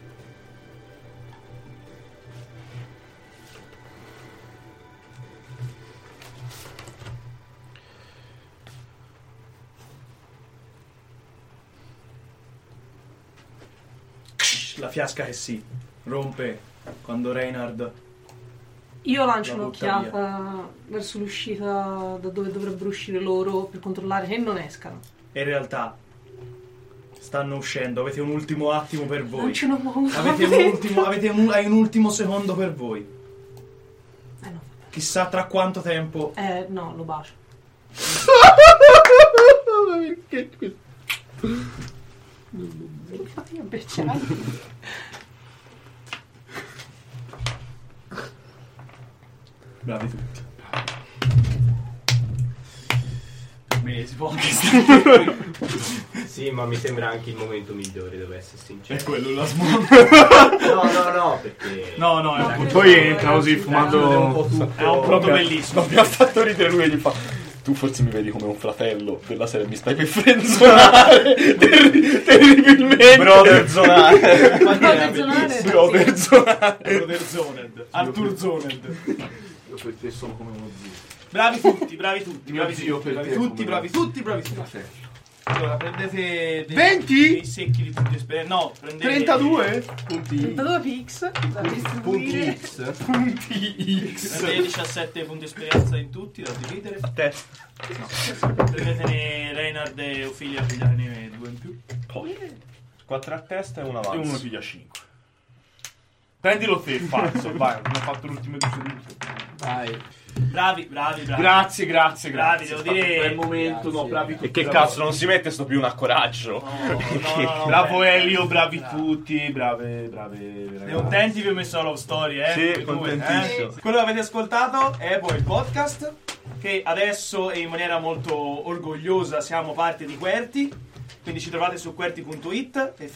La fiasca che si rompe quando Reynard Io lancio la butta un'occhiata verso l'uscita da dove dovrebbero uscire loro per controllare che non escano. e in realtà stanno uscendo. Avete un ultimo attimo per voi. Non ce ne muovo. Hai un ultimo secondo per voi. No. Chissà tra quanto tempo. No, lo bacio. Infatti invece Bravi tutti. Per me si può anche stare. Sì, ma mi sembra anche il momento migliore, devo essere sincero. È quello la smonta. No, perché... No, è un Poi entra così fumando. È un proprio bellissimo. Mi ha fatto ridere lui e gli fa: tu forse mi vedi come un fratello della serie, mi stai per frenzonare terribilmente. Brother zonare. Brother zonare. Brother Zoned. Arthur Zoned. Io per te sono come uno zio. Bravi tutti. Mio zio per te è Bravi tutti. Allora, prendete 20? dei secchi di punti esperienza. No, prendete 32? 32 pix da distribuire. Punti X. Prendete 17 punti esperienza in tutti da dividere. A te. Prendetene Reynard e Ophelia, pigliatene 2 in più. 4 a testa e una E avanza. uno piglia 5. Prendilo te, falso, vai, mi ha fatto l'ultimo episodio. Vai. Bravi. Grazie. Bravi, devo dire. Bel momento, Grazie. no, bravi tutti. E che bravi. cazzo, non si mette sto più a coraggio? No, Bravo beh. Elio, bravi tutti, brave. Siete contenti vi ho messo la love story, Sì, Voi due, contentissimo. Quello che avete ascoltato è poi il podcast, che adesso e in maniera molto orgogliosa siamo parte di Querti. Quindi ci trovate su QWERTY.it e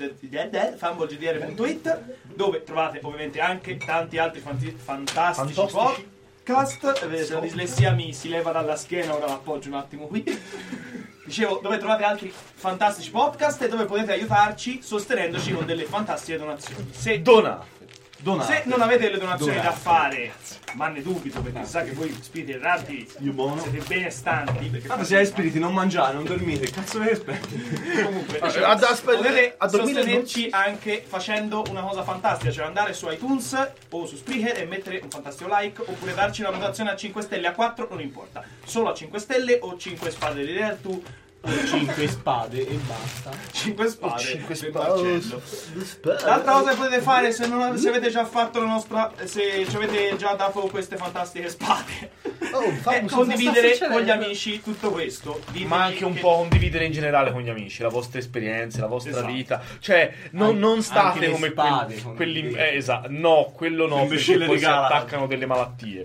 fumblegdr.it, dove trovate ovviamente anche tanti altri fantastici podcast. Vedete, la dislessia mi si leva dalla schiena, ora l'appoggio un attimo qui. Dicevo, dove trovate altri fantastici podcast e dove potete aiutarci sostenendoci con delle fantastiche donazioni. Se Donate. non avete le donazioni da fare, ma ne dubito, perché sa che voi spiriti erranti Io buono. siete benestanti, perché Ma se hai spiriti, non mangiare, non dormite, cazzo ne aspetti? comunque a dormire potete sostenerci anche facendo una cosa fantastica, cioè andare su iTunes o su Spreaker e mettere un fantastico like, oppure darci una votazione a 5 stelle, a 4 non importa, solo a 5 stelle o 5 spade di Real tu 5 spade e basta. 5 spade, 5 L'altra cosa che potete fare se avete già fatto la nostra, se ci avete già dato queste fantastiche spade, è condividere con gli amici tutto questo. Ditegli Ma anche un che- po' condividere in generale con gli amici, la vostra esperienza, la vostra Esatto. vita. Cioè, non Anche state le come spade, quelli. condividere. Esatto, no, quello no, Invece perché le poi si regala. attaccano delle malattie.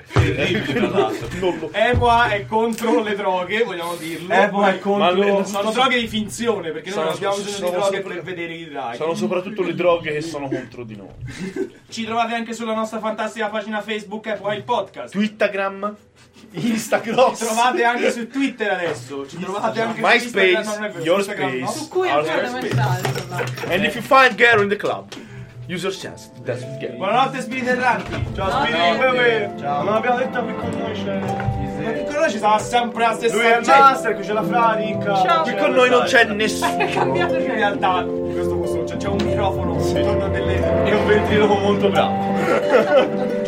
Non lo- Epoa è contro le droghe, vogliamo dirlo. Epoa è contro- Sono droghe di finzione, perché noi non abbiamo bisogno di droghe sopra- per vedere i draghi. Sono soprattutto le droghe che sono contro di noi. Ci trovate anche sulla nostra fantastica pagina Facebook Epoa il podcast. Twittagram, Instagram, Ci trovate anche su Twitter adesso. Ci trovate anche su MySpace, Instagram, non è vero, Your Instagram, no? Space. Su cui è Our fondamentale, tra l'altro. And if you find Garo in the club, use your chance. That's what Garo. Buonanotte spiriti erranti. Ciao, No, spiriti. Ciao. Non abbiamo detto qui con noi c'è. Ma che con noi ci sarà sempre la stessa Lui è il gente. master, qui c'è la Fradica. Ciao. Qui con noi non c'è nessuno. È cambiato In realtà in questo posto c'è un microfono intorno delle E un ventriloquo molto bravo.